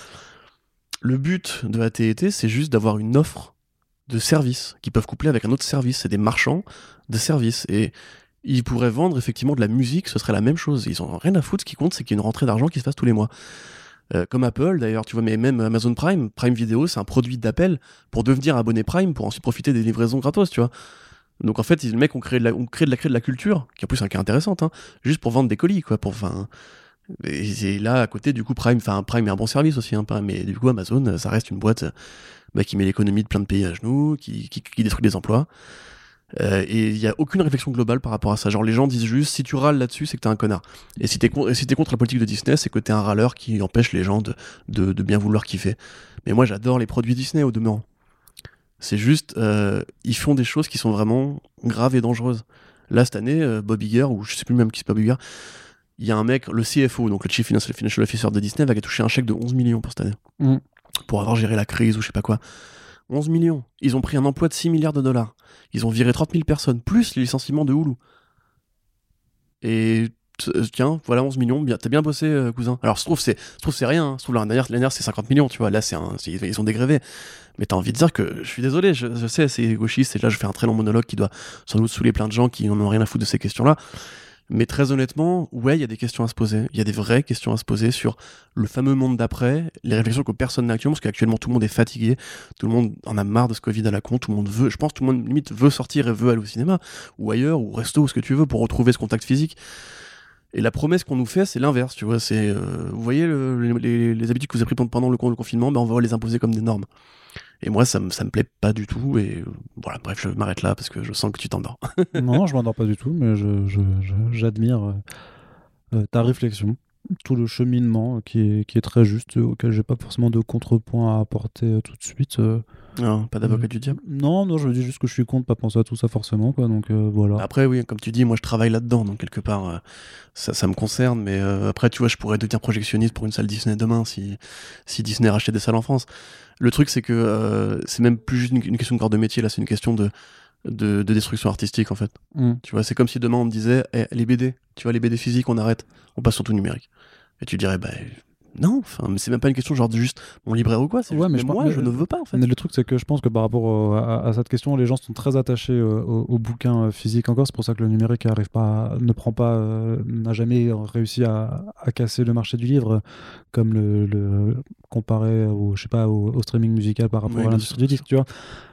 le but de A T et T, c'est juste d'avoir une offre de services qui peuvent coupler avec un autre service. C'est des marchands de services. Et ils pourraient vendre effectivement de la musique, ce serait la même chose. Ils ont rien à foutre, ce qui compte, c'est qu'il y a une rentrée d'argent qui se fasse tous les mois. Euh, comme Apple d'ailleurs, tu vois, mais même Amazon Prime, Prime Video, c'est un produit d'appel pour devenir abonné Prime pour ensuite profiter des livraisons gratos, tu vois. Donc en fait, les mecs ont créé de la, ont créé de la, créé de la culture, qui en plus est un cas intéressante, hein, juste pour vendre des colis, quoi. Pour, enfin, et, et là, à côté, du coup, Prime, enfin, Prime est un bon service aussi, hein, mais du coup, Amazon, ça reste une boîte bah, qui met l'économie de plein de pays à genoux, qui, qui, qui détruit des emplois. Euh, et il y a aucune réflexion globale par rapport à ça. Genre les gens disent juste si tu râles là-dessus, c'est que t'es un connard. Et si t'es, con- et si t'es contre la politique de Disney, c'est que t'es un râleur qui empêche les gens de, de, de bien vouloir kiffer. Mais moi j'adore les produits Disney au demeurant. C'est juste, euh, ils font des choses qui sont vraiment graves et dangereuses. Là cette année, euh, Bob Iger, ou je sais plus même qui c'est Bob Iger, il y a un mec, le C F O, donc le Chief Financial Officer de Disney, va toucher un chèque de onze millions pour cette année. Mm. Pour avoir géré la crise ou je sais pas quoi. onze millions. Ils ont pris un emploi de six milliards de dollars. Ils ont viré trente mille personnes, plus les licenciements de Hulu. Et t- tiens, voilà onze millions, bien, t'as bien bossé, euh, cousin. Alors, je trouve c'est, je trouve c'est rien. Hein. Je trouve l'année dernière, l'année dernière, c'est cinquante millions, tu vois. Là, c'est un, c'est- ils ont dégrévé. Mais t'as envie de dire que je suis désolé, je, je sais, c'est gauchiste, et là, je fais un très long monologue qui doit sans doute saouler plein de gens qui n'en ont rien à foutre de ces questions-là. Mais très honnêtement, ouais, il y a des questions à se poser. Il y a des vraies questions à se poser sur le fameux monde d'après, les réflexions que personne n'a actuellement, parce qu'actuellement tout le monde est fatigué, tout le monde en a marre de ce Covid à la con, tout le monde veut, je pense, tout le monde limite veut sortir et veut aller au cinéma, ou ailleurs, ou au resto, ou ce que tu veux, pour retrouver ce contact physique. Et la promesse qu'on nous fait, c'est l'inverse, tu vois. C'est, euh, vous voyez, le- les, les- les habitudes que vous avez prises pendant le, con- le confinement, ben on va les imposer comme des normes. Et moi, ça me, ça me plaît pas du tout. Et euh, voilà, bref, je m'arrête là parce que je sens que tu t'endors. Non, je m'endors pas du tout, mais je, je- je- j'admire euh, euh, ta réflexion, tout le cheminement euh, qui est, qui est très juste, euh, auquel j'ai pas forcément de contrepoint à apporter euh, tout de suite. euh. Non, pas d'avocat Euh, du diable. Non, non, je dis juste que je suis con de pas penser à tout ça forcément, quoi. Donc euh, voilà. Après, oui, comme tu dis, moi je travaille là-dedans, donc quelque part, euh, ça, ça me concerne. Mais euh, après, tu vois, je pourrais devenir projectionniste pour une salle Disney demain si, si Disney rachetait des salles en France. Le truc, c'est que euh, c'est même plus juste une, une question de corps de métier, là, c'est une question de, de, de destruction artistique, en fait. Mm. Tu vois, c'est comme si demain on me disait, eh, les B D, tu vois, les B D physiques, on arrête, on passe sur tout numérique. Et tu dirais, bah non, enfin, mais c'est même pas une question genre de juste mon libraire ou quoi, c'est Ouais, juste, mais mais, je moi, pense- je ne veux pas, en fait. Mais le truc, c'est que je pense que par rapport au- à, à cette question, les gens sont très attachés euh, au, au bouquin euh, physique encore. C'est pour ça que le numérique arrive pas, à- ne prend pas, euh, n'a jamais réussi à, à casser le marché du livre, comme le, le comparé au, je sais pas, au, au streaming musical par rapport Oui, à bien l'industrie sûr, du disque, tu vois.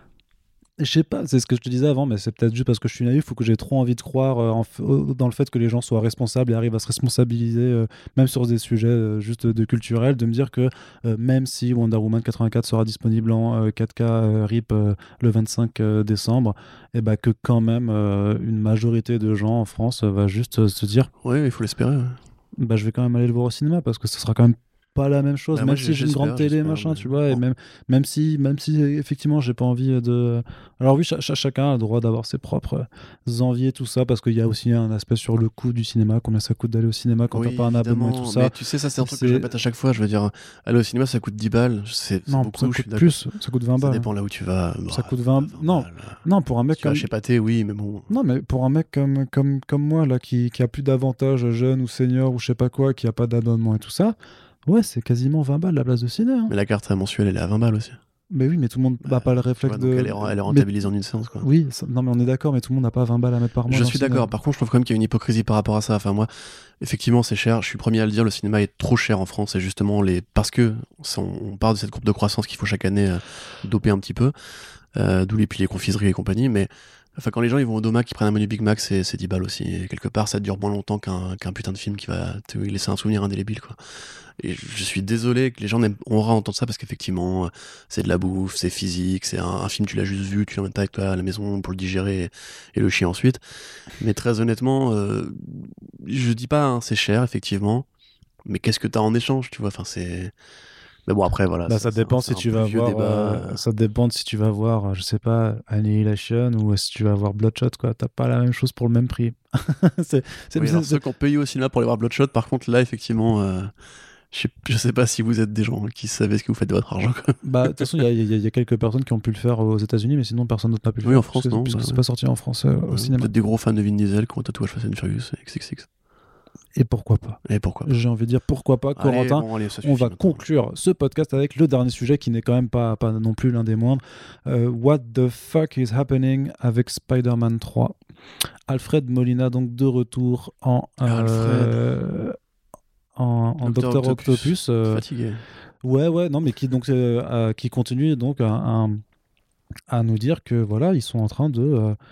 Je sais pas, c'est ce que je te disais avant, mais c'est peut-être juste parce que je suis naïf ou que j'ai trop envie de croire euh, en f- au- dans le fait que les gens soient responsables et arrivent à se responsabiliser, euh, même sur des sujets euh, juste de culturels, de me dire que euh, même si Wonder Woman quatre-vingt-quatre sera disponible en euh, quatre K euh, R I P euh, le vingt-cinq euh, décembre, et bah que quand même euh, une majorité de gens en France euh, va juste euh, se dire Oui, il faut l'espérer. Ouais. bah je vais quand même aller le voir au cinéma parce que ce sera quand même pas la même chose, Bah, moi, même si j'ai une grande j'espère, télé, j'espère, machin, mais tu vois, et bon. même, même si, même si effectivement j'ai pas envie de. Alors oui, cha- cha- chacun a le droit d'avoir ses propres envies et tout ça, parce qu'il y a aussi un aspect sur le coût du cinéma, combien ça coûte d'aller au cinéma quand Oui, t'as pas un abonnement et tout évidemment, ça. mais tu sais, ça c'est un truc que C'est- je répète à chaque fois. Je veux dire, aller au cinéma, ça coûte dix balles. C'est, c'est Non, beaucoup, ça je coûte suis d'accord. plus, ça coûte vingt Ça balles. dépend là où tu vas. Ça Bah, coûte vingt. Non, balles. non, pour un mec Si tu vas comme. chez Pathé, oui, mais bon. Non, mais pour un mec comme, comme, comme moi, là, qui, qui a plus d'avantages, jeune ou senior ou je sais pas quoi, qui a pas d'abonnement et tout ça, ouais, c'est quasiment vingt balles la place de ciné. Hein. Mais la carte mensuelle, elle est à vingt balles aussi. Mais oui, mais tout le monde n'a Bah, pas le tu réflexe vois, donc de. elle est, elle est Mais- rentabilisée en une séance, quoi. Oui, ça- non, mais on est d'accord, mais tout le monde n'a pas vingt balles à mettre par mois. Je dans suis le cinéma. d'accord. Par contre, je trouve quand même qu'il y a une hypocrisie par rapport à ça. Enfin, moi, effectivement, c'est cher. Je suis le premier à le dire. Le cinéma est trop cher en France. Et justement, les... parce que c'est- on part de cette courbe de croissance qu'il faut chaque année euh, doper un petit peu. Euh, d'où les, puis les confiseries et compagnie. Mais enfin, quand les gens ils vont au Domac, qui prennent un menu Big Mac, c'est, c'est dix balles aussi. Et quelque part, ça dure moins longtemps qu'un, qu'un putain de film qui va te laisser un souvenir indélébile, quoi. Et je suis désolé que les gens n'aiment- on aura entendre ça parce qu'effectivement, euh, c'est de la bouffe, c'est physique, c'est un, un film, tu l'as juste vu, tu l'emmènes pas avec toi à la maison pour le digérer et, et le chier ensuite. Mais très honnêtement, euh, je dis pas, hein, c'est cher, effectivement. Mais qu'est-ce que t'as en échange, tu vois? Enfin, c'est. Mais bon, après, voilà. Bah, c'est- ça c'est un- dépend c'est si un tu peu vas vieux voir. débat. euh, ça dépend de si tu vas voir, euh, je sais pas, Annihilation ou si tu vas voir Bloodshot, quoi. T'as pas la même chose pour le même prix. c'est, c'est, Oui, c'est- alors c'est- ceux qui ont payé au cinéma pour aller voir Bloodshot, par contre, là, effectivement, euh, je, sais, je sais pas si vous êtes des gens qui savez ce que vous faites de votre argent. Quoi. Bah, de toute façon, il y, a- il y a- il y a quelques personnes qui ont pu le faire aux États-Unis, mais sinon personne d'autre n'a pu le Oui, faire. en France, puisque, non, puisque bah c'est ouais. pas sorti en France euh, au Ouais, cinéma. Peut-être des gros fans de Vin Diesel qui ont un tatouage Fast and Furious X X X. Et pourquoi pas? Et pourquoi pas. J'ai envie de dire pourquoi pas, Allez, Corentin. bon, allez, ça On suffit va maintenant. conclure ce podcast avec le dernier sujet qui n'est quand même pas, pas non plus l'un des moindres. Euh, what the fuck is happening avec Spider-Man trois? Alfred Molina, donc de retour en, euh, en, en Docteur Docteur Octopus. Octopus. euh, Fatigué. ouais, ouais, non, mais qui, donc, euh, euh, qui continue donc à, à- à nous dire que voilà, ils sont en train de. euh,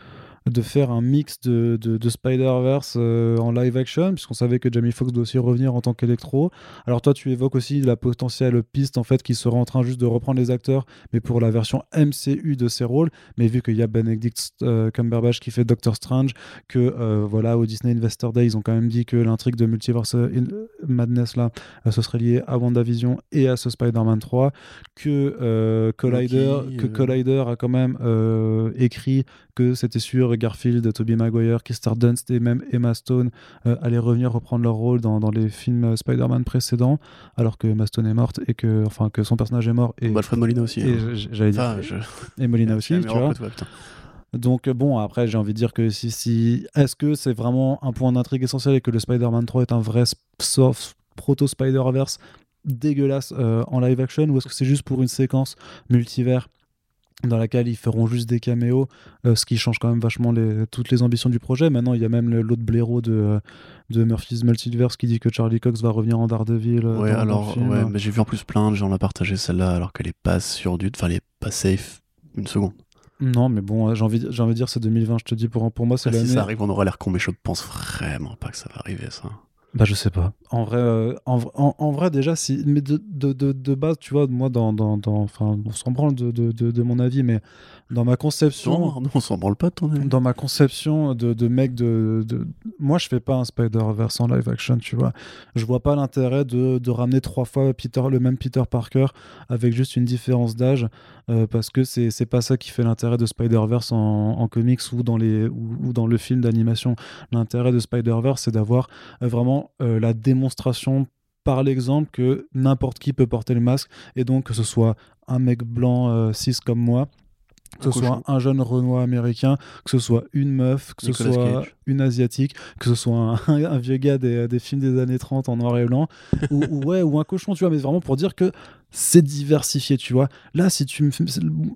de faire un mix de, de, de Spider-Verse euh, en live action, puisqu'on savait que Jamie Foxx doit aussi revenir en tant qu'Electro. Alors toi, tu évoques aussi la potentielle piste en fait qui serait en train juste de reprendre les acteurs, mais pour la version M C U de ces rôles. Mais vu qu'il y a Benedict euh, Cumberbatch qui fait Doctor Strange, que euh, voilà, au Disney Investor Day, ils ont quand même dit que l'intrigue de Multiverse Madness là, euh, ce serait lié à WandaVision et à ce Spider-Man trois, que euh, Collider, Loki, que euh. Collider a quand même euh, écrit que c'était sûr, Garfield, Tobey Maguire, Kirsten Dunst et même Emma Stone euh, allaient revenir reprendre leur rôle dans, dans les films Spider-Man précédents, alors que Emma Stone est morte et que, enfin, que son personnage est mort. Et, bah, Alfred Molina aussi. Et hein. j'allais dire. Enfin, je... Et Molina aussi, tu vois. Toi, Donc bon, après j'ai envie de dire que si, si... est-ce que c'est vraiment un point d'intrigue essentiel et que le Spider-Man trois est un vrai soft proto-Spider-Verse dégueulasse euh, en live action, ou est-ce que c'est juste pour une séquence multivers dans laquelle ils feront juste des caméos, euh, ce qui change quand même vachement les, toutes les ambitions du projet. Maintenant, il y a même le, l'autre blaireau de, de Murphy's Multiverse qui dit que Charlie Cox va revenir en Daredevil. Ouais, dans, alors, dans le film. ouais, mais j'ai vu en plus plein de gens la partager celle-là, alors qu'elle est pas sur du... Enfin, elle est pas safe une seconde. Non, mais bon, j'ai envie, j'ai envie de dire c'est deux mille vingt, je te dis, pour, pour moi c'est Là, l'année... si ça arrive, on aura l'air con, mais je pense vraiment pas que ça va arriver, ça. Bah je sais pas. En vrai, euh, en, en, en vrai déjà, si, mais de, de, de, de base, tu vois, moi, dans, dans, dans, enfin, on s'en branle de, de, de, de mon avis, mais dans ma conception... Non, non on s'en branle pas de ton avis. Dans ma conception de, de mec de, de... Moi, je fais pas un Spider-Verse en live action, tu vois. Je vois pas l'intérêt de, de ramener trois fois Peter, le même Peter Parker avec juste une différence d'âge, euh, parce que c'est, c'est pas ça qui fait l'intérêt de Spider-Verse en, en comics ou dans, les, ou, ou dans le film d'animation. L'intérêt de Spider-Verse, c'est d'avoir euh, vraiment euh, la démonstration par l'exemple que n'importe qui peut porter le masque, et donc que ce soit un mec blanc euh, cis comme moi, que ce soit un jeune Renoir américain, que ce soit une meuf, que Nicolas ce soit Cage. une asiatique, que ce soit un, un vieux gars des, des films des années trente en noir et blanc, ou, ou, ouais, ou un cochon, tu vois, mais vraiment pour dire que c'est diversifié, tu vois. Là, si tu me fais...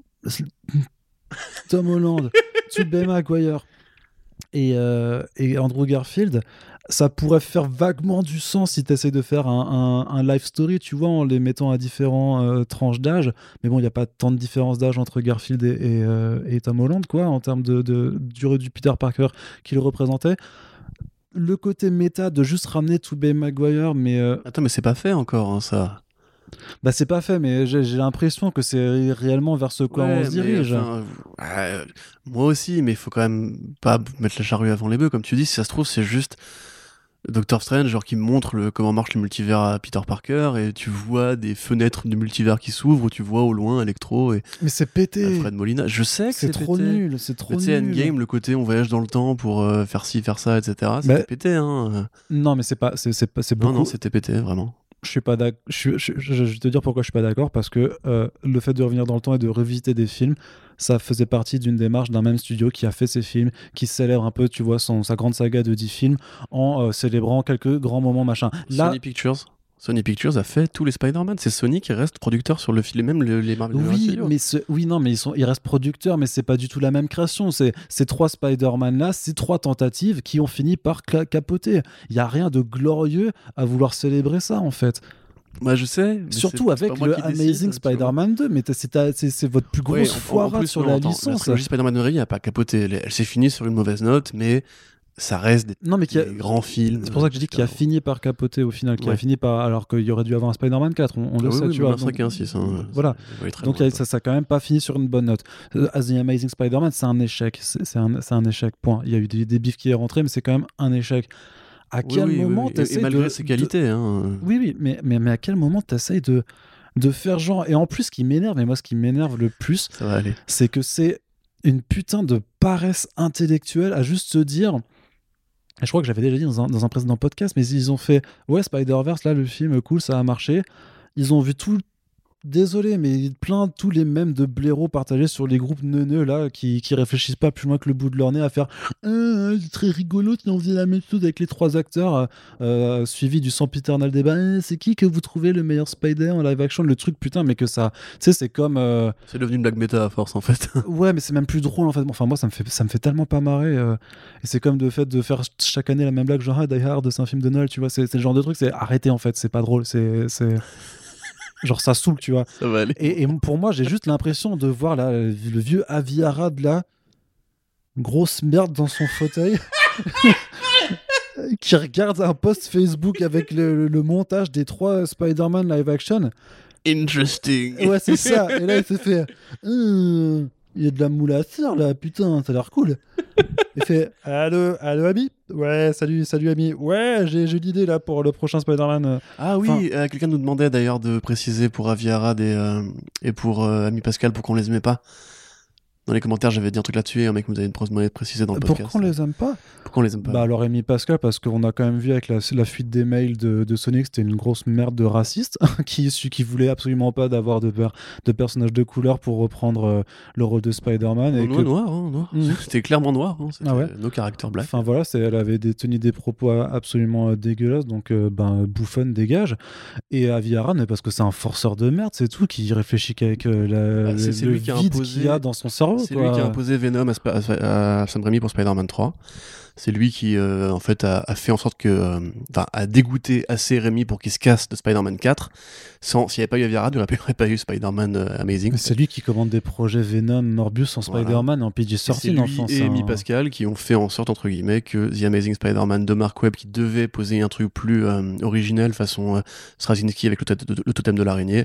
Tom Holland, Tobey Maguire et, euh, et Andrew Garfield, ça pourrait faire vaguement du sens si tu essaies de faire un, un, un life story, tu vois, en les mettant à différents euh, tranches d'âge. Mais bon, il n'y a pas tant de différence d'âge entre Garfield et, et, euh, et Tom Holland, quoi, en termes de, de durée du Peter Parker qu'il représentait. Le côté méta de juste ramener Tobey Maguire, mais... Euh... Attends, mais c'est pas fait encore, hein, ça. Bah c'est pas fait, mais j'ai, j'ai l'impression que c'est réellement vers ce quoi ouais, on se dirige. Enfin, euh, moi aussi, mais il faut quand même pas mettre la charrue avant les bœufs, comme tu dis. Si ça se trouve, c'est juste Doctor Strange, genre qui montre le, comment marche le multivers à Peter Parker, et tu vois des fenêtres de multivers qui s'ouvrent, où tu vois au loin Electro et mais c'est pété. Alfred Molina. Je sais que c'est, c'est trop pété. nul, c'est trop mais nul. Tu sais, Endgame, le côté on voyage dans le temps pour euh, faire ci, faire ça, et cetera. C'était bah, pété, hein. Non, mais c'est pas, c'est, c'est, c'est beaucoup. Non, non, c'était pété, vraiment. Je suis pas d'accord. Je, je, je, je vais te dire pourquoi je suis pas d'accord, parce que euh, le fait de revenir dans le temps et de revisiter des films, ça faisait partie d'une démarche d'un même studio qui a fait ces films, qui célèbre un peu, tu vois, son, sa grande saga de dix films en euh, célébrant quelques grands moments, machin. Là, Sony Pictures. Sony Pictures a fait tous les Spider-Man. C'est Sony qui reste producteur sur le film, même les, les Marvel oui, mais ce, oui, non, mais ils, sont, ils restent producteurs, mais c'est pas du tout la même création. C'est, ces trois Spider-Man-là, ces trois tentatives qui ont fini par cla- capoter. Il y a rien de glorieux à vouloir célébrer ça, en fait. Bah, je sais. Surtout c'est, avec c'est le Amazing décide, Spider-Man deux, mais c'est, c'est, c'est votre plus grosse ouais, foirade sur non, la attends, licence. La trilogie Spider-Man Noir n'a pas capoté. Elle, elle s'est finie sur une mauvaise note, mais ça reste des, non, mais des a... grands films. C'est pour ça que je dis qu'il a fini par capoter au final, qu'il ouais. a fini par. Alors qu'il y aurait dû avoir un Spider-Man quatre, on, on ah le oui, sait, oui, tu vois. un cinq et un six. Hein, voilà. Donc loin, ça, ça a quand même pas fini sur une bonne note. Uh, As the Amazing Spider-Man, c'est un échec. C'est, c'est, un, c'est un échec, point. Il y a eu des, des bifs qui est rentré, mais c'est quand même un échec. À oui, quel oui, moment oui. t'essayes et, et malgré de, ses qualités. De... Hein. Oui, oui, mais, mais, mais à quel moment t'essayes de. de faire genre, et en plus ce qui m'énerve, et moi ce qui m'énerve le plus, ça va aller. c'est que c'est une putain de paresse intellectuelle à juste se dire, et je crois que j'avais déjà dit dans un, dans un précédent podcast, mais ils ont fait ouais, Spider-Verse, là le film cool, ça a marché, ils ont vu tout, désolé, mais plein tous les mèmes de blaireaux partagés sur les groupes neuneux là qui, qui réfléchissent pas plus loin que le bout de leur nez à faire ah, c'est très rigolo si on faisait la même chose avec les trois acteurs euh, suivi du sempiternel débat eh, c'est qui que vous trouvez le meilleur Spider en live action, le truc putain, mais que ça tu sais c'est comme euh... c'est devenu une blague méta à force en fait. Ouais, mais c'est même plus drôle en fait. Enfin moi ça me fait ça me fait tellement pas marrer euh... et c'est comme le fait de faire chaque année la même blague genre ah, Die Hard c'est un film de Noël, tu vois, c'est, c'est le genre de truc, c'est arrêter en fait, c'est pas drôle, c'est, c'est... genre ça saoule, tu vois. Ça va aller. Et, et pour moi, j'ai juste l'impression de voir là, le vieux Avi Arad là, grosse merde dans son fauteuil. Qui regarde un post Facebook avec le, le, le montage des trois Spider-Man live action. Interesting. Ouais, c'est ça. Et là, il s'est fait hum, il y a de la moule à cire là, putain, ça a l'air cool. Il fait allô, allô, ami. Ouais, salut, salut, ami. Ouais, j'ai, j'ai une idée là pour le prochain Spider-Man. Ah oui, Enfin, euh, quelqu'un nous demandait d'ailleurs de préciser pour Avi Arad et, euh, et pour euh, Ami Pascal pourquoi on les aimait pas. Dans les commentaires, j'avais dit un truc là-dessus et un mec nous avait demandé de préciser dans le podcast. Pourquoi on les aime pas? Pourquoi on les aime pas? Bah alors Amy Pascal, parce qu'on a quand même vu avec la, la fuite des mails de, de Sony que c'était une grosse merde de raciste qui, qui voulait absolument pas d'avoir de, per, de personnages de couleur pour reprendre euh, le rôle de Spider-Man. Non, Et non, que... noir, hein, noir. Mmh. C'était clairement noir, hein, c'était ah ouais. nos caractères black. Enfin voilà, c'est, elle avait des, tenu des propos absolument euh, dégueulasses, donc euh, ben bouffonne, dégage. Et Avi Arad, mais parce que c'est un forceur de merde, c'est tout, qui réfléchit qu'avec euh, la, bah, c'est, le, c'est le vide imposé, qu'il y a dans son cerveau. C'est quoi. lui qui a imposé Venom à, à, à, à Sam Raimi pour Spider-Man trois. C'est lui qui, euh, en fait, a, a fait en sorte que... Enfin, euh, a dégoûté assez Raimi pour qu'il se casse de Spider-Man quatre. Sans, s'il n'y avait pas eu Avi Arad, il n'y aurait pas eu Spider-Man euh, Amazing. C'est lui qui commande des projets Venom, Morbius en Spider-Man voilà. en P G treize. C'est lui enfin, et Amy un... Pascal qui ont fait en sorte, entre guillemets, que The Amazing Spider-Man de Mark Webb, qui devait poser un truc plus euh, originel, façon euh, Straczynski avec le, t- le totem de l'araignée,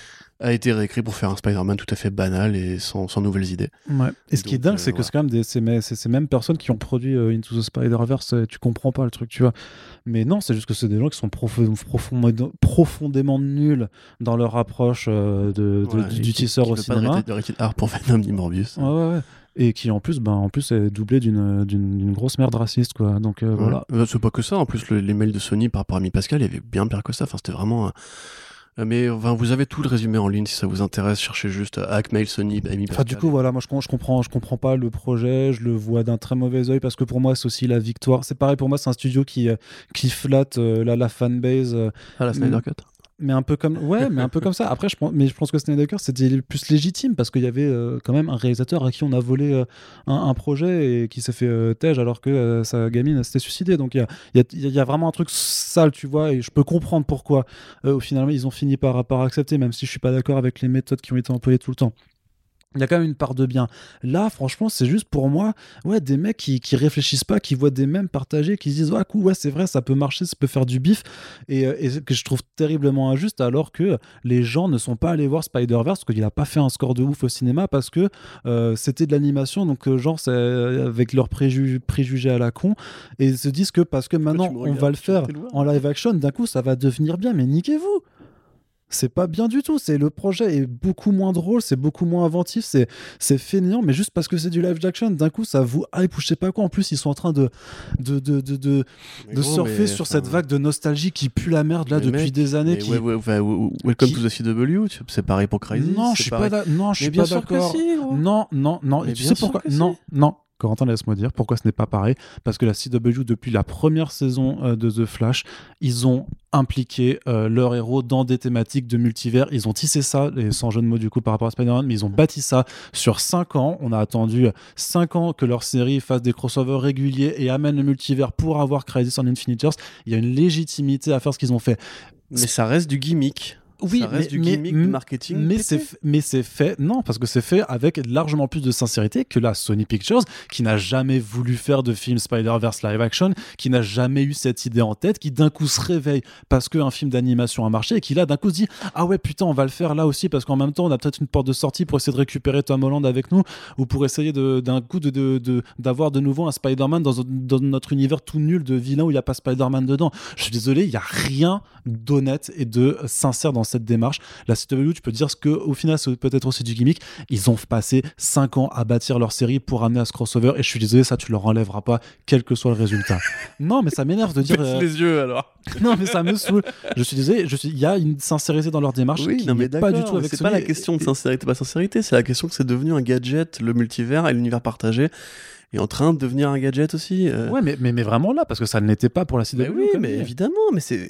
a été réécrit pour faire un Spider-Man tout à fait banal et sans, sans nouvelles idées. Ouais. Et ce Donc, qui est dingue, euh, c'est que voilà. c'est quand même des, c'est, c'est ces mêmes personnes qui ont produit euh, Into the Spider-Verse. Tu comprends pas le truc, tu vois. Mais non, c'est juste que c'est des gens qui sont prof- profondément, profondément nuls dans leur approche euh, de, de, ouais, du, du tisseur au cinéma. Pas de rated art pour Venom ni Morbius. Ouais, ouais, ouais. Et qui en plus, ben, en plus est doublé d'une, d'une, d'une grosse merde raciste, quoi. Donc euh, ouais. voilà. C'est pas que ça. En plus, le, les mails de Sony par rapport à Amy Pascal, il y avait bien pire que ça. Enfin, c'était vraiment. Un... Mais enfin, vous avez tout le résumé en ligne si ça vous intéresse. Cherchez juste Hackmail, Sony, Amy Pascal. Enfin, du coup, voilà, moi je, je comprends, je comprends pas le projet. Je le vois d'un très mauvais œil parce que pour moi, c'est aussi la victoire. C'est pareil pour moi, c'est un studio qui qui flatte euh, la, la fanbase. Euh, ah, la Snyder Cut. Mais un peu comme ouais mais un peu comme ça après je pense mais je pense que Snyder Cut c'était plus légitime parce qu'il y avait euh, quand même un réalisateur à qui on a volé euh, un, un projet et qui s'est fait euh, tège alors que euh, sa gamine s'était suicidée. Donc il y a, y, a, y a vraiment un truc sale, tu vois, et je peux comprendre pourquoi euh, au final ils ont fini par, par accepter, même si je suis pas d'accord avec les méthodes qui ont été employées tout le temps. Il y a quand même une part de bien. Là, franchement, c'est juste pour moi, ouais, des mecs qui, qui réfléchissent pas, qui voient des mèmes partagés, qui se disent, ouais, cool, ouais, c'est vrai, ça peut marcher, ça peut faire du bif, et, et que je trouve terriblement injuste, alors que les gens ne sont pas allés voir Spider-Verse, parce qu'il a pas fait un score de ouf au cinéma, parce que euh, c'était de l'animation, donc euh, genre, c'est avec leurs préju- préjugés à la con, et ils se disent que parce que maintenant, on va le faire en live action, d'un coup, ça va devenir bien, mais niquez-vous! C'est pas bien du tout, c'est le projet est beaucoup moins drôle, c'est beaucoup moins inventif, c'est c'est fainéant, mais juste parce que c'est du live action, d'un coup ça vous hype ou je sais pas quoi. En plus ils sont en train de de de de de, de bon, surfer mais, sur enfin... cette vague de nostalgie qui pue la merde là mais depuis mec, des années. Qui... Ouais, ouais, ouais, ouais, welcome qui... to the C W, c'est pareil pour Crazy. Non, je suis pas da... non, je suis pas d'accord. Si, non, non, non. Et tu sais pourquoi? Non, non. Corentin, laisse-moi dire pourquoi ce n'est pas pareil. Parce que la C W, depuis la première saison euh, de The Flash, ils ont impliqué euh, leurs héros dans des thématiques de multivers. Ils ont tissé ça, et sans jeu de mots du coup par rapport à Spider-Man, mais ils ont bâti ça sur cinq ans. On a attendu cinq ans que leur série fasse des crossovers réguliers et amène le multivers pour avoir Crisis on Infinite Earths. Il y a une légitimité à faire ce qu'ils ont fait. Mais ça reste du gimmick. Oui, ça reste mais, du gimmick mais, du marketing. Mais c'est, f- mais c'est fait, non, parce que c'est fait avec largement plus de sincérité que la Sony Pictures, qui n'a jamais voulu faire de film Spider-Verse live action, qui n'a jamais eu cette idée en tête, qui d'un coup se réveille parce qu'un film d'animation a marché et qui là d'un coup se dit ah ouais putain on va le faire là aussi parce qu'en même temps on a peut-être une porte de sortie pour essayer de récupérer Tom Holland avec nous ou pour essayer de, d'un coup de, de, de, d'avoir de nouveau un Spider-Man dans, dans notre univers tout nul de vilain où il n'y a pas Spider-Man dedans. Je suis désolé, il n'y a rien d'honnête et de sincère dans cette démarche. La C W, tu peux dire ce que au final c'est peut-être aussi du gimmick. Ils ont passé cinq ans à bâtir leur série pour amener à ce crossover et je suis désolé, ça tu leur enlèveras pas quel que soit le résultat. Non mais ça m'énerve de dire euh... les yeux alors. Non mais ça me saoule. Je suis désolé, je suis il y a une sincérité dans leur démarche oui, qui non, n'est pas du tout avec c'est Sony. Pas la question de sincérité pas sincérité, c'est la question que c'est devenu un gadget, le multivers et l'univers partagé est en train de devenir un gadget aussi. Euh... Ouais mais, mais mais vraiment là parce que ça ne l'était pas pour la C W. Mais oui, mais dit. Évidemment, mais c'est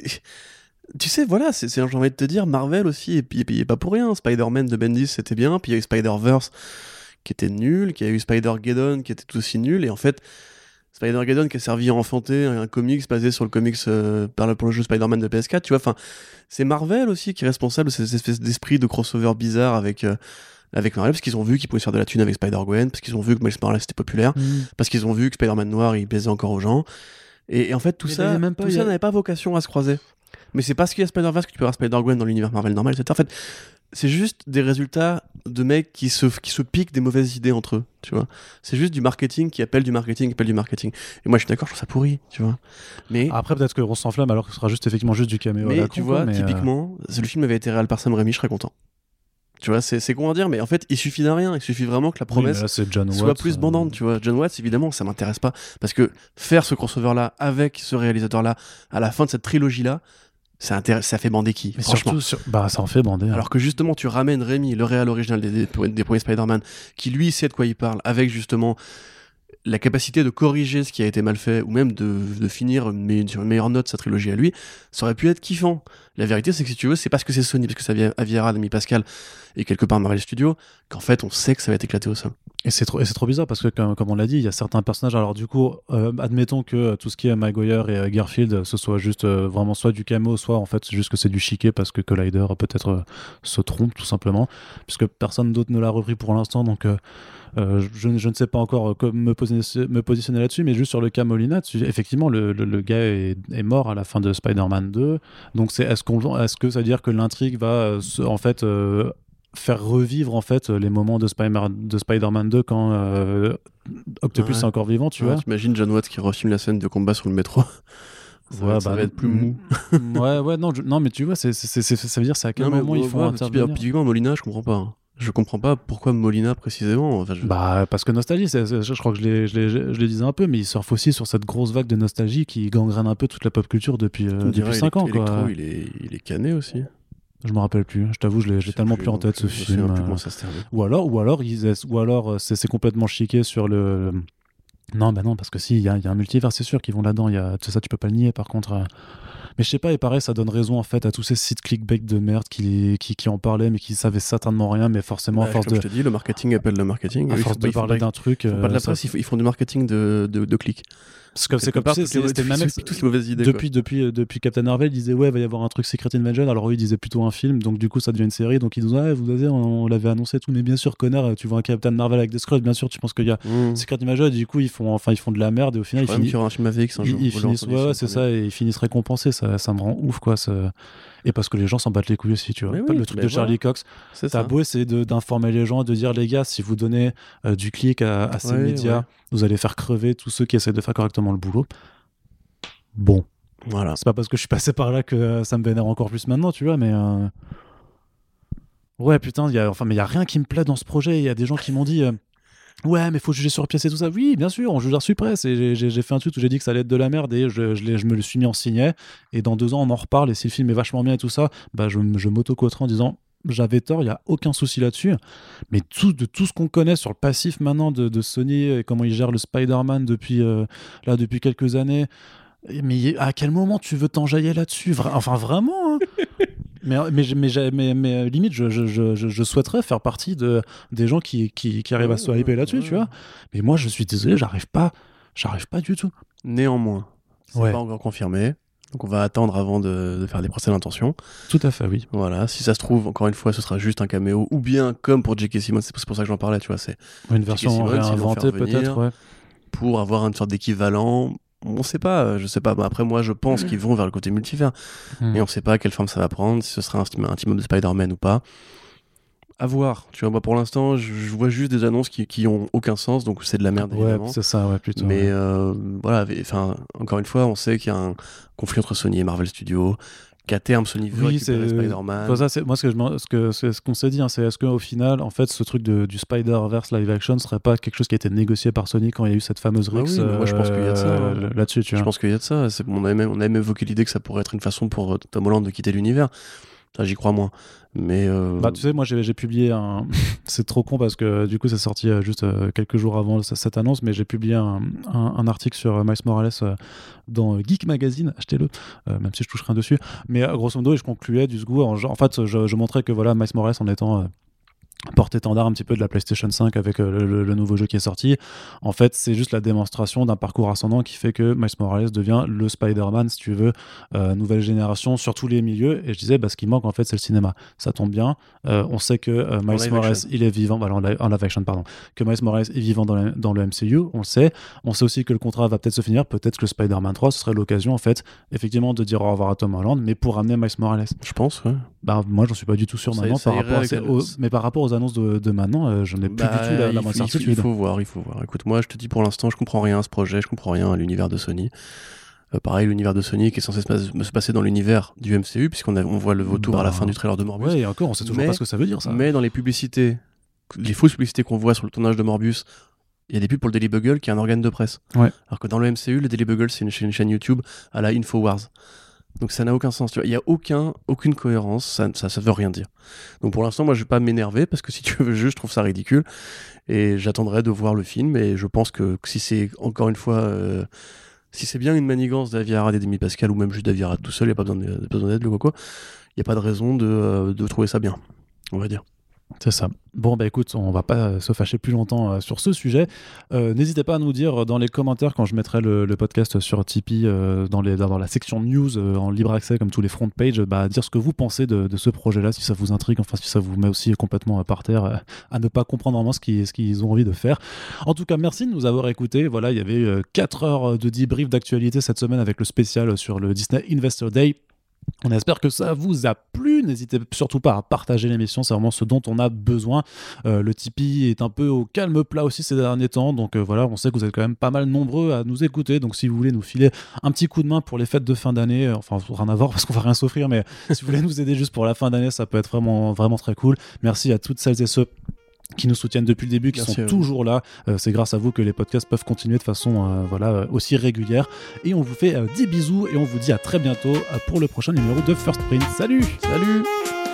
tu sais, voilà, c'est, c'est, j'ai envie de te dire, Marvel aussi, et puis il pas pour rien. Spider-Man de Bendis, c'était bien, puis il y a eu Spider-Verse qui était nul, qui a eu Spider-Geddon qui était tout aussi nul, et en fait, Spider-Geddon qui a servi à enfanter un comics basé sur le comics euh, par le, pour le jeu Spider-Man de P S quatre, tu vois, enfin, c'est Marvel aussi qui est responsable de cette espèce d'esprit de crossover bizarre avec, euh, avec Marvel, parce qu'ils ont vu qu'ils pouvaient se faire de la thune avec Spider-Gwen, parce qu'ils ont vu que Miles Morales était populaire, Mm. parce qu'ils ont vu que Spider-Man noir, il plaisait encore aux gens. Et, et en fait, tout Mais ça, d'ailleurs, même pas, tout il y ça a- n'avait pas vocation à se croiser. Mais c'est parce qu'il y a Spider-Verse que tu peux avoir Spider-Gwen dans l'univers Marvel normal, et cetera. En fait, c'est juste des résultats de mecs qui se, qui se piquent des mauvaises idées entre eux, tu vois. C'est juste du marketing qui appelle du marketing, qui appelle du marketing. Et moi, je suis d'accord, je trouve ça pourri, tu vois. Mais, Après, peut-être que on s'enflamme alors que ce sera juste effectivement juste du caméo. à mais la tu con, vois, quoi, mais, euh, typiquement, si le film avait été réel par Sam Raimi, je serais content. Tu vois, c'est, c'est con à dire, mais en fait, il suffit d'un rien. Il suffit vraiment que la oui, mais promesse là, c'est John soit Watts, plus euh, bandante, tu vois. John Watts, évidemment, ça m'intéresse pas. Parce que faire ce crossover-là avec ce réalisateur-là, à la fin de cette trilogie-là, ça, intéresse, ça fait bander qui, Mais franchement. surtout, sur... bah, ça en fait bander. hein. Alors que justement, tu ramènes Raimi, le réal original des, des, des premiers Spider-Man, qui lui sait de quoi il parle, avec justement la capacité de corriger ce qui a été mal fait, ou même de, de finir une, me- sur une meilleure note sa trilogie à lui, ça aurait pu être kiffant. La vérité, c'est que si tu veux, c'est parce que c'est Sony, parce que ça vient Aviara, Demi Pascal, et quelque part Marvel Studios, qu'en fait, on sait que ça va être éclaté au sol. Et c'est trop, et c'est trop bizarre parce que, comme, comme on l'a dit, il y a certains personnages. Alors, du coup, euh, admettons que euh, tout ce qui est Maguire et euh, Garfield, euh, ce soit juste euh, vraiment soit du camo, soit en fait juste que c'est du chiquet parce que Collider euh, peut-être euh, se trompe tout simplement, puisque personne d'autre ne l'a repris pour l'instant. Donc, euh, euh, je, ne- je ne sais pas encore euh, comment me, posi- me positionner là-dessus, mais juste sur le cas Molina, tu- effectivement, le, le- le gars est, est mort à la fin de Spider-Man deux. Donc, c'est, est-ce, qu'on, est-ce que ça veut dire que l'intrigue va euh, se- en fait. euh, faire revivre en fait les moments de, Spider- de Spider-Man deux quand euh, Octopus Ouais. est encore vivant, tu Ouais, vois. T'imagines John Watts qui refilme la scène de combat sur le métro. Ça, Ouais, va, ça bah, va être plus mou. ouais, ouais, non, je- non, mais tu vois, c'est, c'est, c'est- ça veut dire c'est à quel Non, mais moment ils ouais, font ouais, intervenir. typiquement, Molina, je comprends pas. hein. Je comprends pas pourquoi Molina précisément. Enfin, je... Bah, parce que nostalgie, c'est, c'est- je crois que je l'ai, je, l'ai, je l'ai disais un peu, mais il surfe aussi sur cette grosse vague de nostalgie qui gangrène un peu toute la pop culture depuis, euh, tu me diras, depuis cinq ans, Electro, quoi. il est, il est cané aussi. Je me rappelle plus, je t'avoue, je l'ai, Je j'ai sais tellement plus plus en non tête plus, ce je me souviens film. plus euh, comment ça se termine. Ou alors, ou alors, ils, ou alors euh, c'est, c'est complètement chiqué sur le. Non, bah non, parce que si, il y a, il y a un multivers, c'est sûr, qui vont là-dedans. Il y a, ça, tu peux pas le nier, par contre. euh. Mais je sais pas, et pareil, ça donne raison, en fait, à tous ces sites clickbait de merde qui, qui, qui en parlaient, mais qui savaient certainement rien, mais forcément, Bah, à force comme de, je te dis, le marketing appelle le marketing. à Eux, ils force font de pas- ils font parler pas- d'un truc. ils font pas de la euh, ça- presse, ils font, ils font du marketing de, de, de clics. c'est comme, c'est Quelque comme part, tu sais, toutes les- c'est- c'était le même ex- toutes les mauvaises idées. depuis, depuis, euh, depuis Captain Marvel, il disait ouais, il va y avoir un truc Secret Invasion. Alors eux, ils disaient plutôt un film, donc du coup, ça devient une série. Donc ils disent ouais, vous avez, on, on l'avait annoncé tout, mais bien sûr, connard, tu vois un Captain Marvel avec des Skrulls, bien sûr, tu penses qu'il y a quoi. Mmh. Secret Invasion. Et du coup, ils font, enfin, ils font de la merde et au final, Je ils crois même finissent. qu'il y aura un film A V X un Ils, jour. ils Voilà, finissent, on dit ouais, ouais, ça, c'est on ça, et ils finissent récompensés. Ça, ça me rend ouf, quoi. ça- Et parce que les gens s'en battent les couilles aussi, tu vois. Mais Pas oui, le truc mais de Charlie Cox. C'est T'as ça. beau essayer de- d'informer les gens, de dire les gars, si vous donnez euh, du clic à, à ces Ouais, médias, ouais. vous allez faire crever tous ceux qui essaient de faire correctement le boulot. Bon, Voilà. c'est pas parce que je suis passé par là que euh, ça me vénère encore plus maintenant, tu vois, mais. euh, Ouais, putain, y a... enfin, mais il y a rien qui me plaît dans ce projet. Il y a des gens qui m'ont dit. euh, Ouais, mais faut juger sur pièce et tout ça. Oui, bien sûr, on juge sur presse. Et j'ai- j'ai j'ai fait un tweet où j'ai dit que ça allait être de la merde et je, je, l'ai- je me le suis mis en signet. Et dans deux ans, on en reparle. Et si le film est vachement bien et tout ça, bah, je, je m'auto-coterai en disant j'avais tort, il n'y a aucun souci là-dessus. Mais tout, de tout ce qu'on connaît sur le passif maintenant de, de Sony et comment ils gèrent le Spider-Man depuis, euh, là, depuis quelques années. Mais à quel moment tu veux t'enjailler là-dessus? Vra- Enfin, vraiment hein. Mais, mais, mais, mais, mais, mais limite, je, je, je, je- je souhaiterais faire partie de, des gens qui, qui, qui arrivent à se Ouais, hyper là-dessus, ouais. tu vois. Mais moi, je suis désolé, j'arrive pas, j'arrive pas du tout. Néanmoins, c'est Ouais. pas encore confirmé. Donc on va attendre avant de, de faire des procès d'intention. Tout à fait, oui. Voilà, si ça se trouve, encore une fois, ce sera juste un caméo, ou bien comme pour J K. Simmons, c'est pour ça que j'en parlais, tu vois, c'est Une version Simmons, ils l'ont fait réinventée, revenir. peut-être, ouais. pour avoir une sorte d'équivalent. On sait pas, je sais pas. Mais après, moi, je pense qu'ils vont vers le côté multivers. Mm. Et on sait pas quelle forme ça va prendre, si ce sera un team, un team-up de Spider-Man ou pas. À voir. Tu vois, moi, pour l'instant, je, je vois juste des annonces qui, qui ont aucun sens, donc c'est de la merde, Ouais, évidemment. c'est ça, ouais, plutôt. Mais ouais. euh, voilà, enfin, encore une fois, on sait qu'il y a un conflit entre Sony et Marvel Studios, qu'à terme, Sony veut Oui, récupérer c'est Spider-Man. Enfin, ça, c'est moi ce que je m'en- ce que c'est ce qu'on s'est dit, hein, c'est est-ce qu'au final, en fait, ce truc de, du Spider-Verse live action serait pas quelque chose qui a été négocié par Sony quand il y a eu cette fameuse Ah Rix oui, mais moi, je pense qu'il y a de ça, hein. euh, là-dessus, tu Je vois. pense qu'il y a de ça. C'est- On avait même, on avait même évoqué l'idée que ça pourrait être une façon pour euh, Tom Holland de quitter l'univers. Ça, j'y crois moins. Mais euh, Bah, tu sais, moi j'ai j'ai publié un. C'est trop con parce que du coup, c'est sorti euh, juste euh, quelques jours avant ce- cette annonce, mais j'ai publié un, un- un article sur euh, Miles Morales euh, dans euh, Geek Magazine, achetez-le, euh, même si je touche rien dessus. Mais euh, grosso modo, je concluais du coup, en, en fait, je, je montrais que voilà, Miles Morales en étant. euh, porte-étendard un petit peu de la PlayStation cinq avec euh, le, le nouveau jeu qui est sorti. En fait, c'est juste la démonstration d'un parcours ascendant qui fait que Miles Morales devient le Spider-Man, si tu veux, euh, nouvelle génération sur tous les milieux. Et je disais, bah, ce qui manque, en fait, c'est le cinéma. Ça tombe bien. Euh, on sait que euh, Miles Morales, action. il est vivant, bah, en, live, en live action, pardon, que Miles Morales est vivant dans, la, dans le M C U, on le sait. On sait aussi que le contrat va peut-être se finir. Peut-être que le Spider-Man trois, ce serait l'occasion, en fait, effectivement, de dire au revoir à Tom Holland, mais pour ramener Miles Morales. Je pense, ouais. Bah, moi, j'en suis pas du tout sûr ça, maintenant, ça par rapport à aux, mais par rapport aux annonces de, de maintenant, euh, j'en ai plus bah, du tout la, la moindre certitude. Il faut voir, il faut voir. Écoute, moi, je te dis pour l'instant, je comprends rien à ce projet, je comprends rien à l'univers de Sony. Euh, pareil, l'univers de Sony qui est censé se, se passer dans l'univers du M C U, puisqu'on a, on voit le vautour bah, à la fin du trailer de Morbius. Ouais, et encore, on sait toujours mais, pas ce que ça veut dire, ça. Mais dans les publicités, les fausses publicités qu'on voit sur le tournage de Morbius, il y a des pubs pour le Daily Bugle qui est un organe de presse. Ouais. Alors que dans le M C U, le Daily Bugle, c'est une, une chaîne YouTube à la InfoWars. Donc ça n'a aucun sens, tu vois. Il n'y a aucun, aucune cohérence, ça, ça, ça veut rien dire. Donc pour l'instant, moi je vais pas m'énerver parce que si tu veux juste, je trouve ça ridicule et j'attendrai de voir le film et je pense que, que si c'est encore une fois, euh, si c'est bien une manigance d'Avi Arad et d'Émile Pascal ou même juste d'Avi Arad tout seul, il n'y a pas besoin, de, pas besoin d'aide, le coco, il n'y a pas de raison de, euh, de trouver ça bien, on va dire. C'est ça. Bon, bah écoute, on va pas se fâcher plus longtemps euh, sur ce sujet. Euh, n'hésitez pas à nous dire dans les commentaires quand je mettrai le, le podcast sur Tipeee euh, dans, les, dans la section news euh, en libre accès comme tous les front pages, bah, dire ce que vous pensez de, de ce projet-là, si ça vous intrigue, enfin si ça vous met aussi complètement par terre euh, à ne pas comprendre vraiment ce qu'ils, ce qu'ils ont envie de faire. En tout cas, merci de nous avoir écoutés. Voilà, il y avait euh, quatre heures de debrief d'actualité cette semaine avec le spécial sur le Disney Investor Day. On espère que ça vous a plu. N'hésitez surtout pas à partager l'émission, c'est vraiment ce dont on a besoin. Euh, le Tipeee est un peu au calme plat aussi ces derniers temps, donc euh, voilà, on sait que vous êtes quand même pas mal nombreux à nous écouter, donc si vous voulez nous filer un petit coup de main pour les fêtes de fin d'année, euh, enfin, rien à voir parce qu'on va rien s'offrir, mais si vous voulez nous aider juste pour la fin d'année, ça peut être vraiment, vraiment très cool. Merci à toutes celles et ceux qui nous soutiennent depuis le début, qui Merci sont toujours là. Euh, c'est grâce à vous que les podcasts peuvent continuer de façon euh, voilà, euh, aussi régulière. Et on vous fait euh, des bisous et on vous dit à très bientôt euh, pour le prochain numéro de First Print. Salut! Salut!